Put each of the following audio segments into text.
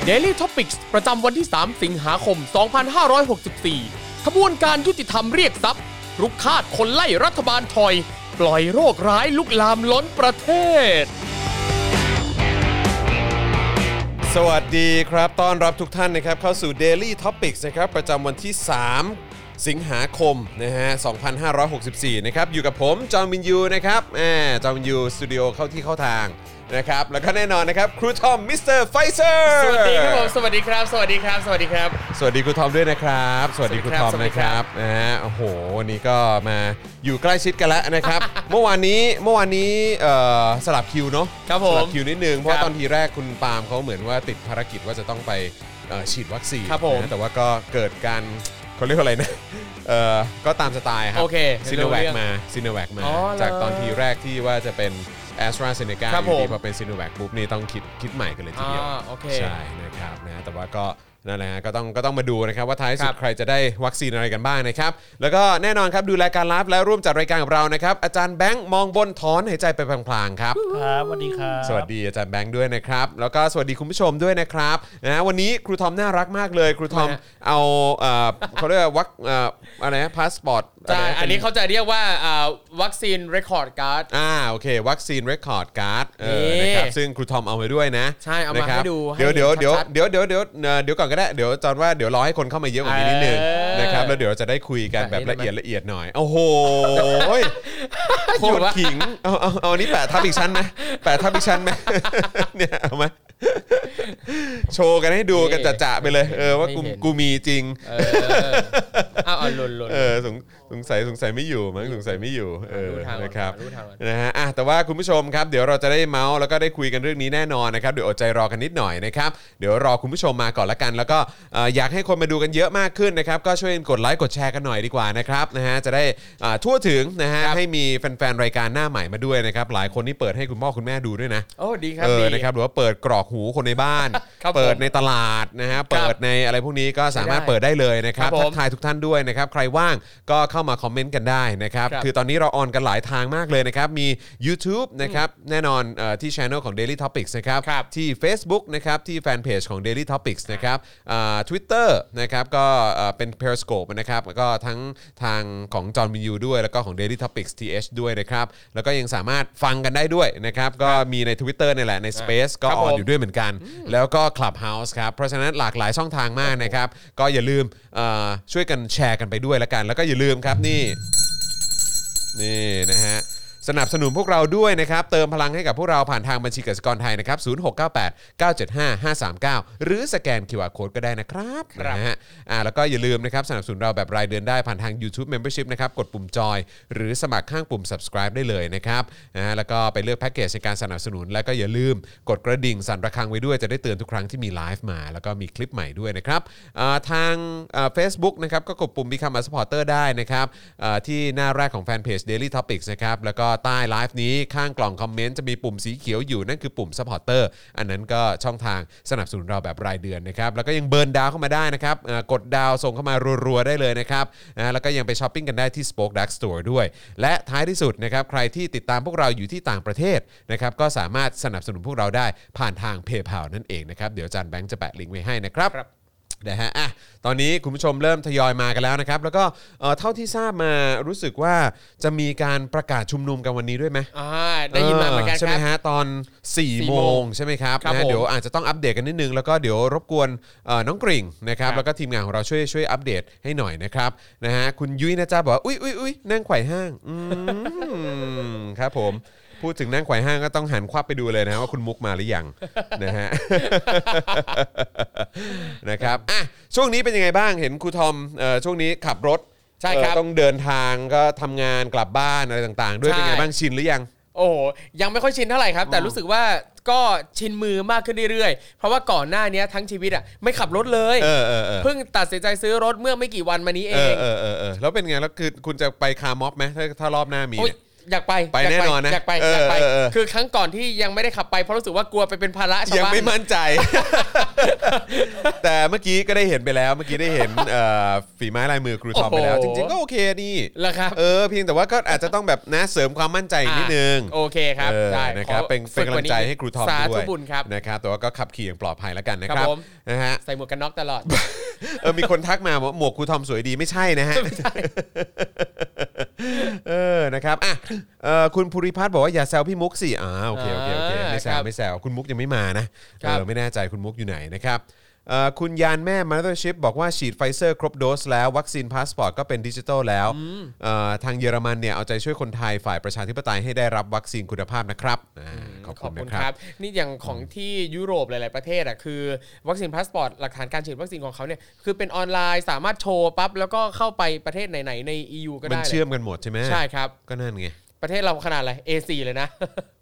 Daily Topics ประจำวันที่ 3 สิงหาคม 2564 ขบวนการยุติธรรมเรียกทรัพย์รุกคาดคนไล่รัฐบาลถอยปล่อยโรคร้ายลุกลามล้นประเทศสวัสดีครับต้อนรับทุกท่านนะครับเข้าสู่ Daily Topics นะครับประจำวันที่ 3 สิงหาคมนะฮะ 2564 นะครับอยู่กับผมจอห์นวินยูนะครับจอห์นวินยูสตูดิโอเข้าที่เข้าทางนะครับแล้วก็แน่นอนนะครับครูทอมมิสเตอร์ไฟเซอร์สวัสดีครับผมสวัสดีครับสวัสดีครับสวัสดีครับสวัสดีครูทอมด้วยนะครับสวัสดีครูทอมนะครับนะฮะโอ้โหวันนี้ก็มาอยู่ใกล้ชิดกันแล้วนะครับ เมื่อวานนี้สลับคิวเนาะครับผมสลับคิวนิดนึงเพราะตอนทีแรกคุณปาล์มเขาเหมือนว่าติดภารกิจว่าจะต้องไปฉีดวัคซีนนะแต่ว่าก็เกิดการเขาเรียกว่าอะไรนะก็ตามสไตล์ครับซีโนแวคมาจากตอนทีแรกที่ว่าจะเป็นAstraZeneca อยู่ดีพอเป็น Sinovac ปุ๊บนี่ต้องคิดใหม่กันเลยทีเดียวใช่นะครับนะแต่ว่าก็นั่นแหละก็ต้องมาดูนะครับว่าท้ายสุดใครจะได้วัคซีนอะไรกันบ้างนะครับแล้วก็แน่นอนครับดูรายการไลฟ์และร่วมจัดรายการกับเรานะครับอาจารย์แบงค์มองบนถอนหายใจไปพลางๆครับครับสวัสดีครับสวัสดีอาจารย์แบงค์ด้วยนะครับแล้วก็สวัสดีคุณผู้ชมด้วยนะครับนะวันนี้ครูทอมน่ารักมากเลยครูทอมเอาเขาเรียกว่าอะไรนะพาสปอร์ตอันนี้เขาจะเรียกว่าวัคซีนเรคคอร์ดการ์ดโอเควัคซีนเรคคอร์ดการ์ดนะครับซึ่งครูทอมเอาไว้ด้วยนะใช่เอามาให้ดูเดี๋ยวก่อนก็ได้เดี๋ยวจอนว่าเดี๋ยวรอให้คนเข้ามาเยอะกว่านี้นิดนึงนะครับแล้วเดี๋ยวเราจะได้คุยกันแบบละเอียดหน่อยโอ้โหโคตรขิงเอาอันนี้แปะทับอีกชั้นไหมเนี่ยเอาไหมโชว์กันให้ดูกันจะไปเลยว่ากูมีจริงสงสัยไม่อยู่มั้งสงสัยไม่อยู่นะครับนะฮะแต่ว่าคุณผู้ชมครับเดี๋ยวเราจะได้เมาส์แล้วก็ได้คุยกันเรื่องนี้แน่นอนนะครับเดี๋ยวอดใจรอกันนิดหน่อยนะครับเดี๋ยวรอคุณผู้ชมมาก่อนละกันแล้วก็อยากให้คนมาดูกันเยอะมากขึ้นนะครับก็ช่วยกดไลค์กดแชร์กันหน่อยดีกว่านะครับนะฮะจะได้ทั่วถึงนะฮะให้มีแฟนๆรายการหน้าใหม่มาด้วยนะครับหลายคนนี่เปิดให้คุณพ่อคุณแม่ดูด้วยนะโอ้ดีครับนะครับหรือว่าเปิดกรอกหูคนในบ้านเปิดในตลาดนะฮะเปิดในอะไรพวกนี้ก็สามารถเปิดได้เลยนะครับทักทายทุกท่านด้วยนะครับใครว่างก็เข้ามาคอมเมนต์กันได้นะครับคือตอนนี้เราออนกันหลายทางมากเลยนะครับมี YouTube นะครับแน่นอนที่ Channel ของ Daily Topics นะครับที่ Facebook นะครับที่แฟนเพจของ Daily Topics นะครับTwitter นะครับก็เป็น Periscope นะครับแล้วก็ทั้งทางของจอห์นวินยูด้วยแล้วก็ของ Daily Topics TH ด้วยนะครับแล้วก็ยังสามารถฟังกันได้ด้วยนะครับก็มีใน Twitter นี่แหละใน Space ก็ออนอยู่ด้วยเหมือนกันแล้วก็ Clubhouse ครับเพราะฉะนั้นหลากหลายช่องทางมากนะครับก็อย่าลืมช่วยกันแชร์กันไปด้วยละกันแล้วก็อย่าลืมครับนี่นะฮะสนับสนุนพวกเราด้วยนะครับเติมพลังให้กับพวกเราผ่านทางบัญชีกสิกรไทยนะครับ0698975539หรือสแกน QR Code ก็ได้นะครับนะฮะแล้วก็อย่าลืมนะครับสนับสนุนเราแบบรายเดือนได้ผ่านทาง YouTube Membership นะครับกดปุ่มจอยหรือสมัครข้างปุ่ม Subscribe ได้เลยนะครับแล้วก็ไปเลือกแพ็คเกจในการสนับสนุนแล้วก็อย่าลืมกดกระดิ่งสั่นระฆังไว้ด้วยจะได้เตือนทุกครั้งที่มีไลฟ์มาแล้วก็มีคลิปใหม่ด้วยนะครับทางFacebook นะครับก็กดปุ่ม Become a supporter ได้นะครับที่หน้าแรกของแฟนเพจ Daily Topics นะครับแล้วก็ใต้ไลฟ์นี้ข้างกล่องคอมเมนต์จะมีปุ่มสีเขียวอยู่นั่นคือปุ่ม Supporter อันนั้นก็ช่องทางสนับสนุนเราแบบรายเดือนนะครับแล้วก็ยังเบิร์นดาวเข้ามาได้นะครับกดดาวส่งเข้ามารัวๆได้เลยนะครับแล้วก็ยังไปช้อปปิ้งกันได้ที่ Spoke Dark Store ด้วยและท้ายที่สุดนะครับใครที่ติดตามพวกเราอยู่ที่ต่างประเทศนะครับก็สามารถสนับสนุนพวกเราได้ผ่านทาง PayPal นั่นเองนะครับเดี๋ยวอาจารย์แบงค์จะแปะลิงก์ไว้ให้นะครับนะฮะตอนนี้คุณผู้ชมเริ่มทยอยมากันแล้วนะครับแล้วก็เท่าที่ทราบมารู้สึกว่าจะมีการประกาศชุมนุมกันวันนี้ด้วยไหมได้ยินมาเหมือนกันใช่ไหมฮะตอน 4 โมงใช่ไหมครับนะเดี๋ยวอาจจะต้องอัปเดตกันนิดนึงแล้วก็เดี๋ยวรบกวนน้องกริ่งนะครับแล้วก็ทีมงานของเราช่วยอัปเดตให้หน่อยนะครับนะฮะคุณยุ้ยนะจ๊ะบอกว่าอุ๊ยนั่งไขว่ห้างครับผมพูดถึงนั่งไขว่ห้างก็ต้องหันควับไปดูเลยนะว่าคุณมุกมาหรือยังนะฮะนะครับช่วงนี้เป็นยังไงบ้างเห็นครูทอมช่วงนี้ขับรถใช่ครับต้องเดินทางก็ทำงานกลับบ้านอะไรต่างๆด้วยเป็นไงบ้างชินหรือยังโอ้ยังไม่ค่อยชินเท่าไหร่ครับแต่รู้สึกว่าก็ชินมือมากขึ้นเรื่อยๆเพราะว่าก่อนหน้านี้ทั้งชีวิตไม่ขับรถเลยเพิ่งตัดสินใจซื้อรถเมื่อไม่กี่วันมานี้เองแล้วเป็นไงแล้วคือคุณจะไปคาร์ม็อบไหมถ้ารอบหน้ามีอยากไปไปแน่นอนนะอยากไปคือครั้งก่อนที่ยังไม่ได้ขับไปเพราะรู้สึกว่ากลัวไปเป็นภาระชาวบ้านยังไม่มั่นใจ แต่เมื่อกี้ก็ได้เห็นไปแล้วเมื่อกี้ได้เห็นฝีไม้ลายมือครูทอมไปแล้วจริงๆก็โอเคนี่แล้วครับเพียงแต่ว่าก็อาจจะต้องแบบนะเสริมความมั่นใจอีกนิดนึงโอเคครับได้นะครับเป็นกำลังใจให้ครูทอมด้วยสาธุบุญครับนะครับแต่ว่าก็ขับขี่อย่างปลอดภัยแล้วกันนะครับนะฮะใส่หมวกกันน็อกตลอดมีคนทักมาว่าหมวกครูทอมสวยดีไม่ใช่นะฮะนะครับคุณภูริพัฒน์บอกว่าอย่าแซวพี่มุกสิโอเคไม่แซวคุณมุกยังไม่มานะไม่แน่ใจคุณมุกอยู่ไหนนะครับคุณยานแม่ Mothership บอกว่าฉีดไฟเซอร์ครบโดสแล้ววัคซีนพาสปอร์ตก็เป็นดิจิทัลแล้วทางเยอรมันเนี่ยเอาใจช่วยคนไทยฝ่ายประชาธิปไตยให้ได้รับวัคซีนคุณภาพนะครับขอบคุณครับนี่อย่างของที่ยุโรปหลายๆประเทศคือวัคซีนพาสปอร์ตหลักฐานการฉีดวัคซีนของเขาเนี่ยคือเป็นออนไลน์สามารถโชว์ปั๊บแล้วก็เข้าไปประเทศไหนๆใน EU ก็ได้มันเชื่อมกันหมดใช่ไหมใช่ครับก็นั่นไงประเทศเราขนาดอะไร A4 เลยนะ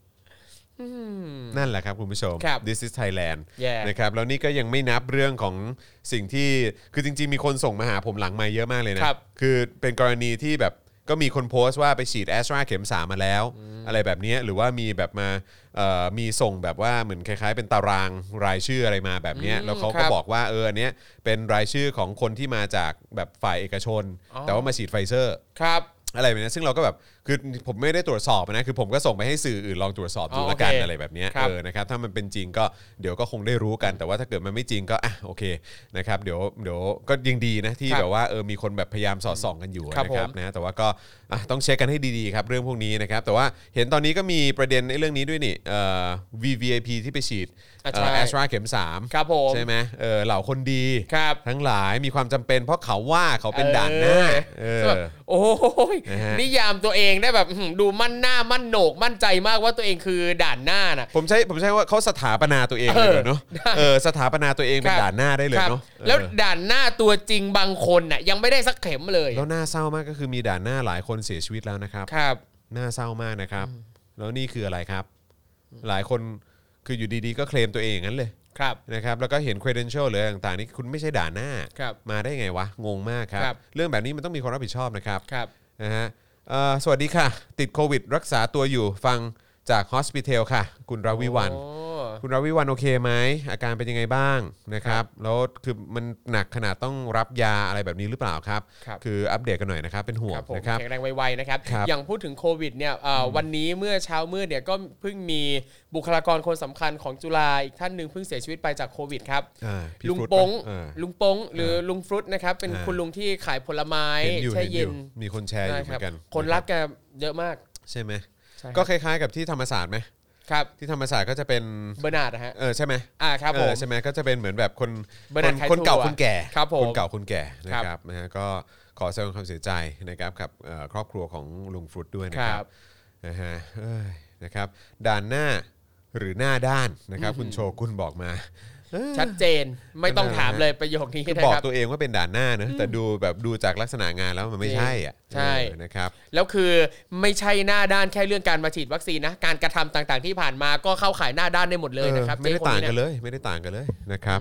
นั่นแหละครับคุณผู้ชม This is Thailand นะครับแล้วนี่ก็ยังไม่นับเรื่องของสิ่งที่คือจริงๆมีคนส่งมาหาผมหลังไมค์เยอะมากเลยนะคือเป็นกรณีที่แบบก็มีคนโพสต์ว่าไปฉีดแอสตราเข็ม3มาแล้วอะไรแบบนี้หรือว่ามีแบบมามีส่งแบบว่าเหมือนคล้ายๆเป็นตารางรายชื่ออะไรมาแบบนี้แล้วเขาก็บอกว่าอันเนี้ยเป็นรายชื่อของคนที่มาจากแบบฝ่ายเอกชนแต่ว่ามาฉีดไฟเซอร์อะไรแบบนี้ซึ่งเราก็แบบคือผมไม่ได้ตรวจสอบนะคือผมก็ส่งไปให้สื่ออื่นลองตรวจสอบดูละกันอะไรแบบนี้นะครับถ้ามันเป็นจริงก็เดี๋ยวก็คงได้รู้กันแต่ว่าถ้าเกิดมันไม่จริงก็โอเคนะครับเดี๋ยวก็ยังดีนะที่แบบว่ามีคนแบบพยายามสอดส่องกันอยู่นะครับนะแต่ว่าก็ต้องเช็คกันให้ดีๆครับเรื่องพวกนี้นะครับแต่ว่าเห็นตอนนี้ก็มีประเด็นในเรื่องนี้ด้วยนี่VVIP ที่ไปฉีดแอสตราเข็ม3ใช่ไหมเหล่าคนดีทั้งหลายมีความจำเป็นเพราะเขาว่าเขาเป็นด่านหน้าโอ้ยนิยามตัวเองได้แบบดูมั่นหน้ามั่นโหนกมั่นใจมากว่าตัวเองคือด่านหน้าน่ะผมใช้ว่าเขาสถาปนาตัวเองเลยเนาะสถาปนาตัวเองเป็นด่านหน้าได้เลยเนาะแล้วด่านหน้าตัวจริงบางคนน่ะยังไม่ได้สักเข็มเลยแล้วน่าเศร้ามากก็คือมีด่านหน้าหลายคนเสียชีวิตแล้วนะครับน่าเศร้ามากนะครับแล้วนี่คืออะไรครับหลายคนคืออยู่ดีๆก็เคลมตัวเองอย่างนั้นเลยนะครับแล้วก็เห็น credential หรือต่างๆนี่คุณไม่ใช่ด่านหน้ามาได้ไงวะงงมากครับเรื่องแบบนี้มันต้องมีคนรับผิดชอบนะครับนะฮะสวัสดีค่ะติดโควิดรักษาตัวอยู่ฟังจาก Hospital ค่ะคุณราวิวันโอเคไหมอาการเป็นยังไงบ้างนะครับแล้วคือมันหนักขนาดต้องรับยาอะไรแบบนี้หรือเปล่าครับคืออัปเดตกันหน่อยนะครับเป็นห่วงนะครับแข็งแรงไวๆนะครับอย่างพูดถึงโควิดเนี่ยวันนี้เมื่อเช้ามืดเนี่ยก็เพิ่งมีบุคลากรคนสำคัญของจุฬาอีกท่านหนึ่งเพิ่งเสียชีวิตไปจากโควิดครับลุงปงหรือลุงฟรุตนะครับเป็นคุณลุงที่ขายผลไม้แช่เย็นมีคนแชร์อยู่เหมือนกันคนรักแกเยอะมากใช่ไหมก็คล้ายๆกับที่ธรรมศาสตร์ไหมที่ธรรมศาสตร์ก็จะเป็นเบอร์นาร์ดนะฮะใช่ไหมครับผมใช่ไหมก็จะเป็นเหมือนแบบคนเก่าคนแก่คนเก่าคนแก่นะครับนะฮะก็ขอแสดงความเสียใจนะครับกับครอบครัวของลุงฟรุตด้วยนะครับนะฮะนะครับด่านหน้าหรือหน้าด้านนะครับคุณโชกุนบอกมาชัดเจนไม่ต้องถามเลยประโยคนี้นะครับบอกตัวเองว่าเป็นด่านหน้านะแต่ดูจากลักษณะงานแล้วมันไม่ใช่ใช่นะครับแล้วคือไม่ใช่หน้าด้านแค่เรื่องการมาฉีดวัคซีนนะการกระทำต่างๆที่ผ่านมาก็เข้าข่ายหน้าด้านได้หมดเลยนะครับไม่ได้ต่างกันเลยนะครับ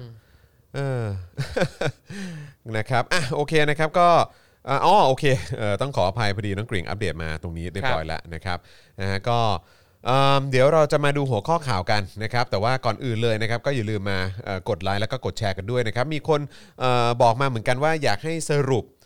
นะครับโอเคนะครับก็โอเคต้องขออภัยพอดีน้องกริ่งอัปเดตมาตรงนี้เรียบร้อยแล้วนะครับก็เดี๋ยวเราจะมาดูหัวข้อข่าวกันนะครับแต่ว่าก่อนอื่นเลยนะครับก็อย่าลืมมากดไลค์แล้วก็กดแชร์กันด้วยนะครับมีคนบอกมาเหมือนกันว่าอยากให้สรุป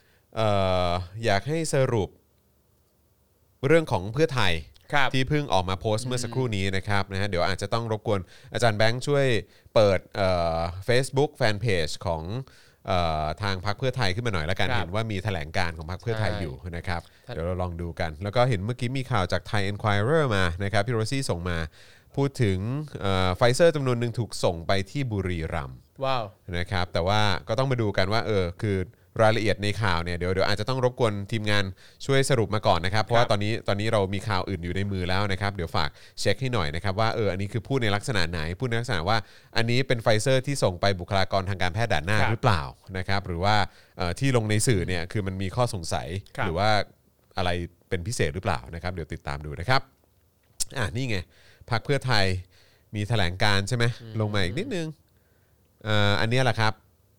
เรื่องของเพื่อไทยที่เพิ่งออกมาโพสต์เมื่อสักครู่นี้นะครับนะฮะเดี๋ยวอาจจะต้องรบกวนอาจารย์แบงค์ช่วยเปิดFacebook Fanpage ของทางพรรคเพื่อไทยขึ้นมาหน่อยละกันเห็นว่ามีแถลงการของพรรคเพื่อไทยอยู่นะครับเดี๋ยวเราลองดูกันแล้วก็เห็นเมื่อกี้มีข่าวจาก Thai Enquirer มานะครับพี่โรซี่ส่งมาพูดถึงไฟเซอร์จำนวนหนึ่งถูกส่งไปที่บุรีรัมย์นะครับแต่ว่าก็ต้องมาดูกันว่าคือรายละเอียดในข่าวเนี่ยเดี๋ยวอาจจะต้องรบกวนทีมงานช่วยสรุปมาก่อนนะครับเพราะว่าตอนนี้เรามีข่าวอื่นอยู่ในมือแล้วนะครับเดี๋ยวฝากเช็คให้หน่อยนะครับว่าอันนี้คือพูดในลักษณะไหนพูดในลักษณะว่าอันนี้เป็นไฟเซอร์ที่ส่งไปบุคลากรทางการแพทย์ด่านหน้าหรือเปล่านะครับหรือว่าที่ลงในสื่อเนี่ยคือมันมีข้อสงสัยหรือว่าอะไรเป็นพิเศษหรือเปล่านะครับเดี๋ยวติดตามดูนะครับนี่ไงพรรคเพื่อไทยมีแถลงการใช่ไหมลงมาอีกนิดนึงอันนี้แหละครับ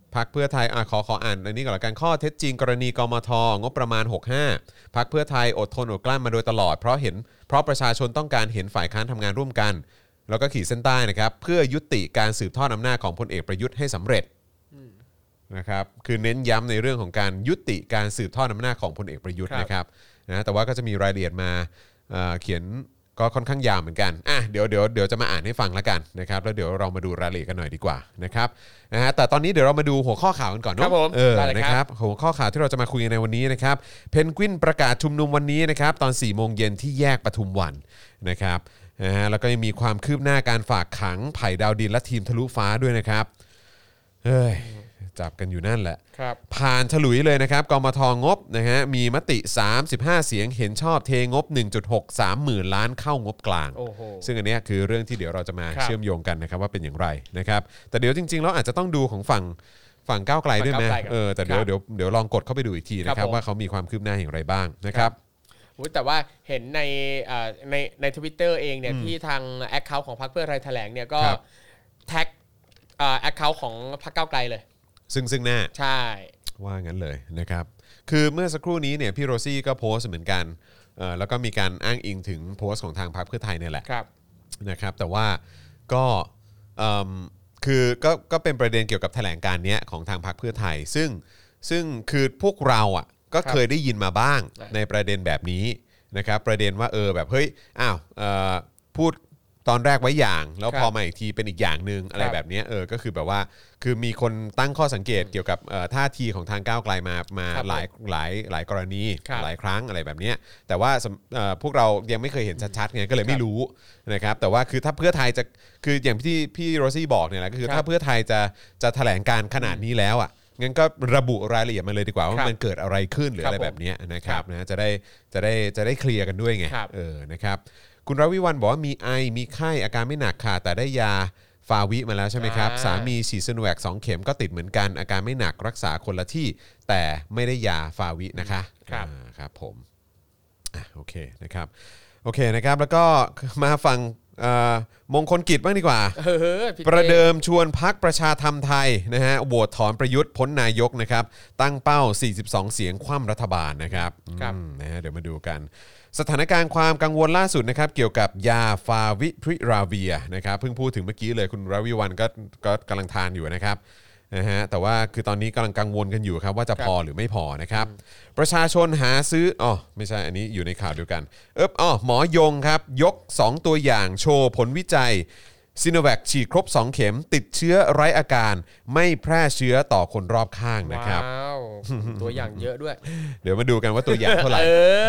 พรรคเพื่อไทยขออ่านอันนี้ก่อนละกันข้อเท็จจริงกรณีกมทงบประมาณ65พรรคเพื่อไทยอดทนอดกลั้นมาโดยตลอดเพราะประชาชนต้องการเห็นฝ่ายค้านทำงานร่วมกันแล้วก็ขีดเส้นใต้นะครับเพื่อยุติการสืบทอดอำนาจของพลเอกประยุทธ์ให้สำเร็จนะครับคือเน้นย้ำในเรื่องของการยุติการสืบทอดอำนาจของพลเอกประยุทธ์นะครับนะแต่ว่าก็จะมีรายละเอียดมาเขียนก็ค่อนข้างยาวเหมือนกันเดี๋ยวจะมาอ่านให้ฟังแล้วกันนะครับแล้วเดี๋ยวเรามาดูรายละเอียดกันหน่อยดีกว่านะครับนะฮะแต่ตอนนี้เดี๋ยวเรามาดูหัวข้อข่าวกันก่อนเนาะนะครับหัวข้อข่าวที่เราจะมาคุยกันในวันนี้นะครับเพนกวินประกาศชุมนุมวันนี้นะครับตอน 4:00 นที่แยกปทุมวันนะครับแล้วก็ยังมีความคืบหน้าการฝากขังไผ่ดาวดินและทีมทะลุฟ้าด้วยนะครับจับกันอยู่นั่นแหละผ่านฉลุยเลยนะครับกมทงบนะฮะมีมติ35เสียงเห็นชอบเทงบ 1.63 หมื่นล้านเข้างบกลางซึ่งอันนี้คือเรื่องที่เดี๋ยวเราจะมาเชื่อมโยงกันนะครับว่าเป็นอย่างไรนะครับแต่เดี๋ยวจริงๆแล้วอาจจะต้องดูของฝั่งก้าวไกลด้วยไหมแต่เดี๋ยวลองกดเข้าไปดูอีกทีนะครับว่าเขามีความคืบหน้าอย่างไรบ้างนะครับแต่ว่าเห็นใน Twitter เองเนี่ยที่ทาง Account ของพรรคเพื่อไทยแถลงเนี่ยก็แท็กAccount ของพรรคก้าวไกลเลยซึ่งหน้าใช่ว่างั้นเลยนะครับคือเมื่อสักครู่นี้เนี่ยพี่โรซี่ก็โพสต์เหมือนกันแล้วก็มีการอ้างอิงถึงโพสต์ของทางพรรคเพื่อไทยเนี่ยแหละนะครับแต่ว่าก็คือก็เป็นประเด็นเกี่ยวกับแถลงการณ์เนี้ยของทางพรรคเพื่อไทยซึ่งคือพวกเราอ่ะก็เคยได้ยินมาบ้างในประเด็นแบบนี้นะครับประเด็นว่าแบบเฮ้ยพูดตอนแรกไว้อย่างแล้วพอมาอีกทีเป็นอีกอย่างนึงอะไรแบบนี้ก็คือแบบว่าคือมีคนตั้งข้อสังเกตเกี่ยวกับท่าทีของทางก้าวไกลมาหลายกรณีหลายครั้งอะไรแบบนี้แต่ว่าพวกเรายังไม่เคยเห็นชัดๆไงก็เลยไม่รู้นะครับแต่ว่าคือถ้าเพื่อไทยจะคืออย่างที่พี่โรซี่บอกเนี่ยแหละก็คือถ้าเพื่อไทยจะแถลงการขนาดนี้แล้วอ่ะงั้นก็ระบุรายละเอียดมาเลยดีกว่าว่ามันเกิดอะไรขึ้นหรืออะไรแบบนี้นะครับนะจะได้เคลียร์กันด้วยไงนะครับคุณรวิวัลย์บอกว่ามีไอมีไข้อาการไม่หนักค่ะแต่ได้ยาฟาวิมาแล้วใช่ไหมครับสามีฉีดซิโนแวค2 เข็มก็ติดเหมือนกันอาการไม่หนักรักษาคนละที่แต่ไม่ได้ยาฟาวินะคะครับผมโอเคนะครับแล้วก็มาฟังมงคลกิจบ้างดีกว่าประเดิมชวนพรรคประชาธรรมไทยนะฮะโหวตถอนประยุทธ์พ้นนายกนะครับตั้งเป้า42เสียงคว่ำรัฐบาลนะครับนะฮะเดี๋ยวมาดูกันสถานการณ์ความกังวลล่าสุดนะครับเกี่ยวกับยาฟาวิพิราเวียนะครับเพิ่งพูดถึงเมื่อกี้เลยคุณรวิวัลย์ก็กำลังทานอยู่นะครับนะฮะแต่ว่าคือตอนนี้กำลังกังวลกันอยู่ครับว่าจะพอหรือไม่พอนะครับประชาชนหาซื้อไม่ใช่อันนี้อยู่ในข่าวเดียวกันหมอยงครับยก2ตัวอย่างโชว์ผลวิจัยซิโนแวคฉีดครบ2เข็มติดเชื้อไร้อาการไม่แพร่เชื้อต่อคนรอบข้างนะครับตัวอย่างเยอะด้วยเดี๋ยวมาดูกันว่าตัวอย่างเท่าไหร่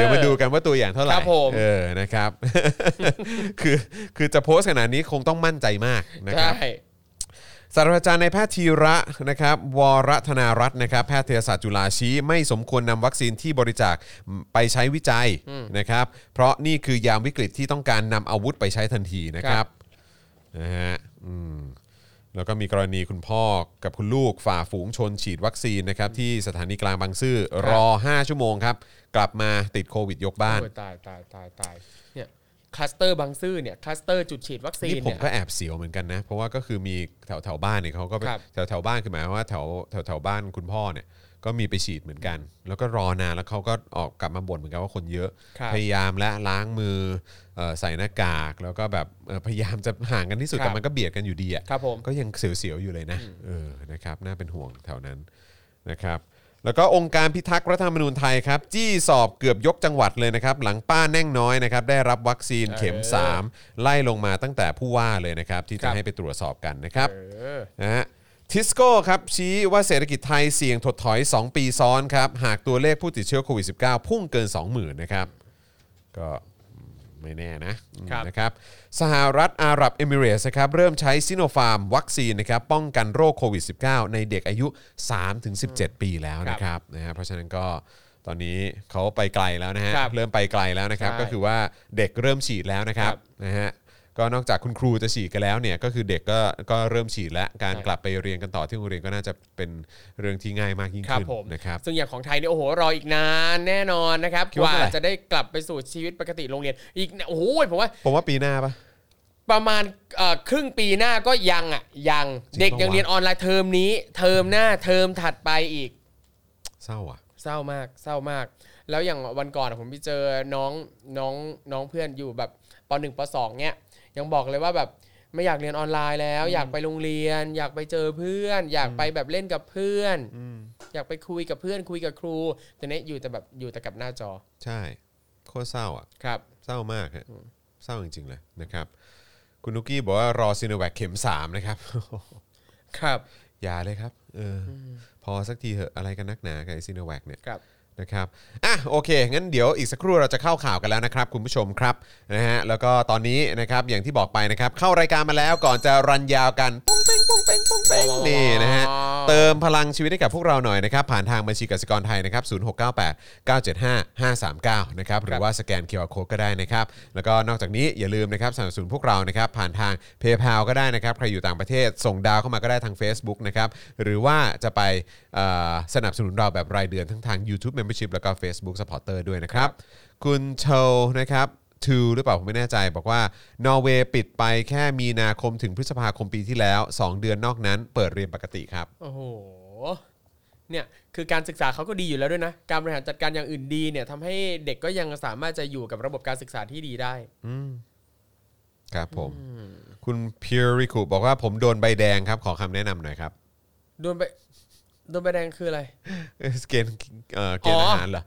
นะครับ คือจะโพสต์ขนาดนี้คงต้องมั่นใจมากนะครับศาสตราจารย์ในแพทย์ธีระนะครับวรธนารัตน์นะครับแพทยศาสตร์จุฬาชี้ไม่สมควรนำวัคซีนที่บริจาคไปใช้วิจัยนะครับเพราะนี่คือยามวิกฤตที่ต้องการนำอาวุธไปใช้ทันทีนะครับนะฮะแล้วก็มีกรณีคุณพ่อกับคุณลูกฝ่าฝูงชนฉีดวัคซีนนะครับที่สถานีกลางบางซื่อรอ5ชั่วโมงครับกลับมาติดโควิดยกบ้านตายเนี่ยคลัสเตอร์บางซื่อเนี่ยคลัสเตอร์จุดฉีดวัคซีนเนี่ยผมก็แอบเสียวเหมือนกันนะเพราะว่าก็คือมีแถวบ้านเนี่ยเขาก็แถวบ้านคือหมายว่าแถวบ้านคุณพ่อเนี่ยก็มีไปฉีดเหมือนกันแล้วก็รอนานแล้วเขาก็ออกกลับมาบ่นเหมือนกันว่าคนเยอะพยายามและล้างมือใส่หน้ากากแล้วก็แบบพยายามจะห่างกันที่สุดแต่มันก็เบียดกันอยู่ดีอ่ะก็ยังเสียวๆอยู่เลยนะนะครับน่าเป็นห่วงแถวนั้นนะครับแล้วก็องค์การพิทักษ์รัฐธรรมนูญไทยครับจี้สอบเกือบยกจังหวัดเลยนะครับหลังป้าแน่งน้อยนะครับได้รับวัคซีนเข็ม3ไล่ลงมาตั้งแต่ผู้ว่าเลยนะครับที่จะให้ไปตรวจสอบกันนะครับนะฮะทิสโก้ครับชี้ว่าเศรษฐกิจไทยเสี่ยงถดถอย2ปีซ้อนครับหากตัวเลขผู้ติดเชื้อโควิด -19 พุ่งเกิน 20,000 นะครับก็ไม่แน่นะครับสหรัฐอาหรับเอมิเรตส์นะครับเริ่มใช้ซิโนฟาร์มวัคซีนนะครับป้องกันโรคโควิด -19 ในเด็กอายุ 3-17 ปีแล้วนะครับเพราะฉะนั้นก็ตอนนี้เขาไปไกลแล้วนะฮะเริ่มไปไกลแล้วนะครับก็คือว่าเด็กเริ่มฉีดแล้วนะครับนะฮะก็นอกจากคุณครูจะฉีดกันแล้วเนี่ยก็คือเด็กก็เริ่มฉีดแล้วการกลับไปเรียนกันต่อที่โรงเรียนก็น่าจะเป็นเรื่องที่ง่ายมากยิ่งขึ้นนะครับซึ่งอย่างของไทยเนี่ยโอ้โหรออีกนานแน่นอนนะครับกว่าจะได้กลับไปสู่ชีวิตปกติโรงเรียนอีกโอ้โหผมว่าปีหน้าปะประมาณครึ่งปีหน้าก็ยังเด็กยังเรียนออนไลน์เทอมนี้เทอมหน้าเทอมถัดไปอีกเศร้าอ่ะเศร้ามากแล้วอย่างวันก่อนผมไปเจอน้องเพื่อนอยู่แบบป.1 ป.2 เนี้ยยังบอกเลยว่าแบบไม่อยากเรียนออนไลน์แล้วอยากไปโรงเรียนอยากไปเจอเพื่อนอยากไปแบบเล่นกับเพื่อนอยากไปคุยกับเพื่อนคุยกับครูแต่เนี้ยอยู่แต่กับหน้าจอใช่โคตรเศร้าอ่ะครับเศร้ามากฮะเศร้าจริงๆเลยนะครับคุณนุกกี้บอกว่ารอซีโนแวคเข็ม3นะครับครับอย่าเลยครับพอสักทีเถอะอะไรกันนักหนากับซีโนแวคเนี่ยครับนะครับโอเคงั้นเดี๋ยวอีกสักครู่เราจะเข้าข่าวกันแล้วนะครับคุณผู้ชมครับนะฮะแล้วก็ตอนนี้นะครับอย่างที่บอกไปนะครับเข้ารายการมาแล้วก่อนจะรันยาวกันป้งเป้งนี่นะฮะเติมพลังชีวิตให้กับพวกเราหน่อยนะครับผ่านทางบัญชีกสิกรไทยนะครับ0698975539นะครับหรือว่าสแกน QR Code ก็ได้นะครับแล้วก็นอกจากนี้อย่าลืมนะครับสนับสนุนพวกเรานะครับผ่านทาง PayPal ก็ได้นะครับใครอยู่ต่างประเทศส่งดาวเข้ามาก็ได้ทาง Facebook นะครับหรือว่าจะไปสนับสนุนเราแบบรายเดือนทั้งทาง YouTube Membership แล้วก็ Facebook Supporter ด้วยนะครับคุณโชนะครับหรือเปล่าผมไม่แน่ใจบอกว่านอร์เวย์ปิดไปแค่มีนาคมถึงพฤษภาคมปีที่แล้ว2เดือนนอกนั้นเปิดเรียนปกติครับโอ้โหเนี่ยคือการศึกษาเขาก็ดีอยู่แล้วด้วยนะการบริหารจัดการอย่างอื่นดีเนี่ยทำให้เด็กก็ยังสามารถจะอยู่กับระบบการศึกษาที่ดีได้ครับผมคุณเพียริคุบอกว่าผมโดนใบแดงครับขอคำแนะนำหน่อยครับโดนใบแดงคืออะไรเกณฑ์อาหารเหรอ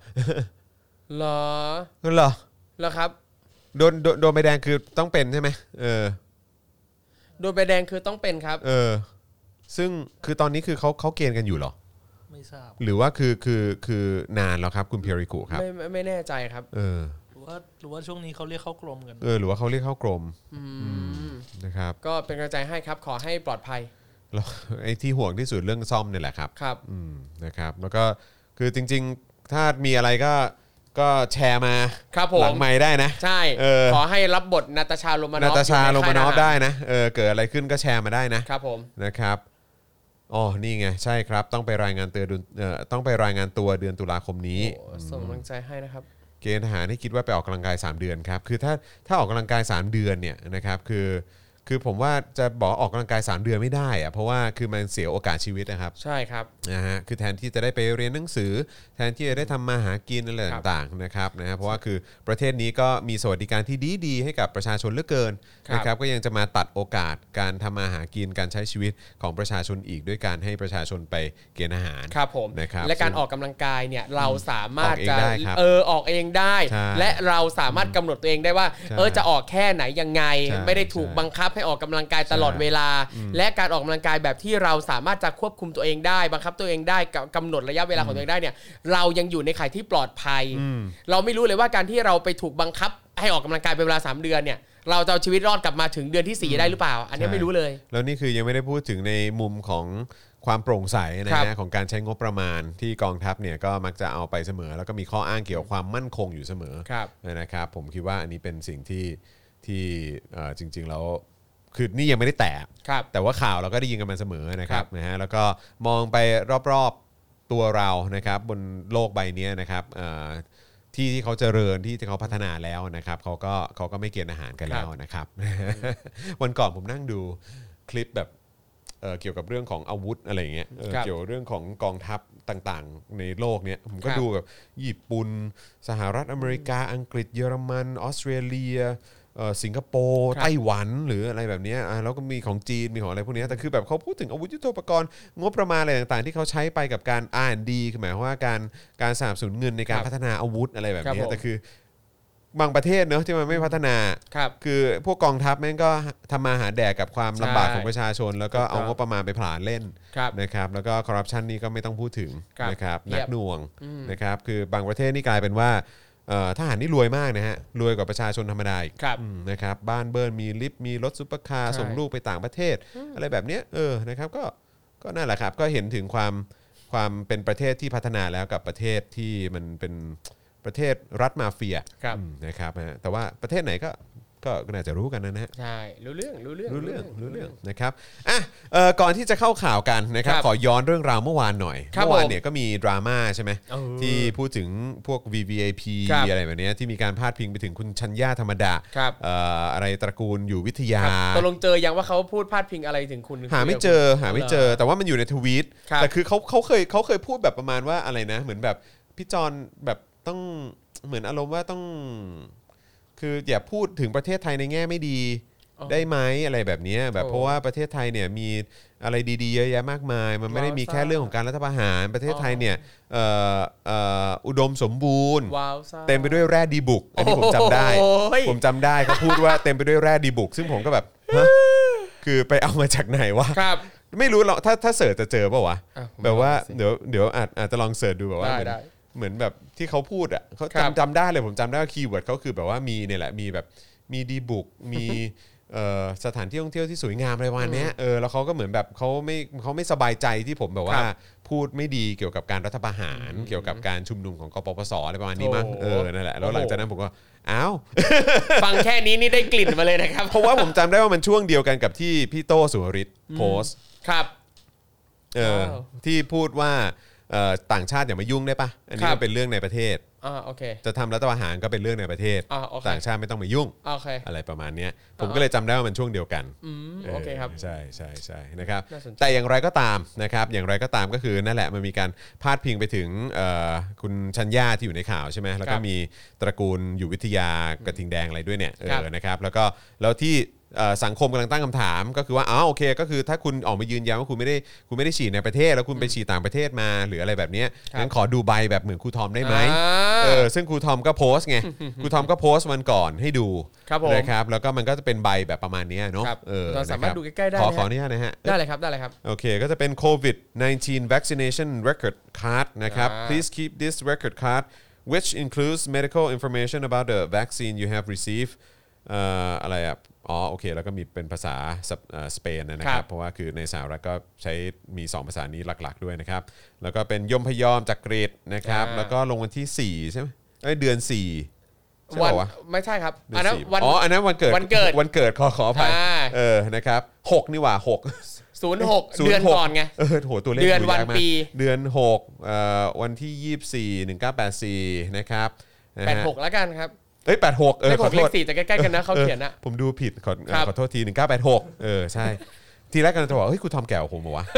เหรอครับโดนใบแดงคือต้องเป็นใช่ไหมโดนใบแดงคือต้องเป็นครับซึ่งคือตอนนี้คือเขาเกณฑ์กันอยู่เหรอไม่ทราบหรือว่าคือนานแล้วครับคุณเพียริคุครับไม่แน่ใจครับหรือว่าช่วงนี้เขาเรียกเข้ากรมกันหรือว่าเขาเรียกเข้ากรมนะครับก็เป็นกำลังใจให้ครับขอให้ปลอดภัยไอ้ที่ห่วงที่สุดเรื่องซ่อมนี่แหละครับครับนะครับแล้วก็คือจริงๆถ้ามีอะไรก็แชร์มาหลังไมค์ได้นะใช่ขอให้รับบทนาตาชาโรมานอฟได้นะเกิดอะไรขึ้นก็แชร์มาได้นะครับผมนะครับอ๋อนี่ไงใช่ครับต้องไปรายงานตัวเดือนตุลาคมนี้ส่งกำลังใจให้นะครับเกณฑ์ทหารให้คิดว่าไปออกกำลังกาย3เดือนครับคือถ้าออกกำลังกาย3เดือนเนี่ยนะครับคือผมว่าจะบอกออกกำลังกาย3เดือนไม่ได้อะเพราะว่าคือมันเสียโอกาสชีวิตนะครับใช่ครับนะฮะคือแทนที่จะได้ไปเรียนหนังสือแทนที่จะได้ทำมาหากินอะไรต่างๆนะครับนะฮะเพราะว่าคือประเทศนี้ก็มีสวัสดิการที่ดีให้กับประชาชนเหลือเกินนะครับก็ยังจะมาตัดโอกาสการทำมาหากินการใช้ชีวิตของประชาชนอีกด้วยการให้ประชาชนไปเกณฑ์อาหารครับผมนะครับและการออกกำลังกายเนี่ยเราสามารถจะออกเองได้และเราสามารถกำหนดตัวเองได้ว่าจะออกแค่ไหนยังไงไม่ได้ถูกบังคับให้ออกกำลังกายตลอดเวลาและการออกกำลังกายแบบที่เราสามารถจะควบคุมตัวเองได้บังคับตัวเองได้กำหนดระยะเวลาของตัวเองได้เนี่ยเรายังอยู่ในข่ายที่ปลอดภัยเราไม่รู้เลยว่าการที่เราไปถูกบังคับให้ออกกำลังกายเป็นเวลา3เดือนเนี่ยเราจะเอาชีวิตรอดกลับมาถึงเดือนที่4ได้หรือเปล่าอันนี้ไม่รู้เลยแล้วนี่คือยังไม่ได้พูดถึงในมุมของความโปร่งใสนะฮะของการใช้งบประมาณที่กองทัพเนี่ยก็มักจะเอาไปเสมอแล้วก็มีข้ออ้างเกี่ยวกับความมั่นคงอยู่เสมอนะครับผมคิดว่าอันนี้เป็นสิ่งที่จริงๆแล้วคือนี่ยังไม่ได้แต่ว่าข่าวเราก็ได้ยินกันมาเสมอนะครับนะฮะแล้วก็มองไปรอบๆตัวเรานะครับบนโลกใบนี้นะครับที่เขาเจริญที่เขาพัฒนาแล้วนะครับเขาก็ไม่เกณฑ์อาหารกันแล้วนะครับวันก่อนผมนั่งดูคลิปแบบเกี่ยวกับเรื่องของอาวุธอะไรอย่างเงี้ยเกี่ยวกับเรื่องของกองทัพต่างๆในโลกเนี้ยผมก็ดูแบบญี่ปุ่นสหรัฐอเมริกาอังกฤษเยอรมันออสเตรเลียสิงคโปร์ไต้หวันหรืออะไรแบบนี้แล้วก็มีของจีนมีของอะไรพวกนี้แต่คือแบบเขาพูดถึงอาวุธยุทโธปกรณ์งบประมาณอะไรต่างๆที่เขาใช้ไปกับการ R&D คือหมายความว่าการสนับสนุนเงินในการพัฒนาอาวุธอะไรแบบนี้แต่คือบางประเทศเนอะที่มันไม่พัฒนาคือพวกกองทัพแม่งก็ทำมาหาแดกกับความลำบากของประชาชนแล้วก็เอางบประมาณไปผลาญเล่นนะครับแล้วก็คอร์รัปชันนี่ก็ไม่ต้องพูดถึงนะครับหนักหน่วงนะครับคือบางประเทศนี่กลายเป็นว่าทหารนี่รวยมากนะฮะรวยกว่าประชาชนธรรมดาอีกนะครับบ้านเบิร์นมีลิฟต์มีรถซุปเปอร์คาร์ส่งลูกไปต่างประเทศอะไรแบบนี้นะครับก็นั่นแหละครับก็เห็นถึงความเป็นประเทศที่พัฒนาแล้วกับประเทศที่มันเป็นประเทศรัฐมาเฟียนะครับแต่ว่าประเทศไหนก็ก็น่าจะรู้กันนะฮะใช่รู้เรื่องนะครับอ่ะก่อนที่จะเข้าข่าวกันนะครับขอย้อนเรื่องราวเมื่อวานหน่อยเมื่อวานเนี่ยก็มีดราม่าใช่ไหมที่พูดถึงพวก VVIP อะไรแบบนี้ที่มีการพาดพิงไปถึงคุณชัญญาธรรมดาอะไรตระกูลอยู่วิทยาตกลงเจอยังว่าเขาพูดพาดพิงอะไรถึงคุณหาไม่เจอแต่ว่ามันอยู่ในทวีตแต่คือเขาเคยพูดแบบประมาณว่าอะไรนะเหมือนแบบพี่จอนแบบต้องเหมือนอารมณ์ว่าต้องคืออย่าพูดถึงประเทศไทยในแง่ไม่ดีได้ไหมอะไรแบบนี้แบบเพราะว่าประเทศไทยเนี่ยมีอะไรดีๆเยอะแยะมากมายมันไม่ได้มีแค่เรื่องของการรัฐประหารประเทศไทยเนี่ยอุดมสมบูรณ์เต็มไปด้วยแร่ดีบุกอันนี้ผมจำได้เขาพูดว่าเต็มไปด้วยแร่ดีบุกซึ่งผมก็แบบคือไปเอามาจากไหนวะไม่รู้หรอกถ้าเสิร์ชจะเจอป่าววะแบบว่าเดี๋ยวอาจจะลองเสิร์ชดูแบบว่าเหมือนแบบที่เขาพูดอ่ะเขาจำได้เลยผมจำได้ว่าคีย์เวิร์ดเขาคือแบบว่ามีเนี่ยแหละมีแบบมีดีบุกมีสถานที่ท่องเที่ยวที่สวยงามอะไรประมาณนี้แล้วเขาก็เหมือนแบบเขาไม่สบายใจที่ผมแบบว่าพูดไม่ดีเกี่ยวกับการรัฐประหารเกี่ยวกับการชุมนุมของกปปสอะไรประมาณนี้มั้งนั่นแหละแล้วหลังจากนั้นผมก็อ้าวฟังแค่นี้นี่ได้กลิ่นมาเลยนะครับเพราะว่าผมจำได้ว่ามันช่วงเดียวกันกับที่พี่โต้สุวริตโพสต์ครับที่พูดว่าต่างชาติอย่ามายุ่งได้ปะอันนี้ก็เป็นเรื่องในประเทศโอเคจะทำรัฐประหารก็เป็นเรื่องในประเทศต่างชาติไม่ต้องมายุ่งอะไรประมาณนี้ผมก็เลยจำได้ว่ามันช่วงเดียวกันโอเคครับใช่นะครับแต่อย่างไรก็ตามนะครับอย่างไรก็ตามก็คือนั่นแหละมันมีการพาดพิงไปถึงคุณชัญญาที่อยู่ในข่าวใช่ไหมแล้วก็มีตระกูลอยู่วิทยากระทิงแดงอะไรด้วยเนี่ยนะครับแล้วที่สังคมกำลังตั้งคำถามก็คือว่าโอเคก็คือถ้าคุณออกมายืนยันว่าคุณไม่ได้ฉีดในประเทศแล้วคุณไปฉีดต่างประเทศมาหรืออะไรแบบนี้งั้นขอดูใบแบบเหมือนครูทอมได้ไหมซึ่งครูทอมก็โพสต์ไงครูทอมก็โพสต์วันก่อนให้ดูนะครับแล้วก็มันก็จะเป็นใบแบบประมาณนี้เนาะเราสามารถดูใกล้ๆได้ขออนุญาตนะฮะได้เลยครับโอเคก็จะเป็น COVID-19 vaccination record card นะครับ please keep this record card which includes medical information about the vaccine you have received อะไรอ่ะโอเคแล้วก็มีเป็นภาษาสเปนนะครับเพราะว่าคือในสหรัฐก็ใช้มี2ภาษานี้หลักๆด้วยนะครับแล้วก็เป็นยมพยอมจากกรีกนะครับแล้วก็ลงวันที่4ใช่ไหมเดือน4ใช่ป่าววะไม่ใช่ครับอันนั้นอันนั้นวันเกิดขออภัยนะครับ6นี่หว่า 06เดือนก่อนไงโหตัวเลขเดือนวันปีเดือน6วันที่24 1984นะครับ 86แล้วกันครับ 86 ขอโทษเลข4จะใกล้ๆกันนะเขาเขียนนะผมดูผิดขอโทษที1986ใช่ทีแรกกันจะบอกเฮ้ยกูทำแก่กว่าผมเหรอวะ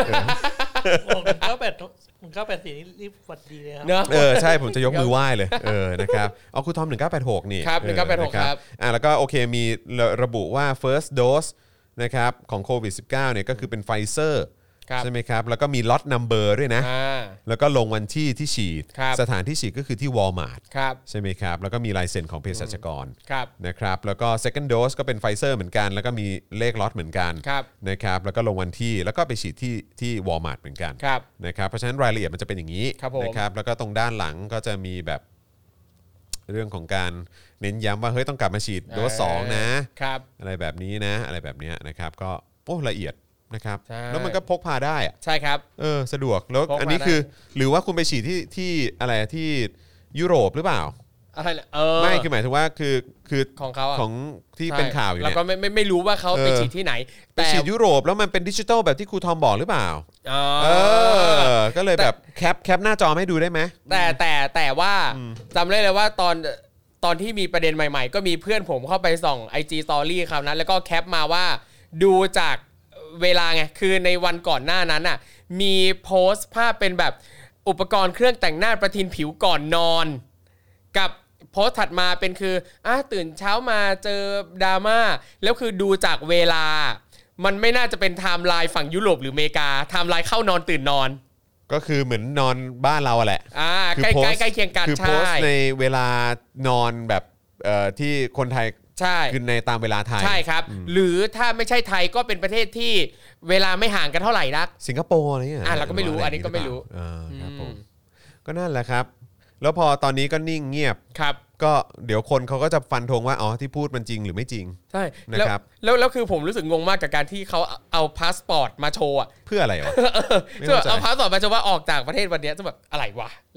1984นี่รีบสวัสดีเลยครับใช่ผมจะยกมือไหว้เลยนะครับครูทอม1986นี่ครับ1986ครับแล้วก็โอเคมีระบุว่า first dose นะครับของโควิด -19 เนี่ยก็คือเป็นไฟเซอร์ใช่ไหมครับแล้วก็มีล็อตนัมเบอร์ด้วยนะแล้วก็ลงวันที่ฉีดสถานที่ฉีดก็คือที่ Walmart ใช่ไหมครับแล้วก็มีลายเซ็นของเภสัชกรนะครับแล้วก็ second dose ก็เป็นไฟเซอร์เหมือนกันแล้วก็มีเลขล็อตเหมือนกันนะครับแล้วก็ลงวันที่แล้วก็ไปฉีดที่ Walmart เหมือนกันนะครับเพราะฉะนั้นรายละเอียดมันจะเป็นอย่างนี้นะครับแล้วก็ตรงด้านหลังก็จะมีแบบเรื่องของการเน้นย้ำว่าเฮ้ยต้องกลับมาฉีดโดส2นะอะไรแบบนี้นะอะไรแบบนี้นะครับก็ละเอียดนะครับแล้วมันก็พกพาได้ใช่ครับสะดวกแล้วอันนี้คือหรือว่าคุณไปฉีดที่อะไรที่ยุโรปหรือเปล่าอะไรไม่คือหมายถึงว่าคือของเขาของที่เป็นข่าวอยู่เนี่ยเราก็ไม่รู้ว่าเขาไปฉีดที่ไหนแต่ฉีดยุโรปแล้วมันเป็นดิจิทัลแบบที่ครูทอมบอกหรือเปล่าก็เลยแบบแคปหน้าจอให้ดูได้ไหมแต่ว่าจำได้เลยว่าตอนที่มีประเด็นใหม่ๆก็มีเพื่อนผมเข้าไปส่อง IG Story คราวนั้นแล้วก็แคปมาว่าดูจากเวลาไงคือในวันก่อนหน้านั้นน่ะมีโพสต์ภาพเป็นแบบอุปกรณ์เครื่องแต่งหน้าประทินผิวก่อนนอนกับโพสต์ถัดมาเป็นคือตื่นเช้ามาเจอดราม่าแล้วคือดูจากเวลามันไม่น่าจะเป็นไทม์ไลน์ฝั่งยุโรปหรืออเมริกาไทม์ไลน์เข้านอนตื่นนอนก็คือเหมือนนอนบ้านเราแหละใกล้เคียงกันคือโพสต์ในเวลานอนแบบที่คนไทยใช่คือในตามเวลาไทยใช่ครับหรือถ้าไม่ใช่ไทยก็เป็นประเทศที่เวลาไม่ห่างกันเท่าไหร่นักสิงคโปร์อะไรเงี้ยเราก็ไม่รู้อันนี้ก็ไม่รู้ครับผมก็นั่นแหละครับแล้วพอตอนนี้ก็นิ่งเงียบครับก็เดี๋ยวคนเขาก็จะฟันธงว่าที่พูดมันจริงหรือไม่จริงใช่นะครับแล้วคือผมรู้สึกงงมากกับการที่เขาเอาพาสปอร์ตมาโชว์เพื่ออะไรวะเอาพาสปอร์ตมาโชว์ว่าออกจากประเทศวันนี้จะแบบอะไรวะอะไรเงี้ย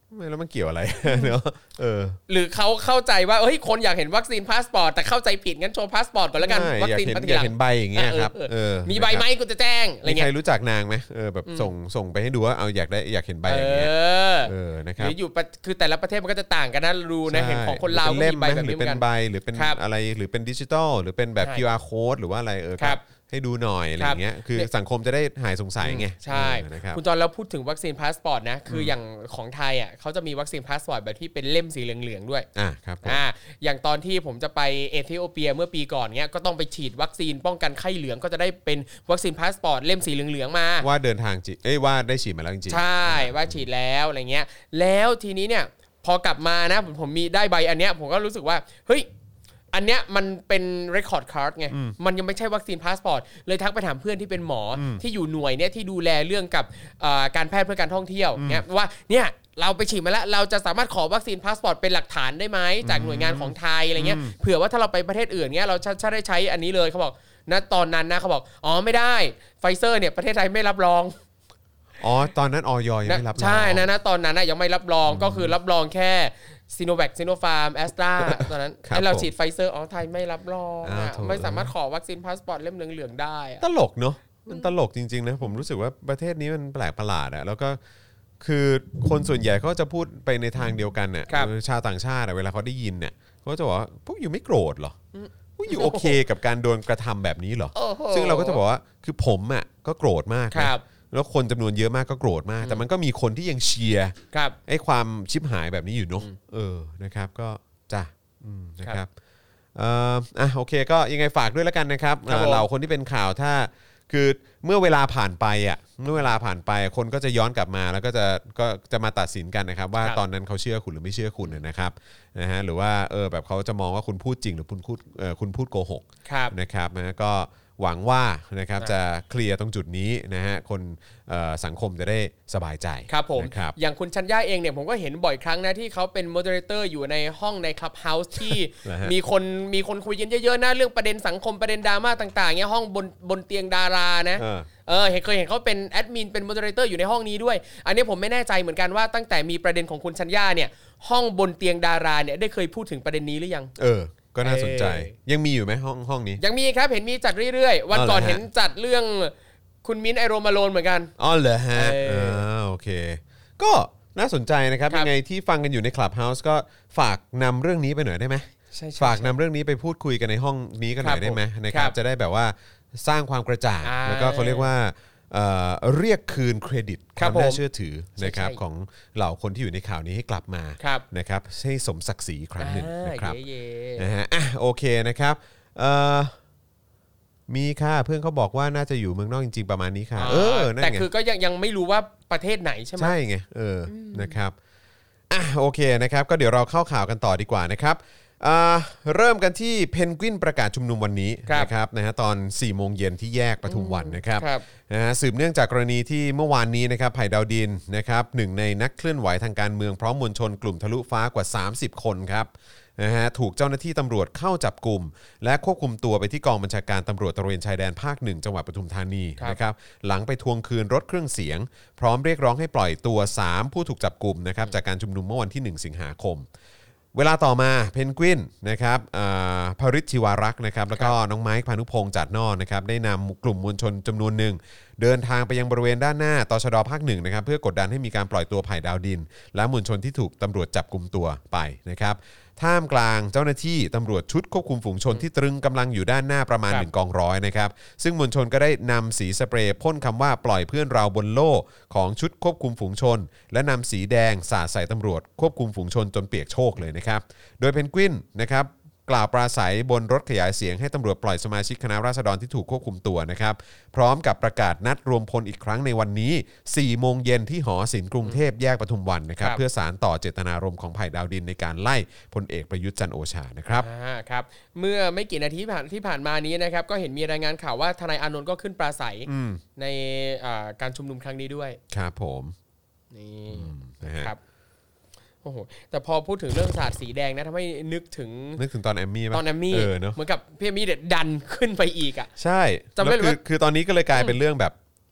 ไม่แล้วมันเกี่ยวอะไร เนาะหรือเขาเข้าใจว่าเฮ้ยคนอยากเห็นวัคซีนพาสปอร์ตแต่เข้าใจผิดงั้นโชว์พาสปอร์ตก่อนแล้วกันวัคซีนอยากเห็นใบอย่างเงี้ยครับมีใบไหมกูจะแจ้งอะไรเงี้ยใครรู้จักนางไหมแบบส่งไปให้ดูว่าเอาอยากเห็นใบอย่างเงี้ยนะครับหรืออยู่คือแต่ละประเทศมันก็จะต่างกันนะรู้นะเห็นของคนลาวมีใบแบบนี้เหมือนกันหรือเป็นใบหรือเป็นอะไรหรือเป็นดิจิทัลหรือเป็นแบบ QR code หรือว่าอะไรให้ดูหน่อยอะไรอย่างเงี้ยคือสังคมจะได้หายสงสัยไงใช่คุณจอนแล้วพูดถึงวัคซีนพาสปอร์ตนะคืออย่างของไทยอ่ะเขาจะมีวัคซีนพาสปอร์ตแบบที่เป็นเล่มสีเหลืองๆด้วยครับอย่างตอนที่ผมจะไปเอธิโอเปียเมื่อปีก่อนเงี้ยก็ต้องไปฉีดวัคซีนป้องกันไข้เหลืองก็จะได้เป็นวัคซีนพาสปอร์ตเล่มสีเหลืองๆมาว่าเดินทางว่าได้ฉีดมาแล้วจริงๆใช่ว่าฉีดแล้วอะไรเงี้ยแล้วทีนี้เนี่ยพอกลับมานะผมมีได้ใบอันเนี้ยผมก็รู้สึกว่าเฮ้ยอันเนี้ยมันเป็น record card ไงมันยังไม่ใช่วัคซีนพาสปอร์ตเลยทักไปถามเพื่อนที่เป็นหมอที่อยู่หน่วยเนี้ยที่ดูแลเรื่องกับการแพทย์เพื่อการท่องเที่ยวเนี้ยว่าเนี่ยเราไปฉีดมาแล้วเราจะสามารถขอวัคซีนพาสปอร์ตเป็นหลักฐานได้ไหมจากหน่วยงานของไทยอะไรเงี้ยเผื่อว่าถ้าเราไปประเทศอื่นเนี้ยเราจะได้ใช้อันนี้เลยเขาบอกณตอนนั้นนะเขาบอกอ๋อไม่ได้ไฟเซอร์เนี่ยประเทศไทยไม่รับรองตอนนั้นอยยังไม่รับรองใช่นะตอนนั้นยังไม่รับรองก็คือรับรองแค่ซีโนแวคซีโนฟาร์มแอสตราตอนนั้นให้เราฉีดไฟเซอร์ไทยไม่รับรองไม่สามารถขอวัคซีนพาสปอร์ตเล่มเหลืองๆได้ตลกเนาะมันตลกจริงๆนะผมรู้สึกว่าประเทศนี้มันแปลกประหลาดแล้วก็คือคนส่วนใหญ่เขาจะพูดไปในทางเดียวกันเนี่ยชาวต่างชาติเวลาเขาได้ยินเนี่ยเขาจะบอกว่าพวกอยู่ไม่โกรธหรอพวกอยู่โอเคกับการโดนกระทำแบบนี้หรอซึ่งเราก็จะบอกว่าคือผมก็โกรธมากแล้วคนจำนวนเยอะมากก็โกรธมากแต่มันก็มีคนที่ยังเชียร์ไอ้ความชิบหายแบบนี้อยู่เนาะนะครับก็จ้ะนะครับโอเคก็ยังไงฝากด้วยแล้วกันนะครับเราคนที่เป็นข่าวถ้าคือเมื่อเวลาผ่านไปคนก็จะย้อนกลับมาแล้วก็จะมาตัดสินกันนะครับว่าตอนนั้นเขาเชื่อคุณหรือไม่เชื่อคุณนะครับนะฮะหรือว่าแบบเขาจะมองว่าคุณพูดจริงหรือคุณพูดโกหกนะครับนะก็หวังว่านะครับจะเคลียร์ตรงจุดนี้นะฮะคนสังคมจะได้สบายใจครับผมอย่างคุณชัญญาเองเนี่ยผมก็เห็นบ่อยครั้งนะที่เขาเป็นโมเดเลเตอร์อยู่ในห้องในคลับเฮาส์ที่ มีคนคุยกันเยอะๆนะเรื่องประเด็นสังคมประเด็นดราม่าต่างๆเนี่ยห้องบนเตียงดารานะเคยเห็นเขาเป็นแอดมินเป็นโมเดเลเตอร์อยู่ในห้องนี้ด้วยอันนี้ผมไม่แน่ใจเหมือนกันว่าตั้งแต่มีประเด็นของคุณชัญญาเนี่ยห้องบนเตียงดาราเนี่ยได้เคยพูดถึงประเด็นนี้หรือยังก็น่าสนใจยังมีอยู่ไหมห้องนี้ยังมีครับเห็นมีจัดเรื่อยๆวันก่อนเห็นจัดเรื่องคุณมิ้นไอโรมาโลนเหมือนกันเหรอฮะโอเคก็น่าสนใจนะครับยังไงที่ฟังกันอยู่ใน Clubhouse ก็ฝากนำเรื่องนี้ไปหน่อยได้ไหมฝากนำเรื่องนี้ไปพูดคุยกันในห้องนี้กันหน่อยได้ไหมนะครับจะได้แบบว่าสร้างความกระจ่างแล้วก็เขาเรียกว่าเรียกคืนเครดิตความน่าเชื่อถือนะครับของเหล่าคนที่อยู่ในข่าวนี้ให้กลับมานะครับให้สมศักดิ์ศรีครั้งหนึ่งนะครับนะฮะโอเคนะครับมีค่ะเพื่อนเขาบอกว่าน่าจะอยู่เมืองนอกจริงๆประมาณนี้ค่ะแต่คือก็ยังไม่รู้ว่าประเทศไหนใช่ไหมใช่ไงนะครับโอเคนะครับก็เดี๋ยวเราเข้าข่าวกันต่อดีกว่านะครับเริ่มกันที่เพนกวินประกาศชุมนุมวันนี้นะครับนะฮะตอน 4 โมงเย็นที่แยกปทุมวันนะครับนะฮะสืบเนื่องจากกรณีที่เมื่อวานนี้นะครับไผ่ดาวดินนะครับหนึ่งในนักเคลื่อนไหวทางการเมืองพร้อมมวลชนกลุ่มทะลุฟ้ากว่า30คนครับนะฮะถูกเจ้าหน้าที่ตำรวจเข้าจับกลุ่มและควบคุมตัวไปที่กองบัญชาการตำรวจตระเวนชายแดนภาค1จังหวัดปทุมธานีนะครับหลังไปทวงคืนรถเครื่องเสียงพร้อมเรียกร้องให้ปล่อยตัว3ผู้ถูกจับกลุ่มนะครับจากการชุมนุมเมื่อวันที่1สิงหาคมเวลาต่อมาเพนกวินนะครับภริชชิวารักษ์นะครับแล้วก็น้องไมค์พานุพงษ์จัดนอกนะครับได้นำกลุ่มมวลชนจำนวนหนึ่งเดินทางไปยังบริเวณด้านหน้าตชด.ภาค1นะครับเพื่อกดดันให้มีการปล่อยตัวไผ่ดาวดินและมวลชนที่ถูกตำรวจจับกุมตัวไปนะครับท่ามกลางเจ้าหน้าที่ตำรวจชุดควบคุมฝูงชนที่ตรึงกำลังอยู่ด้านหน้าประมาณ1กองร้อยนะครับซึ่งมวลชนก็ได้นำสีสเปรย์พ่นคำว่าปล่อยเพื่อนเราบนโล่ของชุดควบคุมฝูงชนและนำสีแดงสาดใส่ตำรวจควบคุมฝูงชนจนเปียกโชกเลยนะครับโดยเพนกวินนะครับกล่าวปราศัยบนรถขยายเสียงให้ตำรวจปล่อยสมาชิกคณะราษฎรที่ถูกควบคุมตัวนะครับพร้อมกับประกาศนัดรวมพลอีกครั้งในวันนี้ 4 โมงเย็นที่หอศิลป์กรุงเทพแยกปทุมวันนะครับเพื่อสานต่อเจตนารมณ์ของไผ่ดาวดินในการไล่พลเอกประยุทธ์จันทร์โอชานะครับครับเมื่อไม่กี่นาทีที่ผ่านมานี้นะครับก็เห็นมีรายงานข่าวว่าทนายอานนท์ก็ขึ้นปราศัยในการชุมนุมครั้งนี้ด้วยครับผมนี่นะครับโอ้โหแต่พอพูดถึงเรื่องสาดสีแดงนะทำให้นึกถึงตอนแอมมี่ป่ะตอนแอมมี่เหมือนกับพี่แอมมี่เด็ดดันขึ้นไปอีกอ่ะใช่แล้วคือตอนนี้ก็เลยกลายเป็นเรื่องแบบ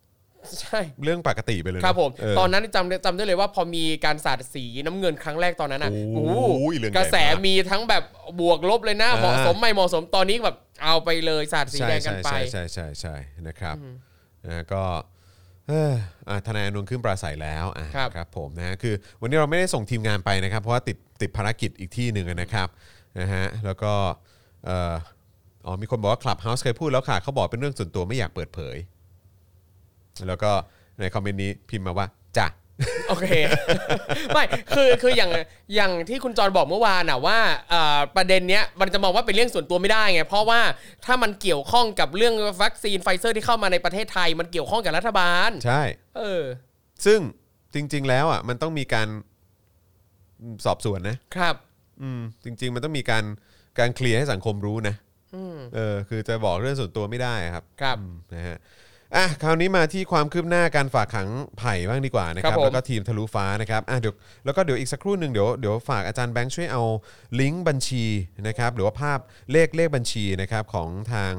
ใช่เรื่องปกติไปเลยครับผมตอนนั้นจำได้เลยว่าพอมีการสาดสีน้ำเงินครั้งแรกตอนนั้นอ่ะกระแสมีทั้งแบบบวกลบเลยนะเหมาะสมไม่เหมาะสมตอนนี้แบบเอาไปเลยสาดสีแดงกันไปใช่นะครับก็ทนายอานนท์ขึ้นปราศัยแล้วครับผมนะคือวันนี้เราไม่ได้ส่งทีมงานไปนะครับเพราะว่าติดภารกิจอีกที่หนึ่งนะครับนะฮะแล้วก็มีคนบอกว่า Clubhouse เคยพูดแล้วค่ะเขาบอกเป็นเรื่องส่วนตัวไม่อยากเปิดเผยแล้วก็ในคอมเมนต์นี้พิมพ์มาว่าจ้ะโอเคไม่คืออย่างที่คุณจรบอกเมื่อวานน่ะว่าประเด็นเนี้ยมันจะมองว่าเป็นเรื่องส่วนตัวไม่ได้ไงเพราะว่าถ้ามันเกี่ยวข้องกับเรื่องวัคซีนไฟเซอร์ที่เข้ามาในประเทศไทยมันเกี่ยวข้องกับรัฐบาลใช่ซึ่งจริงๆแล้วอ่ะมันต้องมีการสอบสวนนะครับจริงๆมันต้องมีการเคลียร์ให้สังคมรู้นะคือจะบอกเรื่องส่วนตัวไม่ได้ครับนะฮะคราวนี้มาที่ความคืบหน้าการฝากขังไผ่บ้างดีกว่านะครับแล้วก็ทีมทะลุฟ้านะครับเดี๋ยวอีกสักครู่นึงเดี๋ยวฝากอาจารย์แบงค์ช่วยเอาลิงก์บัญชีนะครับหรือว่าภาพเลขบัญชีนะครับของทาง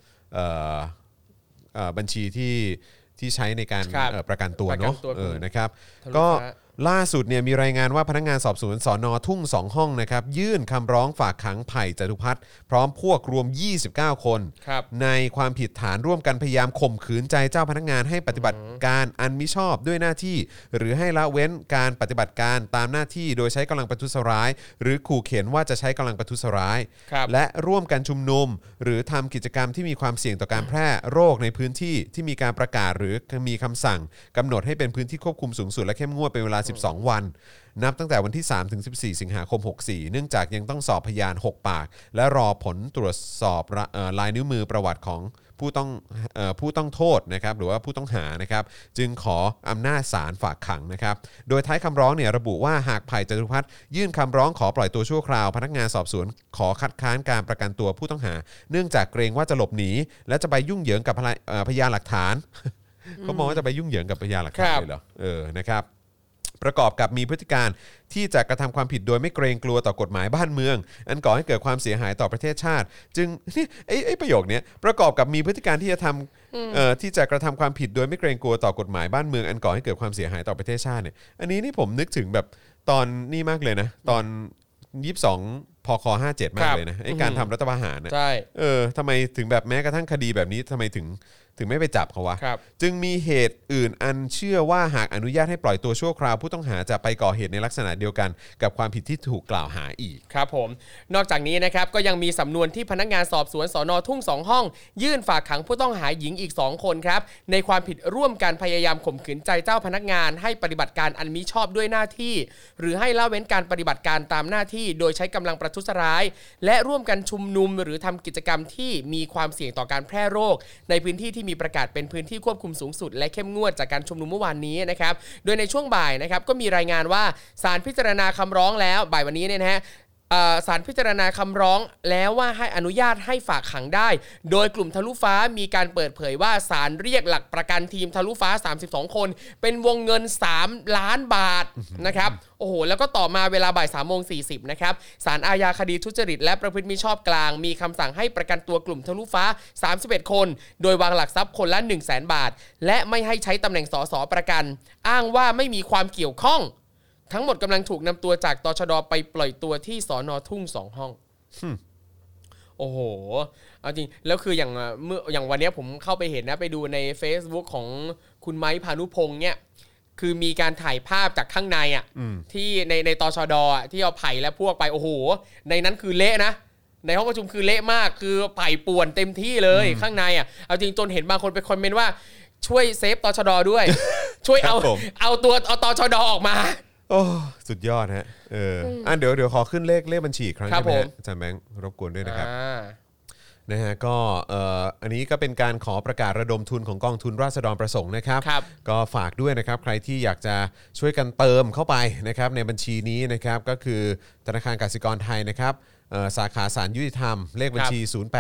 บัญชีที่ใช้ในการประกันตัวเนาะนะครับก็ล่าสุดเนี่ยมีรายงานว่าพนักงานสอบสวนสน.ทุ่ง2ห้องนะครับยื่นคำร้องฝากขังไผ่จตุพัฒน์พร้อมพวกรวม29คนในความผิดฐานร่วมกันพยายามข่มขืนใจเจ้าพนักงานให้ปฏิบัติการอันมิชอบด้วยหน้าที่หรือให้ละเว้นการปฏิบัติการตามหน้าที่โดยใช้กำลังประทุษร้ายหรือขู่เข็นว่าจะใช้กำลังประทุษร้ายและร่วมกันชุมนุมหรือทำกิจกรรมที่มีความเสี่ยงต่อการแพร่โรคในพื้นที่ที่มีการประกาศหรือมีคำสั่งกำหนดให้เป็นพื้นที่ควบคุมสูงสุดและเข้มงวดเป็นเวลา12 วันนับตั้งแต่วันที่3ถึง14สิงหาคม64เนื่องจากยังต้องสอบพยาน6ปากและรอผลตรวจสอบลายนิ้วมือประวัติของผู้ต้องโทษนะครับหรือว่าผู้ต้องหานะครับจึงขออำนาจศาลฝากขังนะครับโดยท้ายคำร้องเนี่ยระบุว่าหากไผ่จตุพัฒน์ยื่นคำร้องขอปล่อยตัวชั่วคราวพนักงานสอบสวนขอคัดค้านการประกันตัวผู้ต้องหาเนื่องจากเกรงว่าจะหลบหนีและจะไปยุ่งเหยิงกับพยานหลักฐานเขามองว่าจะไปยุ่งเหยิงกับพยานหลักฐานเลยเหรอนะครับประกอบกับมีพฤติการที่จะกระทำความผิดโดยไม่เกรงกลัวต่อกฎหมายบ้านเมืองอันก่อให้เกิดความเสียหายต่อประเทศชาติจึงนี่ไอ้ประโยคนี้ประกอบกับมีพฤติการที่จะทำที่จะกระทำความผิดโดยไม่เกรงกลัวต่อกฎหมายบ้านเมืองอันก่อให้เกิดความเสียหายต่อประเทศชาติเนี่ยอันนี้นี่ผมนึกถึงแบบตอนนี่มากเลยนะตอน22พค57มากเลยนะไอ้การทำรัฐประหารนะทำไมถึงแบบแม้กระทั่งคดีแบบนี้ทำไมถึงไม่ไปจับเขาวะจึงมีเหตุอื่นอันเชื่อว่าหากอนุญาตให้ปล่อยตัวชั่วคราวผู้ต้องหาจะไปก่อเหตุในลักษณะเดียวกันกับความผิดที่ถูกกล่าวหาอีกครับผมนอกจากนี้นะครับก็ยังมีสำนวนที่พนักงานสอบสวนสน.ทุ่ง2ห้องยื่นฝากขังผู้ต้องหาหญิงอีก2คนครับในความผิดร่วมกันพยายามข่มขืนใจเจ้าพนักงานให้ปฏิบัติการอันมิชอบด้วยหน้าที่หรือให้ละเว้นการปฏิบัติการตามหน้าที่โดยใช้กำลังประทุษร้ายและร่วมกันชุมนุมหรือทำกิจกรรมที่มีความเสี่ยงต่อการแพร่โรคในพื้นที่ที่มีประกาศเป็นพื้นที่ควบคุมสูงสุดและเข้มงวดจากการชุมนุมเมื่อวานนี้นะครับโดยในช่วงบ่ายนะครับก็มีรายงานว่าศาลพิจารณาคำร้องแล้วบ่ายวันนี้เนี่ยนะฮะศาลพิจารณาคำร้องแล้วว่าให้อนุญาตให้ฝากขังได้โดยกลุ่มทะลุฟ้ามีการเปิดเผยว่าศาลเรียกหลักประกันทีมทะลุฟ้า32คนเป็นวงเงิน3ล้านบาทนะครับโอ้โหแล้วก็ต่อมาเวลาบ่าย 3:40 นะครับศาลอาญาคดีทุจริตและประพฤติมิชอบกลางมีคำสั่งให้ประกันตัวกลุ่มทะลุฟ้า31คนโดยวางหลักทรัพย์คนละ 100,000 บาทและไม่ให้ใช้ตำแหน่งสสประกันอ้างว่าไม่มีความเกี่ยวข้องทั้งหมดกำลังถูกนำตัวจากตชด.ไปปล่อยตัวที่สน.ทุ่ง2ห้องโอ้โหเอาจริงแล้วคืออย่างวันนี้ผมเข้าไปเห็นนะไปดูใน Facebook ของคุณไม้พานุพงษ์เนี่ยคือมีการถ่ายภาพจากข้างในที่ในตชด.ที่เอาไผ่และพวกไปโอ้โหในนั้นคือเละนะในห้องประชุมคือเละมากคือไผ่ป่วนเต็มที่เลยข้างในเอาจริงจนเห็นบางคนไปคอมเมนต์ว่าช่วยเซฟตชด.ด้วย ช่วยเอาตชด.ออกมาโอ้สุดยอดฮะเดี๋ยวขอขึ้นเลขบัญชีอีกครั้งได้ไหมฮะอาจารย์แบงค์รบกวนด้วยนะครับนะฮะก็อันนี้ก็เป็นการขอประกาศระดมทุนของกองทุนราษฎรประสงค์นะครับก็ฝากด้วยนะครับใครที่อยากจะช่วยกันเติมเข้าไปนะครับในบัญชีนี้นะครับก็คือธนาคารกสิกรไทยนะครับสาขาศาลยุติธรรมเลขบัญชี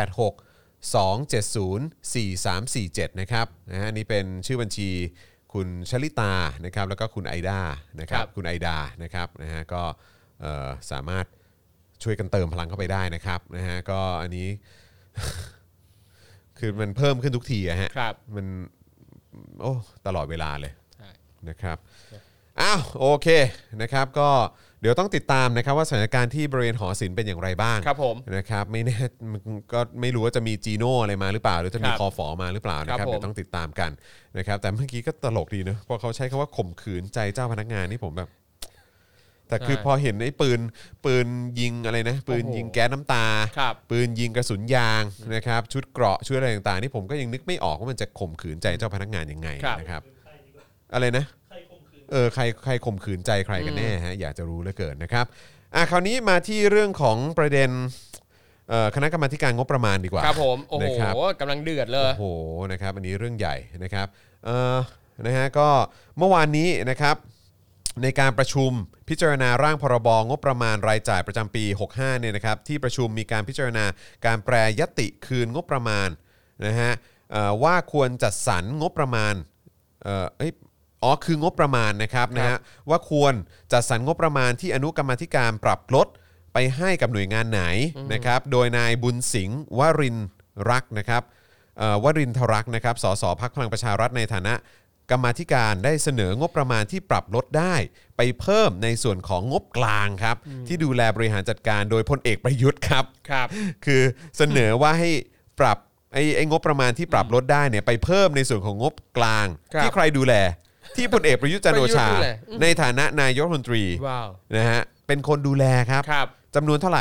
086-270-4347นะครับนะฮะนี่เป็นชื่อบัญชีคุณชลิตานะครับแล้วก็คุณไอดานะครับคุณไอดานะครับนะฮะก็สามารถช่วยกันเติมพลังเข้าไปได้นะครับนะฮะก็อันนี้คือมันเพิ่มขึ้นทุกทีอะฮะโอ้ตลอดเวลาเลยนะครับอ้าวโอเคนะครับก็เดี๋ยวต้องติดตามนะครับว่าสถานการณ์ที่บริเวณหอศิลป์เป็นอย่างไรบ้างครับผมนะครับไม่แน่ก็ไม่รู้ว่าจะมีจีโน่อะไรมาหรือเปล่าหรือจะมีคอฝอมาหรือเปล่านะครับเดี๋ยวต้องติดตามกันนะครับแต่เมื่อกี้ก็ตลกดีเนอะพอเขาใช้คำว่าข่มขืนใจเจ้าพนักงานนี่ผมแบบแต่คือพอเห็นไอ้ปืนยิงอะไรนะปืนยิงแก๊สน้ำตาปืนยิงกระสุนยางนะครับชุดเกราะชุดอะไรต่างๆนี่ผมก็ยังนึกไม่ออกว่ามันจะข่มขืนใจเจ้าพนักงานยังไงนะครับอะไรนะใครข่มขืนใจใครกันแน่ฮะอยากจะรู้เหลือเกินนะครับคราวนี้มาที่เรื่องของประเด็นคณะกรรมาการงบประมาณดีกว่าครับผมโอ้โหกำลังเดือดเลยโอ้โหนะครับอันนี้เรื่องใหญ่นะครับนะฮะก็เมื่อวานนี้นะครับในการประชุมพิจารณาร่างพรบงบประมาณรายจ่ายประจำปี65เนี่ยนะครับที่ประชุมมีการพิจารณาการแปรยติคืนงบประมาณนะฮะว่าควรจัดสรรงบประมาณคืองบประมาณนะครับนะฮะว่าควรจัดสรรงบประมาณที่อนุกรรมาธิการปรับลดไปให้กับหน่วยงานไหนนะครับโดยนายบุญสิงห์วรินทร์รักนะครับวรินทรักษ์นะครับสสพรรคพลังประชารัฐในฐานะกรรมาธิการได้เสนองบประมาณที่ปรับลดได้ไปเพิ่มในส่วนของงบกลางครับที่ดูแลบริหารจัดการโดยพลเอกประยุทธ์ครับคือเสนอว่าให้ปรับไอ้งบประมาณที่ปรับลดได้เนี่ยไปเพิ่มในส่วนของงบกลางที่ใครดูแลที่พลเอกประยุทธ์จันทร์โอชาในฐานะนายกรัฐมนตรีนะฮะเป็นคนดูแลครับจำนวนเท่าไหร่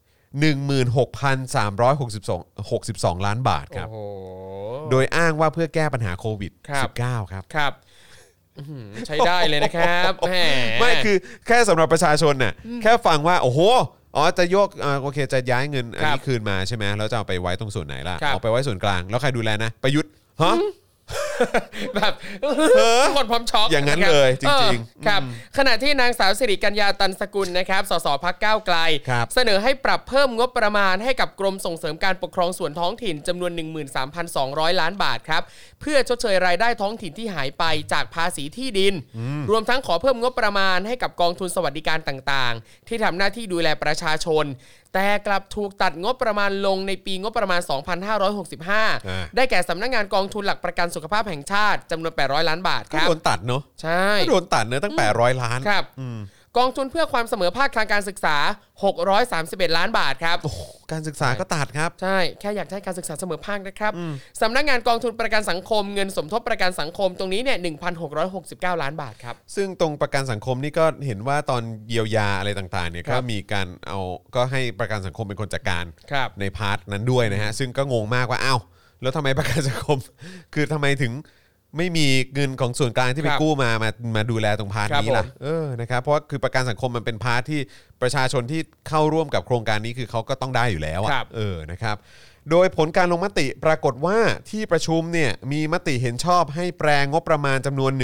16,362 ล้านบาทครับโดยอ้างว่าเพื่อแก้ปัญหาโควิด -19 ครับใช้ได้เลยนะครับไม่คือแค่สำหรับประชาชนน่ะแค่ฟังว่าโอ้โหจะยกโอเคจะย้ายเงินอันนี้คืนมาใช่ไหมแล้วจะเอาไปไว้ตรงส่วนไหนล่ะเอาไปไว้ส่วนกลางแล้วใครดูแลนะประยุทธ์ฮะแบบทุกคนพร้อมช็อกอย่างนั้นเลยจริงๆครับขณะที่นางสาวสิริกัญญาตันสกุลนะครับสสพรรคก้าวไกลเสนอให้ปรับเพิ่มงบประมาณให้กับกรมส่งเสริมการปกครองส่วนท้องถิ่นจำนวน 13,200 ล้านบาทครับเพื่อชดเชยรายได้ท้องถิ่นที่หายไปจากภาษีที่ดินรวมทั้งขอเพิ่มงบประมาณให้กับกองทุนสวัสดิการต่างๆที่ทำหน้าที่ดูแลประชาชนแต่กลับถูกตัดงบประมาณลงในปีงบประมาณ 2565 ได้แก่สำนักงานกองทุนหลักประกันสุขภาพแห่งชาติจำนวน800 ล้านบาทครับโดนตัดเนาะใช่โดนตัดเนอะตั้ง800 ล้านครับกองทุนเพื่อความเสมอภาคทางการศึกษา631ล้านบาทครับการศึกษาก็ตัดครับใช่แค่อยากให้การศึกษาเสมอภาคนะครับสำนักงานกองทุนประกันสังคมเงินสมทบประกันสังคมตรงนี้เนี่ย 1,669 ล้านบาทครับซึ่งตรงประกันสังคมนี่ก็เห็นว่าตอนเยียวยาอะไรต่างๆเนี่ยก็มีการก็ให้ประกันสังคมเป็นคนจัดการในพาร์ทนั้นด้วยนะฮะซึ่งก็งงมากว่าแล้วทำไมประกันสังคมคือทำไมถึงไม่มีเงินของส่วนกลางที่ไปกู้มาดูแลตรงพาร์ทนี้ล่ะนะครับเพราะคือประกันสังคมมันเป็นพาร์ทที่ประชาชนที่เข้าร่วมกับโครงการนี้คือเขาก็ต้องได้อยู่แล้วนะครับโดยผลการลงมติปรากฏว่าที่ประชุมเนี่ยมีมติเห็นชอบให้แปลงงบประมาณจำนวน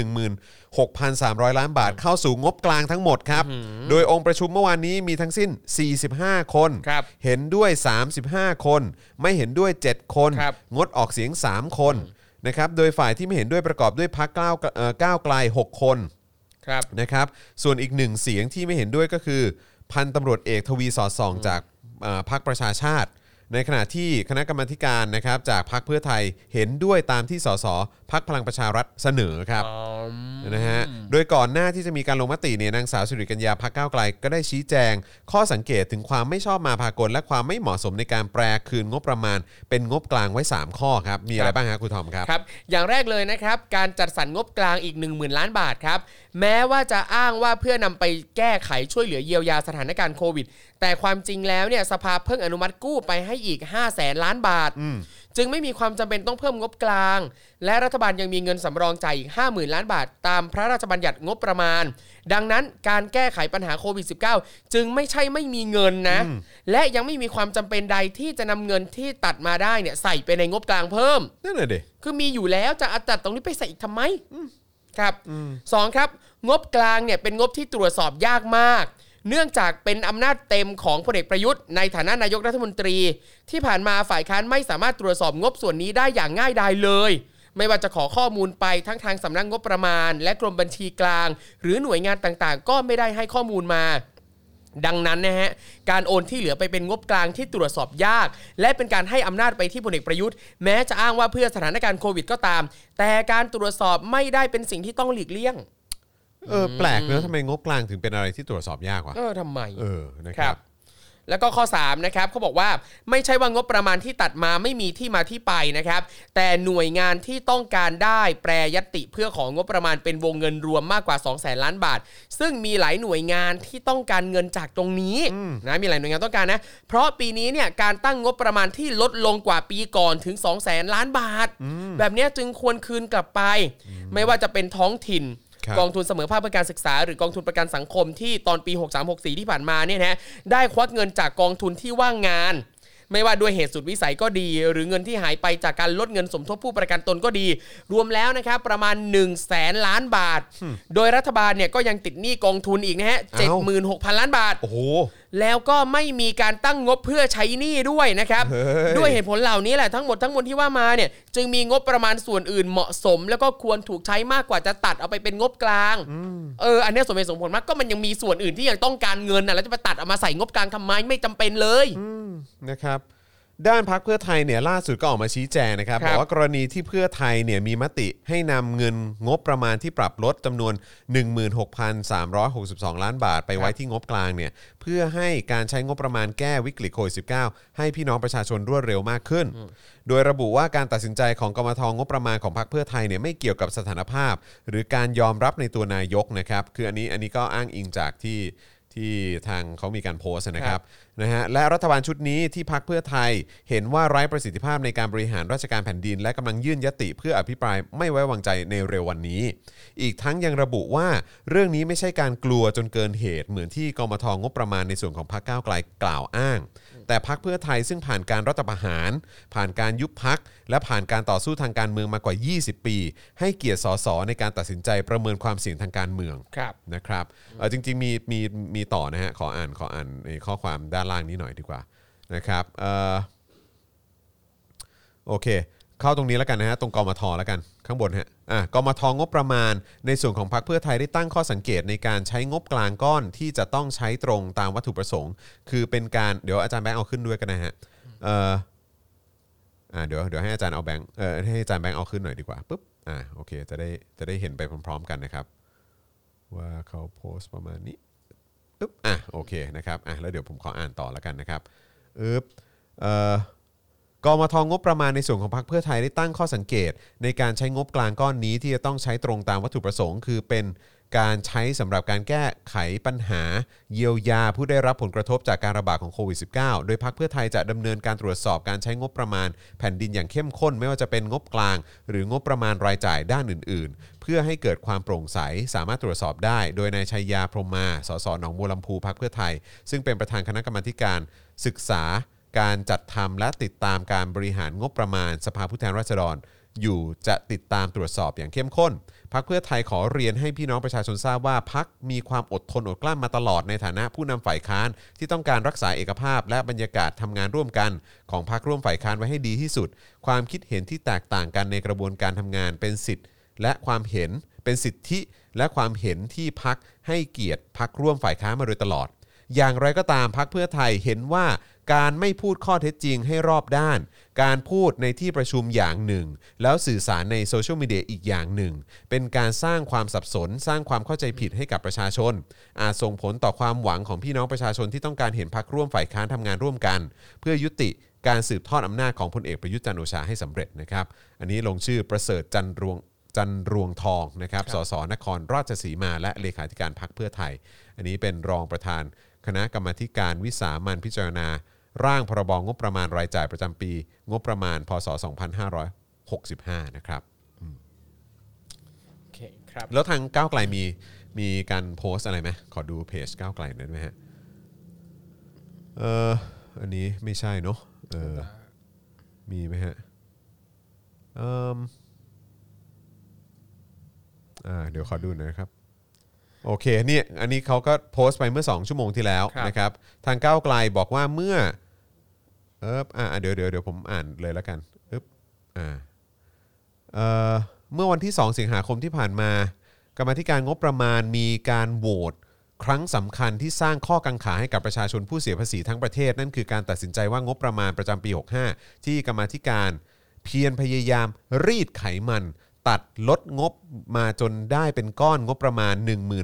16,300 ล้านบาทเข้าสู่งบกลางทั้งหมดครับโดยองค์ประชุมเมื่อวานนี้มีทั้งสิ้น45คนเห็นด้วย35คนไม่เห็นด้วย7คนงดออกเสียง3คนนะครับโดยฝ่ายที่ไม่เห็นด้วยประกอบด้วยพรรคก้าวไกล6คนนะครับส่วนอีก1เสียงที่ไม่เห็นด้วยก็คือพันตำรวจเอกทวีสอดส่องจากพรรคประชาชาติในขณะที่คณะกรรมาการนะครับจากพรรคเพื่อไทยเห็นด้วยตามที่สสพรรคพลังประชารัฐเสนอครับนะฮะโดยก่อนหน้าที่จะมีการลงมติเนี่ยนางสาวสิริกัญญาพรรคก้าวไกลก็ได้ชี้แจงข้อสังเกตถึงความไม่ชอบมาพากลและความไม่เหมาะสมในการแปลคืนงบประมาณเป็นงบกลางไว้3ข้อครับมีอะไรบ้างครับครูทอมครับครับอย่างแรกเลยนะครับการจัดสรรงบกลางอีก 10,000 ล้านบาทครับแม้ว่าจะอ้างว่าเพื่อนำไปแก้ไขช่วยเหลือเยียวยาสถานการณ์โควิดแต่ความจริงแล้วเนี่ยสภาเพิ่งอนุมัติกู้ไปให้อีก 500,000 ล้านบาทจึงไม่มีความจำเป็นต้องเพิ่มงบกลางและรัฐบาลยังมีเงินสำรองจ่ายอีก 50,000 ล้านบาทตามพระราชบัญญัติงบประมาณดังนั้นการแก้ไขปัญหาโควิด -19 จึงไม่ใช่ไม่มีเงินนะและยังไม่มีความจำเป็นใดที่จะนำเงินที่ตัดมาได้เนี่ยใส่ไปในงบกลางเพิ่มนั่นแหละดิคือมีอยู่แล้วจะตัดตรงนี้ไปใส่อีกทำไมครับ2ครับงบกลางเนี่ยเป็นงบที่ตรวจสอบยากมากเนื่องจากเป็นอำนาจเต็มของพลเอกประยุทธ์ในฐานะนายกรัฐมนตรีที่ผ่านมาฝ่ายค้านไม่สามารถตรวจสอบงบส่วนนี้ได้อย่างง่ายดายเลยไม่ว่าจะขอข้อมูลไปทั้งทางสำนักงบประมาณและกรมบัญชีกลางหรือหน่วยงานต่างๆก็ไม่ได้ให้ข้อมูลมาดังนั้นนะฮะการโอนที่เหลือไปเป็นงบกลางที่ตรวจสอบยากและเป็นการให้อำนาจไปที่พลเอกประยุทธ์แม้จะอ้างว่าเพื่อสถานการณ์โควิดก็ตามแต่การตรวจสอบไม่ได้เป็นสิ่งที่ต้องหลีกเลี่ยงแปลกเนอะทำไมงบกลางถึงเป็นอะไรที่ตรวจสอบยากวะทำไมนะครับแล้วก็ข้อ3นะครับเขาบอกว่าไม่ใช่ว่างบประมาณที่ตัดมาไม่มีที่มาที่ไปนะครับแต่หน่วยงานที่ต้องการได้แปรยติเพื่อของงบประมาณเป็นวงเงินรวมมากกว่า 200,000 ล้านบาทซึ่งมีหลายหน่วยงานที่ต้องการเงินจากตรงนี้นะมีหลายหน่วยงานต้องการนะเพราะปีนี้เนี่ยการตั้งงบประมาณที่ลดลงกว่าปีก่อนถึง 200,000 ล้านบาทแบบนี้จึงควรคืนกลับไปไม่ว่าจะเป็นท้องถิ่นกองทุนเสมอภาคเพื่อการศึกษาหรือกองทุนประกันสังคมที่ตอนปี 63-64 ที่ผ่านมาเนี่ยนะได้ควักเงินจากกองทุนที่ว่างงานไม่ว่าด้วยเหตุสุดวิสัยก็ดีหรือเงินที่หายไปจากการลดเงินสมทบผู้ประกันตนก็ดีรวมแล้วนะครับประมาณ 100,000 ล้านบาทโดยรัฐบาลเนี่ยก็ยังติดหนี้กองทุนอีกนะฮะ 76,000 ล้านบาทโอ้โหแล้วก็ไม่มีการตั้งงบเพื่อใช้หนี้ด้วยนะครับด้วยเหตุผลเหล่านี้แหละทั้งหมดที่ว่ามาเนี่ยจึงมีงบประมาณส่วนอื่นเหมาะสมแล้วก็ควรถูกใช้มากกว่าจะตัดเอาไปเป็นงบกลางอันนี้สมเหตุสมผลมากก็มันยังมีส่วนอื่นที่ยังต้องการเงินแล้วจะไปตัดเอามาใส่งบกลางทำไมไม่จำเป็นเลยนะครับด้านพรรคเพื่อไทยเนี่ยล่าสุดก็ออกมาชี้แจงนะครับบอกว่ากรณีที่เพื่อไทยเนี่ยมีมติให้นำเงินงบประมาณที่ปรับลดจำนวน 16,362 ล้านบาทไปไว้ที่งบกลางเนี่ยเพื่อให้การใช้งบประมาณแก้วิกฤตโควิด -19 ให้พี่น้องประชาชนรวดเร็วมากขึ้นโดยระบุว่าการตัดสินใจของกมธ.งบประมาณของพรรคเพื่อไทยเนี่ยไม่เกี่ยวกับสถานภาพหรือการยอมรับในตัวนายกนะครับคืออันนี้ก็อ้างอิงจากที่ทางเขามีการโพสต์นะครับนะฮะและรัฐบาลชุดนี้ที่พรรคเพื่อไทยเห็นว่าไร้ประสิทธิภาพในการบริหารราชการแผ่นดินและกำลังยื่นยติเพื่ออภิปรายไม่ไว้วางใจในเร็ววันนี้อีกทั้งยังระบุว่าเรื่องนี้ไม่ใช่การกลัวจนเกินเหตุเหมือนที่กมธ.งบประมาณในส่วนของพรรคก้าวไกลกล่าวอ้างแต่พรรคเพื่อไทยซึ่งผ่านการรัฐประหารผ่านการยุบพรรคและผ่านการต่อสู้ทางการเมืองมากว่า20ปีให้เกียรติสสในการตัดสินใจประเมินความเสี่ยงทางการเมืองนะครับจริงๆมีต่อนะฮะขออ่านในข้อความด้านล่างนี้หน่อยดีกว่านะครับโอเคเข้าตรงนี้แล้วกันนะฮะตรงกมธ.แล้วกันข้างบนฮะกมธ.งบประมาณในส่วนของพรรคเพื่อไทยได้ตั้งข้อสังเกตในการใช้งบกลางก้อนที่จะต้องใช้ตรงตามวัตถุประสงค์คือเป็นการเดี๋ยวอาจารย์แบงค์เอาขึ้นด้วยกันนะฮะเดี๋ยวให้อาจารย์เอาแบงค์ให้อาจารย์แบงค์เอาขึ้นหน่อยดีกว่าปุ๊บโอเคจะได้เห็นไปพร้อมๆกันนะครับว่าเขาโพสต์ประมาณนี้ปึ๊บโอเคนะครับแล้วเดี๋ยวผมขออ่านต่อแล้วกันนะครับกมธ.งบประมาณในส่วนของพรรคเพื่อไทยได้ตั้งข้อสังเกตในการใช้งบกลางก้อนนี้ที่จะต้องใช้ตรงตามวัตถุประสงค์คือเป็นการใช้สำหรับการแก้ไขปัญหาเยียวยาผู้ได้รับผลกระทบจากการระบาดของโควิด -19 โดยพรรคเพื่อไทยจะดำเนินการตรวจสอบการใช้งบประมาณแผ่นดินอย่างเข้มข้นไม่ว่าจะเป็นงบกลางหรืองบประมาณรายจ่ายด้านอื่นๆเพื่อให้เกิดความโปร่งใสสามารถตรวจสอบได้โดยนายชัยยาพรหมมาสสหนองบัวลำพูพรรคเพื่อไทยซึ่งเป็นประธานคณะกรรมาการศึกษาการจัดทำและติดตามการบริหารงบประมาณสภาผู้แทนราษฎรอยู่จะติดตามตรวจสอบอย่างเข้มข้นพรรคเพื่อไทยขอเรียนให้พี่น้องประชาชนทราบว่าพรรคมีความอดทนอดกลั้นมาตลอดในฐานะผู้นำฝ่ายค้านที่ต้องการรักษาเอกภาพและบรรยากาศทำงานร่วมกันของพรรคร่วมฝ่ายค้านไว้ให้ดีที่สุดความคิดเห็นที่แตกต่างกันในกระบวนการทำงานเป็นสิทธิและความเห็นเป็นสิทธิและความเห็นที่พรรคให้เกียรติพรรคร่วมฝ่ายค้านมาโดยตลอดอย่างไรก็ตามพรรคเพื่อไทยเห็นว่าการไม่พูดข้อเท็จจริงให้รอบด้านการพูดในที่ประชุมอย่างหนึ่งแล้วสื่อสารในโซเชียลมีเดียอีกอย่างหนึ่งเป็นการสร้างความสับสนสร้างความเข้าใจผิดให้กับประชาชนอาจส่งผลต่อความหวังของพี่น้องประชาชนที่ต้องการเห็นพรรคร่วมฝ่ายค้านทำงานร่วมกันเพื่อยุติการสืบทอดอำนาจของพลเอกประยุทธ์จันทร์โอชาให้สำเร็จนะครับอันนี้ลงชื่อประเสริฐจันรวงทองนะครับสสนครราชสีมาและเลขาธิการพรรคเพื่อไทยอันนี้เป็นรองประธานคณะกรรมาการวิสามัญพิจารณาร่างพรบงบประมาณรายจ่ายประจำปีงบประมาณพศ2565นะครับโอเคครับแล้วทางก้าวไกลมีการโพสต์อะไรไหมขอดูเพจก้าวไกลหน่อยได้ไหมฮะอันนี้ไม่ใช่เนาะมีไหมฮะเดี๋ยวขอดูหน่อยครับโอเคเนี่ยอันนี้เขาก็โพสต์ไปเมื่อ2ชั่วโมงที่แล้วนะครับทางก้าวไกลบอกว่าเมื่อเดี๋ยวผมอ่านเลยแล้วกันเมื่อวันที่2สิงหาคมที่ผ่านมากรรมาธิการงบประมาณมีการโหวตครั้งสำคัญที่สร้างข้อกังขาให้กับประชาชนผู้เสียภาษีทั้งประเทศนั่นคือการตัดสินใจว่างบประมาณประจำปี 65ที่กรรมาธิการเพียรพยายามรีดไขมันตัดลดงบมาจนได้เป็นก้อนงบประมาณ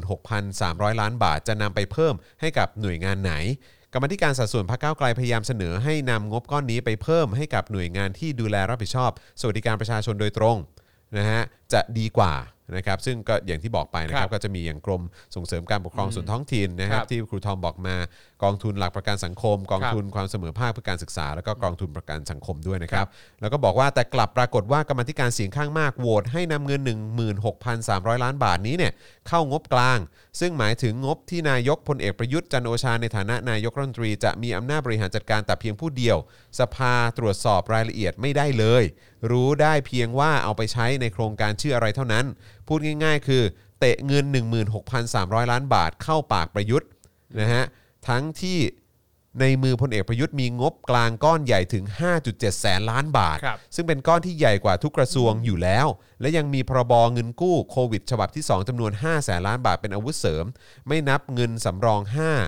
16,300 ล้านบาทจะนำไปเพิ่มให้กับหน่วยงานไหนกรรมาธิการสัดส่วนพรรคก้าวไกลพยายามเสนอให้นำงบก้อนนี้ไปเพิ่มให้กับหน่วยงานที่ดูแลรับผิดชอบสวัสดิการประชาชนโดยตรงนะฮะจะดีกว่านะครับซึ่งก็อย่างที่บอกไปนะครับก็จะมีอย่างกรมส่งเสริมการปกครองส่วนท้องถิ่นนะครับที่ครูทอมบอกมากองทุนหลักประกันสังคมกองทุนความเสมอภาคเพื่อการศึกษาแล้วก็กองทุนประกันสังคมด้วยนะครับแล้วก็บอกว่าแต่กลับปรากฏว่ากรรมาธิการเสียงข้างมากโหวตให้นำเงิน 16,300 ล้านบาทนี้เนี่ยเข้างบกลางซึ่งหมายถึงงบที่นายกพลเอกประยุทธ์จันทร์โอชาในฐานะนายกรัฐมนตรีจะมีอำนาจบริหารจัดการแต่เพียงผู้เดียวสภาตรวจสอบรายละเอียดไม่ได้เลยรู้ได้เพียงว่าเอาไปใช้ในโครงการชื่ออะไรเท่านั้นพูดง่ายๆคือเตะเงิน 16,300 ล้านบาทเข้าปากประยุทธ์นะฮะทั้งที่ในมือพลเอกประยุทธ์มีงบกลางก้อนใหญ่ถึง 5.7 แสนล้านบาทซึ่งเป็นก้อนที่ใหญ่กว่าทุกกระทรวงอยู่แล้วและยังมีพรบเงินกู้โควิดฉบับที่2จำนวน 5 แสนล้านบาทเป็นอาวุธเสริมไม่นับเงินสำรอง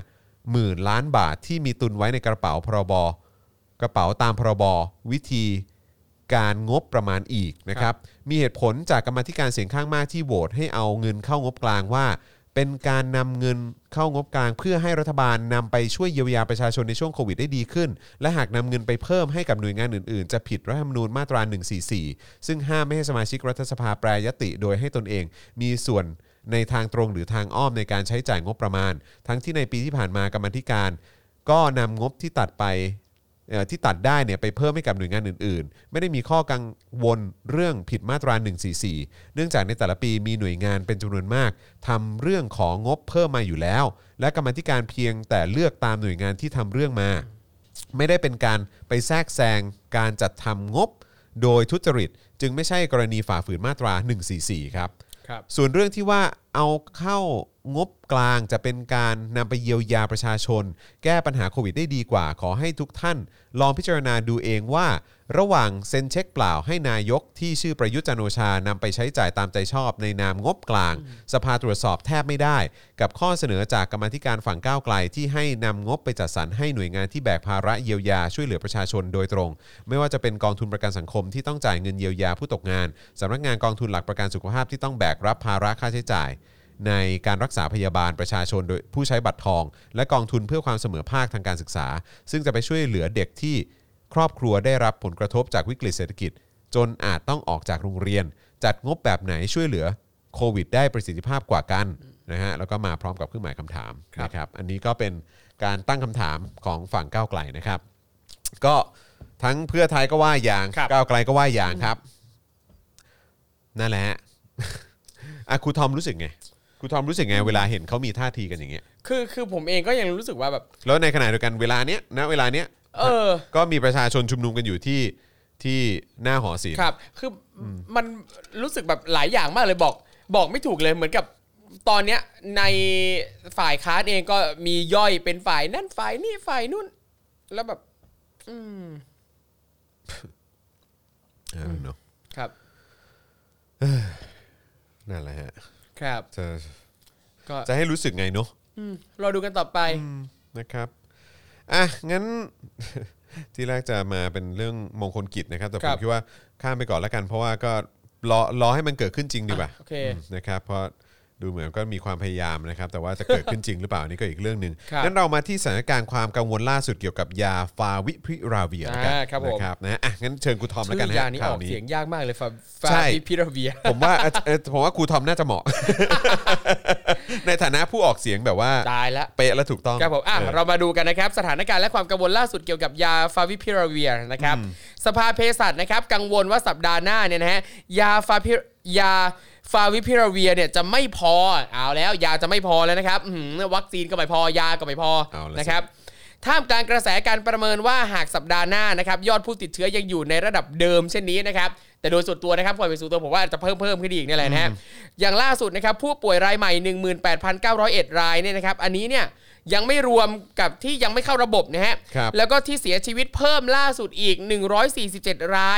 50,000 ล้านบาทที่มีตุนไว้ในกระเป๋าตามพรบวิธีการงบประมาณอีกนะครับมีเหตุผลจากกรรมาธิการเสียงข้างมากที่โหวตให้เอาเงินเข้างบกลางว่าเป็นการนำเงินเข้างบกลางเพื่อให้รัฐบาลนำไปช่วยเยียวยาประชาชนในช่วงโควิดได้ดีขึ้นและหากนำเงินไปเพิ่มให้กับหน่วยงานอื่นๆจะผิดรัฐธรรมนูญมาตรา144ซึ่งห้ามไม่ให้สมาชิกรัฐสภาแปรยติโดยให้ตนเองมีส่วนในทางตรงหรือทางอ้อมในการใช้จ่ายงบประมาณทั้งที่ในปีที่ผ่านมากรรมาธิการก็นำงบที่ตัดได้เนี่ยไปเพิ่มให้กับหน่วยงานอื่นๆไม่ได้มีข้อกังวลเรื่องผิดมาตรา144เนื่องจากในแต่ละปีมีหน่วยงานเป็นจำนวนมากทำเรื่องของงบเพิ่มมาอยู่แล้วและกรรมาธิการเพียงแต่เลือกตามหน่วยงานที่ทำเรื่องมาไม่ได้เป็นการไปแทรกแซงการจัดทำงบโดยทุจริตจึงไม่ใช่กรณีฝ่าฝืนมาตรา144ครับส่วนเรื่องที่ว่าเอาเข้างบกลางจะเป็นการนำไปเยียวยาประชาชนแก้ปัญหาโควิดได้ดีกว่าขอให้ทุกท่านลองพิจารณาดูเองว่าระหว่างเซ็นเช็คเปล่าให้นายกที่ชื่อประยุทธ์จันทร์โอชานำไปใช้จ่ายตามใจชอบในนามงบกลางสภาตรวจสอบแทบไม่ได้กับข้อเสนอจากกรรมาธิการฝั่งก้าวไกลที่ให้นำงบไปจัดสรรให้หน่วยงานที่แบกภาระเยียวยาช่วยเหลือประชาชนโดยตรงไม่ว่าจะเป็นกองทุนประกันสังคมที่ต้องจ่ายเงินเยียวยาผู้ตกงานสำนักงานกองทุนหลักประกันสุขภาพที่ต้องแบกรับภาระค่าใช้จ่ายในการรักษาพยาบาลประชาชนโดยผู้ใช้บัตรทองและกองทุนเพื่อความเสมอภาคทางการศึกษาซึ่งจะไปช่วยเหลือเด็กที่ครอบครัวได้รับผลกระทบจากวิกฤตเศรษฐกิจจนอาจต้องออกจากโรงเรียนจัดงบแบบไหนช่วยเหลือโควิดได้ประสิทธิภาพกว่ากันนะฮะแล้วก็มาพร้อมกับเครื่องหมายคำถามนะครับอันนี้ก็เป็นการตั้งคำถามของฝั่งก้าวไกลนะครับก็ทั้งเพื่อไทยก็ว่าอย่างก้าวไกลก็ว่าอย่างครับนั่นแหละครูทอมรู้สึกไงครูทอมรู้สึกไงเวลาเห็นเขามีท่าทีกันอย่างเงี้ยคือผมเองก็ยังรู้สึกว่าแบบแล้วในขณะเดียวกันเวลาเนี้ยนะเวลาเนี้ยก็มีประชาชนชุมนุมกันอยู่ที่หน้าหอศิลป์ครับคือมันรู้สึกแบบหลายอย่างมากเลยบอกไม่ถูกเลยเหมือนกับตอนเนี้ยในฝ่ายค้านเองก็มีย่อยเป็นฝ่ายนั่นฝ่ายนี่ฝ่ายนู่นแล้วแบบครับนั่นแหละฮะครับจะให้รู้สึกไงเนาะเราดูกันต่อไปนะครับงั้นที่แรกจะมาเป็นเรื่องมงคลกิจนะครับแต่ผมคิดว่าข้ามไปก่อนแล้วกันเพราะว่าก็รอให้มันเกิดขึ้นจริงดีกว่านะครับเพราะดูเหมือนก็มีความพยายามนะครับแต่ว่าจะเกิดขึ้นจริงหรือเปล่านี่ก็อีกเรื่องนึงงั้นเรามาที่สถานการณ์ความกังวลล่าสุดเกี่ยวกับยาฟาวิพิราเวียนะครับนะงั้นเชิญครูทอมแล้วกันนะยานี้ออกเสียงยากมากเลยฟาวิพิราเวียผมว่าครูทอมน่าจะเหมาะในฐานะผู้ออกเสียงแบบว่าตายแล้วเป๊ะและถูกต้องครับผมเรามาดูกันนะครับสถานการณ์และความกังวลล่าสุดเกี่ยวกับยาฟาวิพิราเวียนะครับสภาเภสัชนะครับกังวลว่าสัปดาห์หน้าเนี่ยนะฮะยาฟาวิพิราเวียเนี่ยจะไม่พอเอาแล้วยาจะไม่พอแล้วนะครับวัคซีนก็ไม่พอยาก็ไม่พอนะครับท่ามกลางกระแสการประเมินว่าหากสัปดาห์หน้านะครับยอดผู้ติดเชื้อยังอยู่ในระดับเดิมเช่นนี้นะครับแต่โดยส่วนตัวนะครับปล่อยไปสู่ตัวผมว่าจะเพิ่มขึ้นอีกนี่แหละนะฮะอย่างล่าสุดนะครับผู้ป่วยรายใหม่ 18,901 รายเนี่ยนะครับอันนี้เนี่ยยังไม่รวมกับที่ยังไม่เข้าระบบนะฮะแล้วก็ที่เสียชีวิตเพิ่มล่าสุดอีก147ราย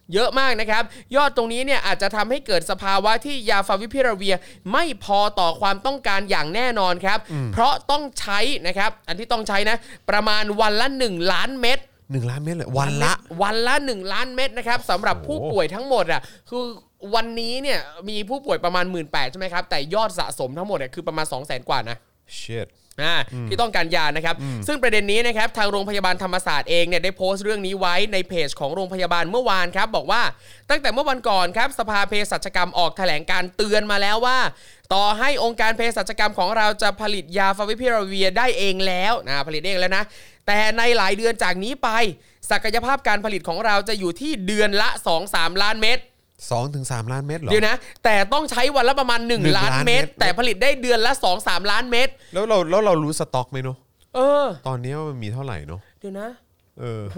เยอะมากนะครับยอดตรงนี้เนี่ยอาจจะทำให้เกิดสภาวะที่ยาฟาวิพิราเวียไม่พอต่อความต้องการอย่างแน่นอนครับเพราะต้องใช้นะครับอันที่ต้องใช้นะประมาณวันละ1 ล้านเม็ด 1 ล้านเม็ดเลยวันละ 1 ล้านเม็ดนะครับสำหรับผู้ป่วยทั้งหมดอ่ะคือวันนี้เนี่ยมีผู้ป่วยประมาณ 18,000 ใช่ไหมครับแต่ยอดสะสมทั้งหมดเนี่ยคือประมาณ 200,000 กว่านะ shit ที่ต้องการยานะครับซึ่งประเด็นนี้นะครับทางโรงพยาบาลธรรมศาสตร์เองเนี่ยได้โพสต์เรื่องนี้ไว้ในเพจของโรงพยาบาลเมื่อวานครับบอกว่าตั้งแต่เมื่อวันก่อนครับสภาเภสัชกรรมออกแถลงการเตือนมาแล้วว่าต่อให้องค์การเภสัชกรรมของเราจะผลิตยาฟาวิพิราเวียได้เองแล้วผลิตเองแล้วนะแต่ในหลายเดือนจากนี้ไปศักยภาพการผลิตของเราจะอยู่ที่เดือนละ 2-3 ล้านเม็ด 2-3 ล้านเม็ดเหรอเดี๋ยวนะแต่ต้องใช้วันละประมาณ1 ล้านเม็ดแต่ผลิตได้เดือนละ 2-3 ล้านเม็ดแล้วเรารู้สต็อกไหมเนาะตอนนี้มันมีเท่าไหร่เนาะเดี๋ยวนะโห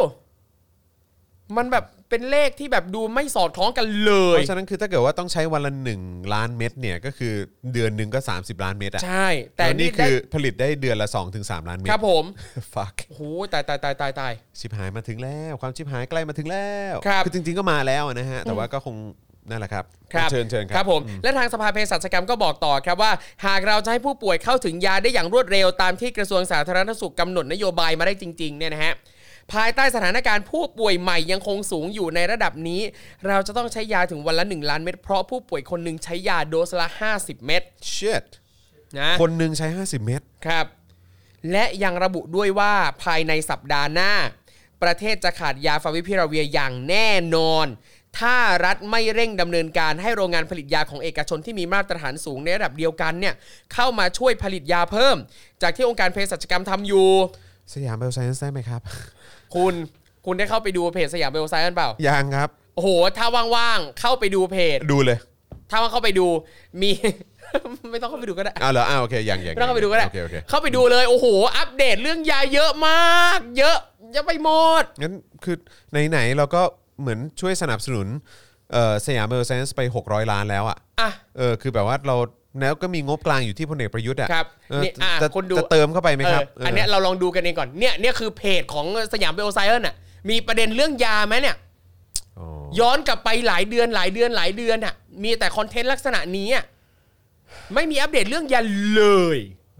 มันแบบเป็นเลขที่แบบดูไม่สอดคล้องกันเลยเพราะฉะนั้นคือถ้าเกิดว่าต้องใช้วันละ1 ล้านเม็ดเนี่ยก็คือเดือนนึงก็30 ล้านเม็ดอ่ะใช่แต่นี่คือผลิตได้เดือนละ 2-3 ล้านเม็ดครับผม fuck โหตายชิบหายมาถึงแล้วความชิบหายใกล้มาถึงแล้วคือจริงๆก็มาแล้วนะฮะแต่ว่าก็คงนั่นแหละครับเชิญครับผมและทางสภาเภสัชกรรมก็บอกต่อครับว่าหากเราจะให้ผู้ป่วยเข้าถึงยาได้อย่างรวดเร็วตามที่กระทรวงสาธารณสุขกำหนดนโยบายมาได้จริงๆเนี่ยนะฮะภายใต้สถานการณ์ผู้ป่วยใหม่ยังคงสูงอยู่ในระดับนี้เราจะต้องใช้ยาถึงวันละ1 ล้านเม็ดเพราะผู้ป่วยคนนึงใช้ยาโดสละ50 เม็ด shit นะคนนึงใช้50 เม็ดครับและยังระบุด้วยว่าภายในสัปดาห์หน้าประเทศจะขาดยาฟาวิพิราเวียอย่างแน่นอนถ้ารัฐไม่เร่งดำเนินการให้โรงงานผลิตยาของเอกชนที่มีมาตรฐานสูงในระดับเดียวกันเนี่ยเข้ามาช่วยผลิตยาเพิ่มจากที่องค์การเภสัชกรรมทำอยู่สยามไบโอไซเอนซ์ได้ไหมครับคุณได้เข้าไปดูเพจสยามไบโอไซเอนซ์เปล่ายังครับโอ้โหถ้าว่างๆเข้าไปดูเพจดูเลยถ้าว่าเข้าไปดูมี ไม่ต้องเข้าไปดูก็ได้เหรอโอเคอย่างไม่ต้องเข้าไปดูก็ได้เข้าไปดูเลยโอ้โหอัปเดตเรื่องยาเยอะมากเยอะไปหมดงั้นคือไหนๆเราก็เหมือนช่วยสนับสนุนสยามไบโอไซเอนซ์ไป600 ล้านแล้วคือแบบว่าเราแล้วก็มีงบกลางอยู่ที่พลเอกประยุทธ์ครับจะเติมเข้าไปไหมครับอันนี้เราลองดูกันเองก่อนเนี่ยคือเพจของสยามไบโอไซเอนซ์มีประเด็นเรื่องยาไหมเนี่ยย้อนกลับไปหลายเดือนมีแต่คอนเทนต์ลักษณะนี้ไม่มีอัปเดตเรื่องยาเลย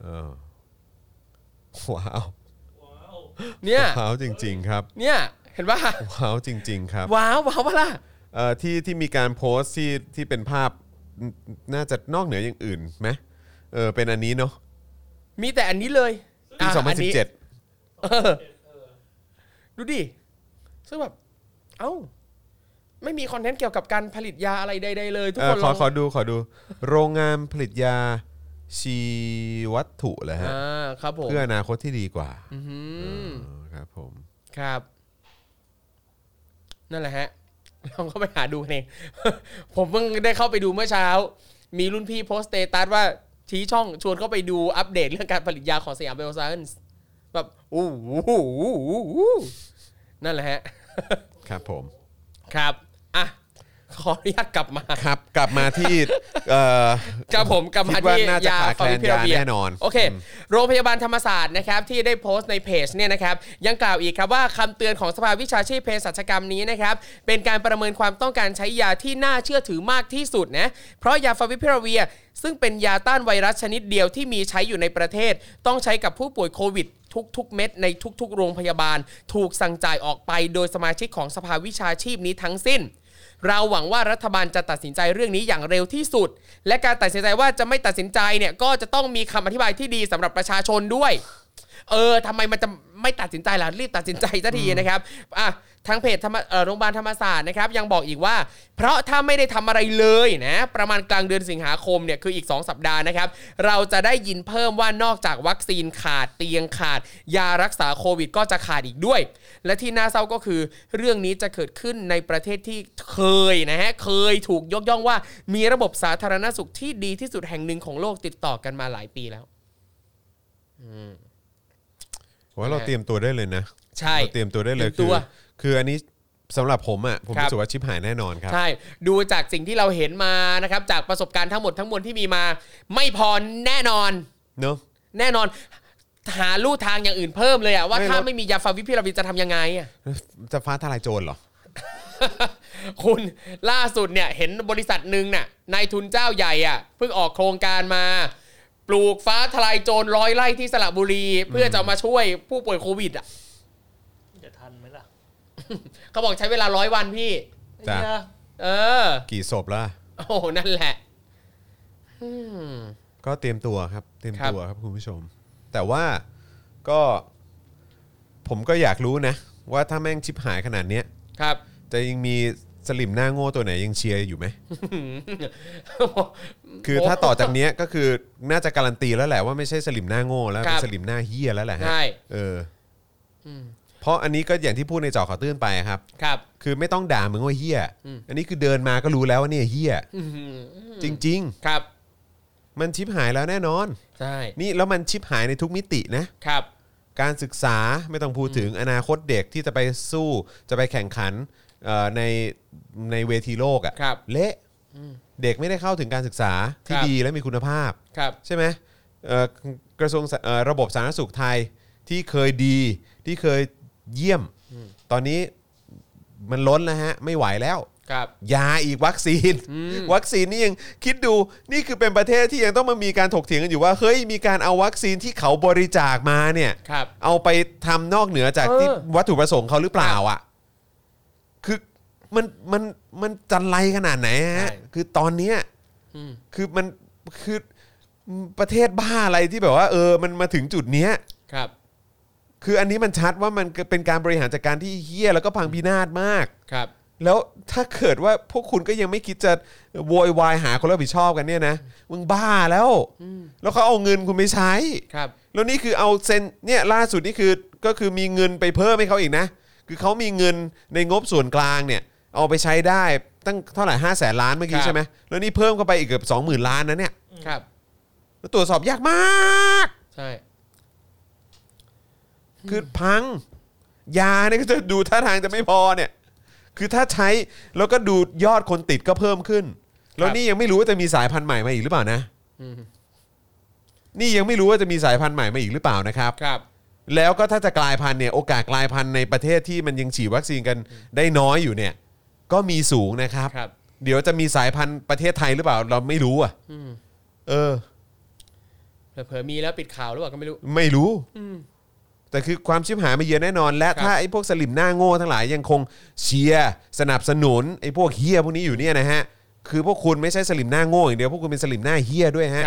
ว้าวเนี่ยว้าวจริงๆครับเนี่ยเห็นป่ะว้าวจริงๆครับว้าวป่ะล่ะที่มีการโพสต์ที่เป็นภาพน่าจะนอกเหนืออย่างอื่นไหมเป็นอันนี้เนาะมีแต่อันนี้เลยปี2017 ดูดิซึ่งแบบไม่มีคอนเทนต์เกี่ยวกับการผลิตยาอะไรใดๆเลยทุกคนขอดูโรงงานผลิตยาชีวัตถุเหรอฮะครับผมเพื่ออนาคตที่ดีกว่าครับผมครับนั่นแหละฮะลองเข้าไปหาดูเองผมเพิ่งได้เข้าไปดูเมื่อเช้ามีรุ่นพี่โพสต์สเตตัสว่าชี้ช่องชวนเข้าไปดูอัปเดตเรื่องการผลิตยาของสยามไบโอไซเอนซ์แบบนั่นแหละฮะครับผมครับขออนุญาตกลับมาครับกลับมาที่ครับผมกลับมาที่ยาฟาวิพิราเวียแน่นอนโอเคโรงพยาบาลธรรมศาสตร์นะครับที่ได้โพสต์ในเพจเนี่ยนะครับยังกล่าวอีกครับว่าคำเตือนของสภาวิชาชีพเภสัชกรรมนี้นะครับเป็นการประเมินความต้องการใช้ยาที่น่าเชื่อถือมากที่สุดนะเพราะยาฟาวิพิราเวียซึ่งเป็นยาต้านไวรัสชนิดเดียวที่มีใช้อยู่ในประเทศต้องใช้กับผู้ป่วยโควิดทุกๆเม็ดในทุกๆโรงพยาบาลถูกสั่งจ่ายออกไปโดยสมาชิกของสภาวิชาชีพนี้ทั้งสิ้นเราหวังว่ารัฐบาลจะตัดสินใจเรื่องนี้อย่างเร็วที่สุดและการตัดสินใจว่าจะไม่ตัดสินใจเนี่ยก็จะต้องมีคำอธิบายที่ดีสำหรับประชาชนด้วยทำไมมันจะไม่ตัดสินใจล่ะรีบตัดสินใจซะทีนะครับทางเพจโรงพยาบาลธรรมศาสตร์นะครับยังบอกอีกว่าเพราะถ้าไม่ได้ทำอะไรเลยนะประมาณกลางเดือนสิงหาคมเนี่ยคืออีก2 สัปดาห์นะครับเราจะได้ยินเพิ่มว่านอกจากวัคซีนขาดเตียงขาดยารักษาโควิดก็จะขาดอีกด้วยและที่น่าเศร้าก็คือเรื่องนี้จะเกิดขึ้นในประเทศที่เคยถูกยกย่องว่ามีระบบสาธารณสุขที่ดีที่สุดแห่งหนึ่งของโลกติดต่อกันมาหลายปีแล้วว่าเราเตรียมตัวได้เลยนะใช่เราเตรียมตัวได้เลยคืออันนี้สำหรับผมผมรู้สึกว่าชิบหายแน่นอนครับใช่ดูจากสิ่งที่เราเห็นมานะครับจากประสบการณ์ทั้งหมดทั้งมวลที่มีมาไม่พอแน่นอนเนอะแน่นอนหาลู่ทางอย่างอื่นเพิ่มเลยว่าถ้าไม่มียาฟาวิพิราเวียจะทำยังไงจะฟ้าทลายโจรเหรอคุณล่าสุดเนี่ยเห็นบริษัทหนึ่งน่ะนายทุนเจ้าใหญ่อ่ะเพิ่งออกโครงการมาปลูกฟ้าทลายโจร100 ไร่ที่สระบุรีเพื่อจะมาช่วยผู้ป่วยโควิดอ่ะจะทันไหมล่ะเขาบอกใช้เวลา100 วันพี่จ้ะกี่ศพล่ะโอ้นั่นแหละก็เตรียมตัวครับเตรียมตัวครับคุณผู้ชมแต่ว่าก็ผมก็อยากรู้นะว่าถ้าแม่งชิบหายขนาดเนี้ยครับจะยังมีสลิมหน้าโง่ตัวไหนยังเชียร์อยู่ไหม คือถ้าต่อจากนี้ก็คือน่าจะการันตีแล้วแหละว่าไม่ใช่สลิมหน้าโง่แล้วเป็นสลิมหน้าเฮี้ยแล้วแหละฮะเพราะอันนี้ก็อย่างที่พูดในเจาะข่าวตื้นไปครับคือไม่ต้องด่ามึงว่าเฮี้ยอันนี้คือเดินมาก็รู้แล้วว่าเนี่ยเฮี้ยจริงๆครับมันชิบหายแล้วแน่นอนใช่นี่แล้วมันชิบหายในทุกมิตินะครับการศึกษาไม่ต้องพูดถึงอนาคตเด็กที่จะไปสู้จะไปแข่งขันในเวทีโลกอ่ะเละเด็กไม่ได้เข้าถึงการศึกษาที่ดีและมีคุณภาพใช่ไหมกระทรวงระบบสาธารณสุขไทยที่เคยดีที่เคยเยี่ยมตอนนี้มันล้นแล้วฮะไม่ไหวแล้วยาอีกวัคซีนนี่ยังคิดดูนี่คือเป็นประเทศที่ยังต้องมามีการถกเถียงกันอยู่ว่าเฮ้ยมีการเอาวัคซีนที่เขาบริจาคมาเนี่ยเอาไปทำนอกเหนือจากที่วัตถุประสงค์เขาหรือเปล่าอ่ะมันจันไรขนาดไหนฮะคือตอนนี้คือมันคือประเทศบ้าอะไรที่แบบว่ามันมาถึงจุดเนี้ยคืออันนี้มันชัดว่ามันเป็นการบริหารจัดการที่เหี้ยแล้วก็พังพินาศมากแล้วถ้าเกิดว่าพวกคุณก็ยังไม่คิดจะโวยวายหาคนรับผิดชอบกันเนี่ยนะมึงบ้าแล้วเขาเอาเงินคุณไปใช้แล้วนี่คือเอาเซ็นเนี่ยล่าสุดนี่คือก็คือมีเงินไปเพิ่มให้เขาอีกนะคือเขามีเงินในงบส่วนกลางเนี่ยเอาไปใช้ได้ตั้งเท่าไหร่500,000 ล้านเมื่อกี้ใช่ไหมแล้วนี่เพิ่มเข้าไปอีกเกือบ 20,000 ล้านนะเนี่ยแล้วตรวจสอบยากมากใช่คือพังยาเนี่ยก็จะดูท่าทางจะไม่พอเนี่ยคือถ้าใช้แล้วก็ดูยอดคนติดก็เพิ่มขึ้นแล้วนี่ยังไม่รู้ว่าจะมีสายพันธุ์ใหม่มาอีกหรือเปล่านะนี่ยังไม่รู้ว่าจะมีสายพันธุ์ใหม่มาอีกหรือเปล่านะครับแล้วก็ถ้าจะกลายพันธุ์เนี่ยโอกาสกลายพันธุ์ในประเทศที่มันยังฉีดวัคซีนกันได้น้อยอยู่เนี่ยก็มีสูงนะครับเดี๋ยวจะมีสายพันธุ์ประเทศไทยหรือเปล่าเราไม่รู้อ่ะเผลอมีแล้วปิดข่าวหรือเปล่าก็ไม่รู้แต่คือความชิบหายมาเยอะแน่นอนและถ้าไอ้พวกสลิมหน้าโง่ทั้งหลายยังคงเชียร์สนับสนุนไอ้พวกเฮี้ยพวกนี้อยู่เนี่ยนะฮะคือพวกคุณไม่ใช่สลิมหน้าโง่อย่างเดียวพวกคุณเป็นสลิมหน้าเฮี้ยด้วยฮะ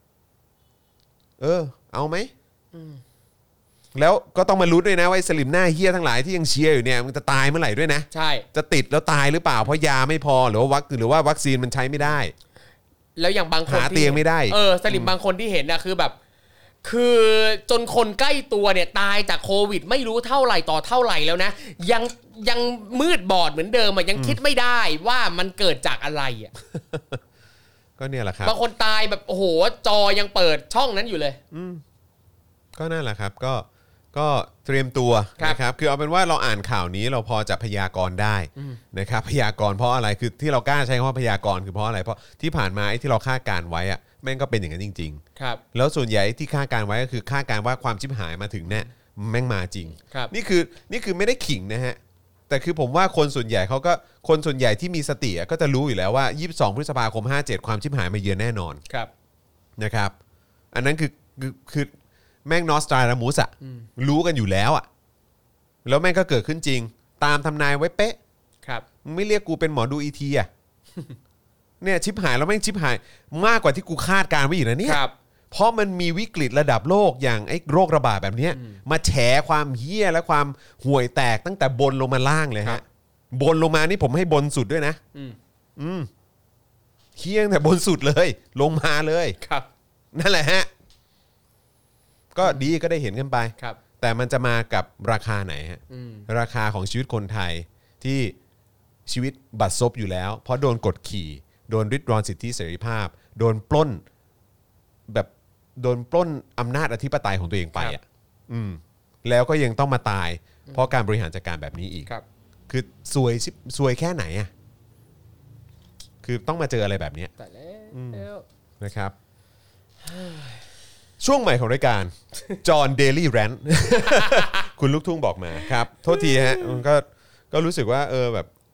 เอาไหมแล้วก็ต้องมาลุ้นด้วยนะว่าสลิมหน้าเฮี้ยทั้งหลายที่ยังเชียร์อยู่เนี่ยมันจะตายเมื่อไหร่ด้วยนะใช่จะติดแล้วตายหรือเปล่าเพราะยาไม่พอหรือว่าวัคซีนมันใช้ไม่ได้แล้วอย่างบางคนหาเตียงไม่ได้สลิมบางคนที่เห็นนะคือแบบคือจนคนใกล้ตัวเนี่ยตายจากโควิดไม่รู้เท่าไหร่ต่อเท่าไหร่แล้วนะยังมืดบอดเหมือนเดิมอ่ะยังคิดไม่ได้ว่ามันเกิดจากอะไรอ่ะก็เนี่ยแหละครับบางคนตายแบบโอ้โหจอยังเปิดช่องนั้นอยู่เลยก็นั่นแหละครับก็เตรียมตัวนะครับคือเอาเป็นว่าเราอ่านข่าวนี้เราพอจะพยากรณ์ได้นะครับพยากรณ์เพราะอะไรคือที่เรากล้าใช้คำว่าพยากรณ์คือเพราะอะไรเพราะที่ผ่านมาไอ้ที่เราคาดการไว้อะแม่งก็เป็นอย่างนั้นจริงๆครับแล้วส่วนใหญ่ที่คาดการไว้ก็คือคาดการว่าความชิบหายมาถึงเนี่ยแม่งมาจริงนี่คือไม่ได้ขิงนะฮะแต่คือผมว่าคนส่วนใหญ่ที่มีสติก็จะรู้อยู่แล้วว่า22 พฤษภาคม 57ความชิบหายมาเยือนแน่นอนนะครับอันนั้นคือแม่งนอสตราดามุสอะรู้กันอยู่แล้วอะแล้วแม่งก็เกิดขึ้นจริงตามทำนายไว้เป๊ะมึงไม่เรียกกูเป็นหมอดูอีทีอะเนี่ยชิบหายแล้วแม่งชิบหายมากกว่าที่กูคาดการไว้อีกนะเนี่ยเพราะมันมีวิกฤตระดับโลกอย่างไอ้โรคระบาดแบบนี้มาแฉความเหี้ยและความห่วยแตกตั้งแต่บนลงมาล่างเลยฮะบนลงมานี่ผมให้บนสุดด้วยนะเหี้ยตั้งแต่บนสุดเลยลงมาเลยนั่นแหละฮะก็ดีก็ได้เห็นกันไปแต่มันจะมากับราคาไหนฮะราคาของชีวิตคนไทยที่ชีวิตบัดซบอยู่แล้วเพราะโดนกดขี่โดนริดรอนสิทธิเสรีภาพโดนปล้นอำนาจอธิปไตยของตัวเองไปอ่ะแล้วก็ยังต้องมาตายเพราะการบริหารจัดการแบบนี้อีกคือซวยแค่ไหนอ่ะคือต้องมาเจออะไรแบบนี้นะครับช่วงใหม่ของรายการจอห์นเดลี่แรนท์คุณลูกทุ่งบอกมาครับโทษทีฮะมันก็รู้สึกว่าแบบ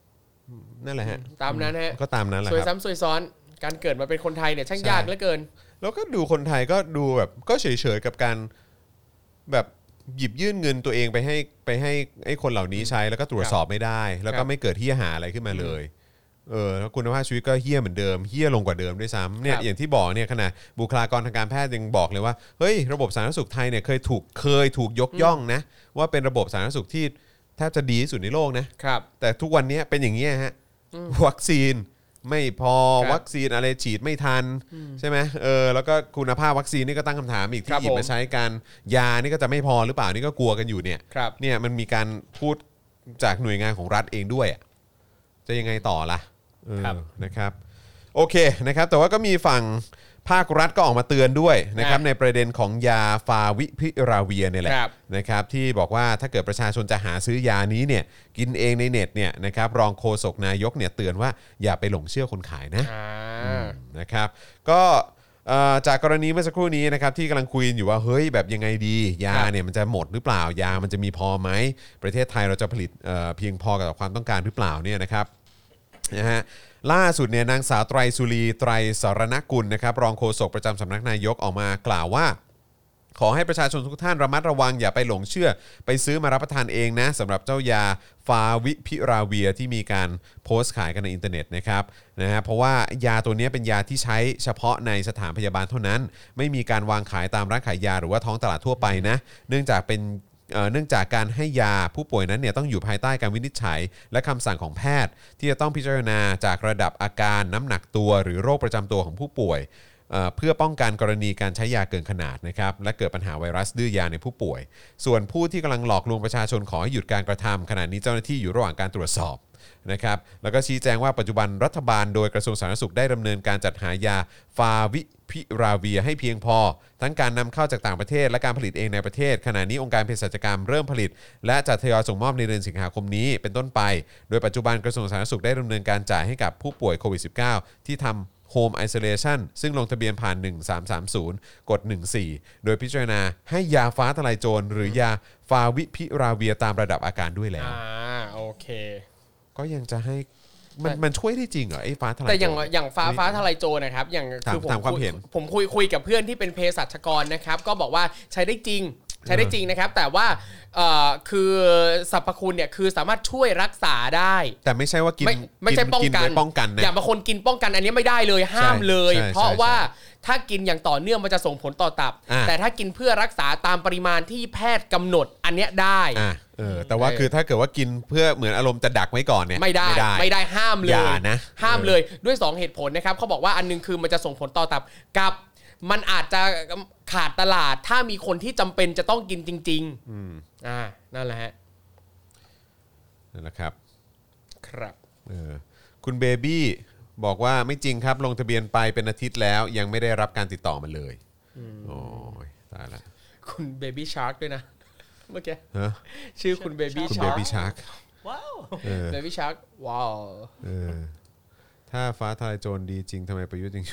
นั่นแหละฮะตามนั้นฮะก็ตามนั้นแหละซวยครับซ้ำซวยซ้อนการเกิดมาเป็นคนไทยเนี่ยช่างใช่ยากเหลือเกินแล้วก็ดูคนไทยก็ดูแบบก็เฉยๆกับการแบบหยิบยื่นเงินตัวเองไปให้ไอ้คนเหล่านี้ใช้แล้วก็ตรวจสอบไม่ได้ แล้วก็ไม่เกิดเหี้ยหาอะไรขึ้นมาเลยแล้วคุณภาพชีวิตก็เหี้ยเหมือนเดิมเหี้ยลงกว่าเดิมด้วยซ้ำเนี่ยอย่างที่บอกเนี่ยขณะบุคลากรทางการแพทย์ยังบอกเลยว่าเฮ้ยระบบสาธารณสุขไทยเนี่ยเคยถูกยกย่องนะว่าเป็นระบบสาธารณสุขที่แทบจะดีที่สุดในโลกนะครับแต่ทุกวันนี้เป็นอย่างนี้ฮะวัคซีนไม่พอวัคซีนอะไรฉีดไม่ทันใช่ไหมแล้วก็คุณภาพวัคซีนนี่ก็ตั้งคำถามอีกที่หยิบมาใช้กันยานี่ก็จะไม่พอหรือเปล่านี่ก็กลัวกันอยู่เนี่ยเนี่ยมันมีการพูดจากหน่วยงานของรัฐเองด้วยจะยังไงต่อล่ะนะครับโอเคนะครับแต่ว่าก็มีฝั่งภาครัฐก็ออกมาเตือนด้วยนะครับในประเด็นของยาฟาวิพิราเวียเนี่ยแหละนะครับที่บอกว่าถ้าเกิดประชาชนจะหาซื้อยานี้เนี่ยกินเองในเน็ตเนี่ยนะครับรองโฆษกนายกเนี่ยเตือนว่าอย่าไปหลงเชื่อคนขายนะนะครับก็จากกรณีเมื่อสักครู่นี้นะครับที่กำลังคุยอยู่ว่าเฮ้ยแบบยังไงดียาเนี่ยมันจะหมดหรือเปล่ายามันจะมีพอไหมประเทศไทยเราจะผลิตเพียงพอกับความต้องการหรือเปล่าเนี่ยนะครับนะฮะล่าสุดเนี่ยนางสาวไตรสุรีไตรสรณกุลนะครับรองโฆษกประจำสำนักนายกออกมากล่าวว่าขอให้ประชาชนทุกท่านระมัดระวังอย่าไปหลงเชื่อไปซื้อมารับประทานเองนะสำหรับเจ้ายาฟาวิพิราเวียที่มีการโพสต์ขายกันในอินเทอร์เน็ตนะครับเพราะว่ายาตัวนี้เป็นยาที่ใช้เฉพาะในสถานพยาบาลเท่านั้นไม่มีการวางขายตามร้านขายยาหรือว่าท้องตลาดทั่วไปนะเนื่องจากการให้ยาผู้ป่วยนั้นเนี่ยต้องอยู่ภายใต้การวินิจฉัยและคำสั่งของแพทย์ที่จะต้องพิจารณาจากระดับอาการน้ำหนักตัวหรือโรคประจำตัวของผู้ป่วยเพื่อป้องกันกรณีการใช้ยาเกินขนาดนะครับและเกิดปัญหาไวรัสดื้อยาในผู้ป่วยส่วนผู้ที่กำลังหลอกลวงประชาชนขอให้หยุดการกระทำขณะนี้เจ้าหน้าที่อยู่ระหว่างการตรวจสอบนะครับแล้วก็ชี้แจงว่าปัจจุบันรัฐบาลโดยกระทรวงสาธารณสุขได้ดำเนินการจัดหายาฟาวิพิราเวียให้เพียงพอทั้งการนำเข้าจากต่างประเทศและการผลิตเองในประเทศขณะนี้องค์การเภสัชกรรมเริ่มผลิตและจะทยอยส่งมอบในเดือนสิงหาคมนี้เป็นต้นไปโดยปัจจุบันกระทรวงสาธารณสุขได้ดำเนินการจ่ายให้กับผู้ป่วยโควิด -19 ที่ทำ Home Isolation ซึ่งลงทะเบียนผ่าน 1330 กด 14 โดยพิจารณาให้ยาฟ้าทลายโจรหรือยาฟาวิพิราเวียตามระดับอาการด้วยแล้วโอเคก็ยังจะให้มันช่วยได้จริงเหรอไอ้ฟ้าทลายโจรแต่อย่างฟ้าทลายโจรนะครับอย่างคือผมคุยกับเพื่อนที่เป็นเภสัชกรนะครับก็บอกว่าใช้ได้จริงนะครับแต่ว่าคือสรรพคุณเนี่ยคือสามารถช่วยรักษาได้แต่ไม่ใช่ว่ากินไม่ใช่ป้องกันนะอย่างบางคนกินป้องกันอันนี้ไม่ได้เลยห้ามเลยเพราะว่าถ้ากินอย่างต่อเนื่องมันจะส่งผลต่อตับแต่ถ้ากินเพื่อรักษาตามปริมาณที่แพทย์กำหนดอันเนี้ยได้แต่ว่าคือถ้าเกิดว่ากินเพื่อเหมือนอารมณ์จะดักไว้ก่อนเนี่ยไม่ได้ห้ามเลยนะห้ามเลยด้วย2เหตุผลนะครับเขาบอกว่าอันนึงคือมันจะส่งผลต่อตับกับมันอาจจะขาดตลาดถ้ามีคนที่จำเป็นจะต้องกินจริงๆนั่นแหละฮะนั่นแหละครับครับคุณเบบี้บอกว่าไม่จริงครับลงทะเบียนไปเป็นอาทิตย์แล้วยังไม่ได้รับการติดต่อมาเลยโอ้ยตายละคุณเบบี้ชาร์กด้วยนะเมื่อกี้ชื่อคุณเบบี้ชาร์กว้าวเบบี้ชาร์กว้าวถ้าฟ้าทลายโจรดีจริงทำไมประยุทธ์จริง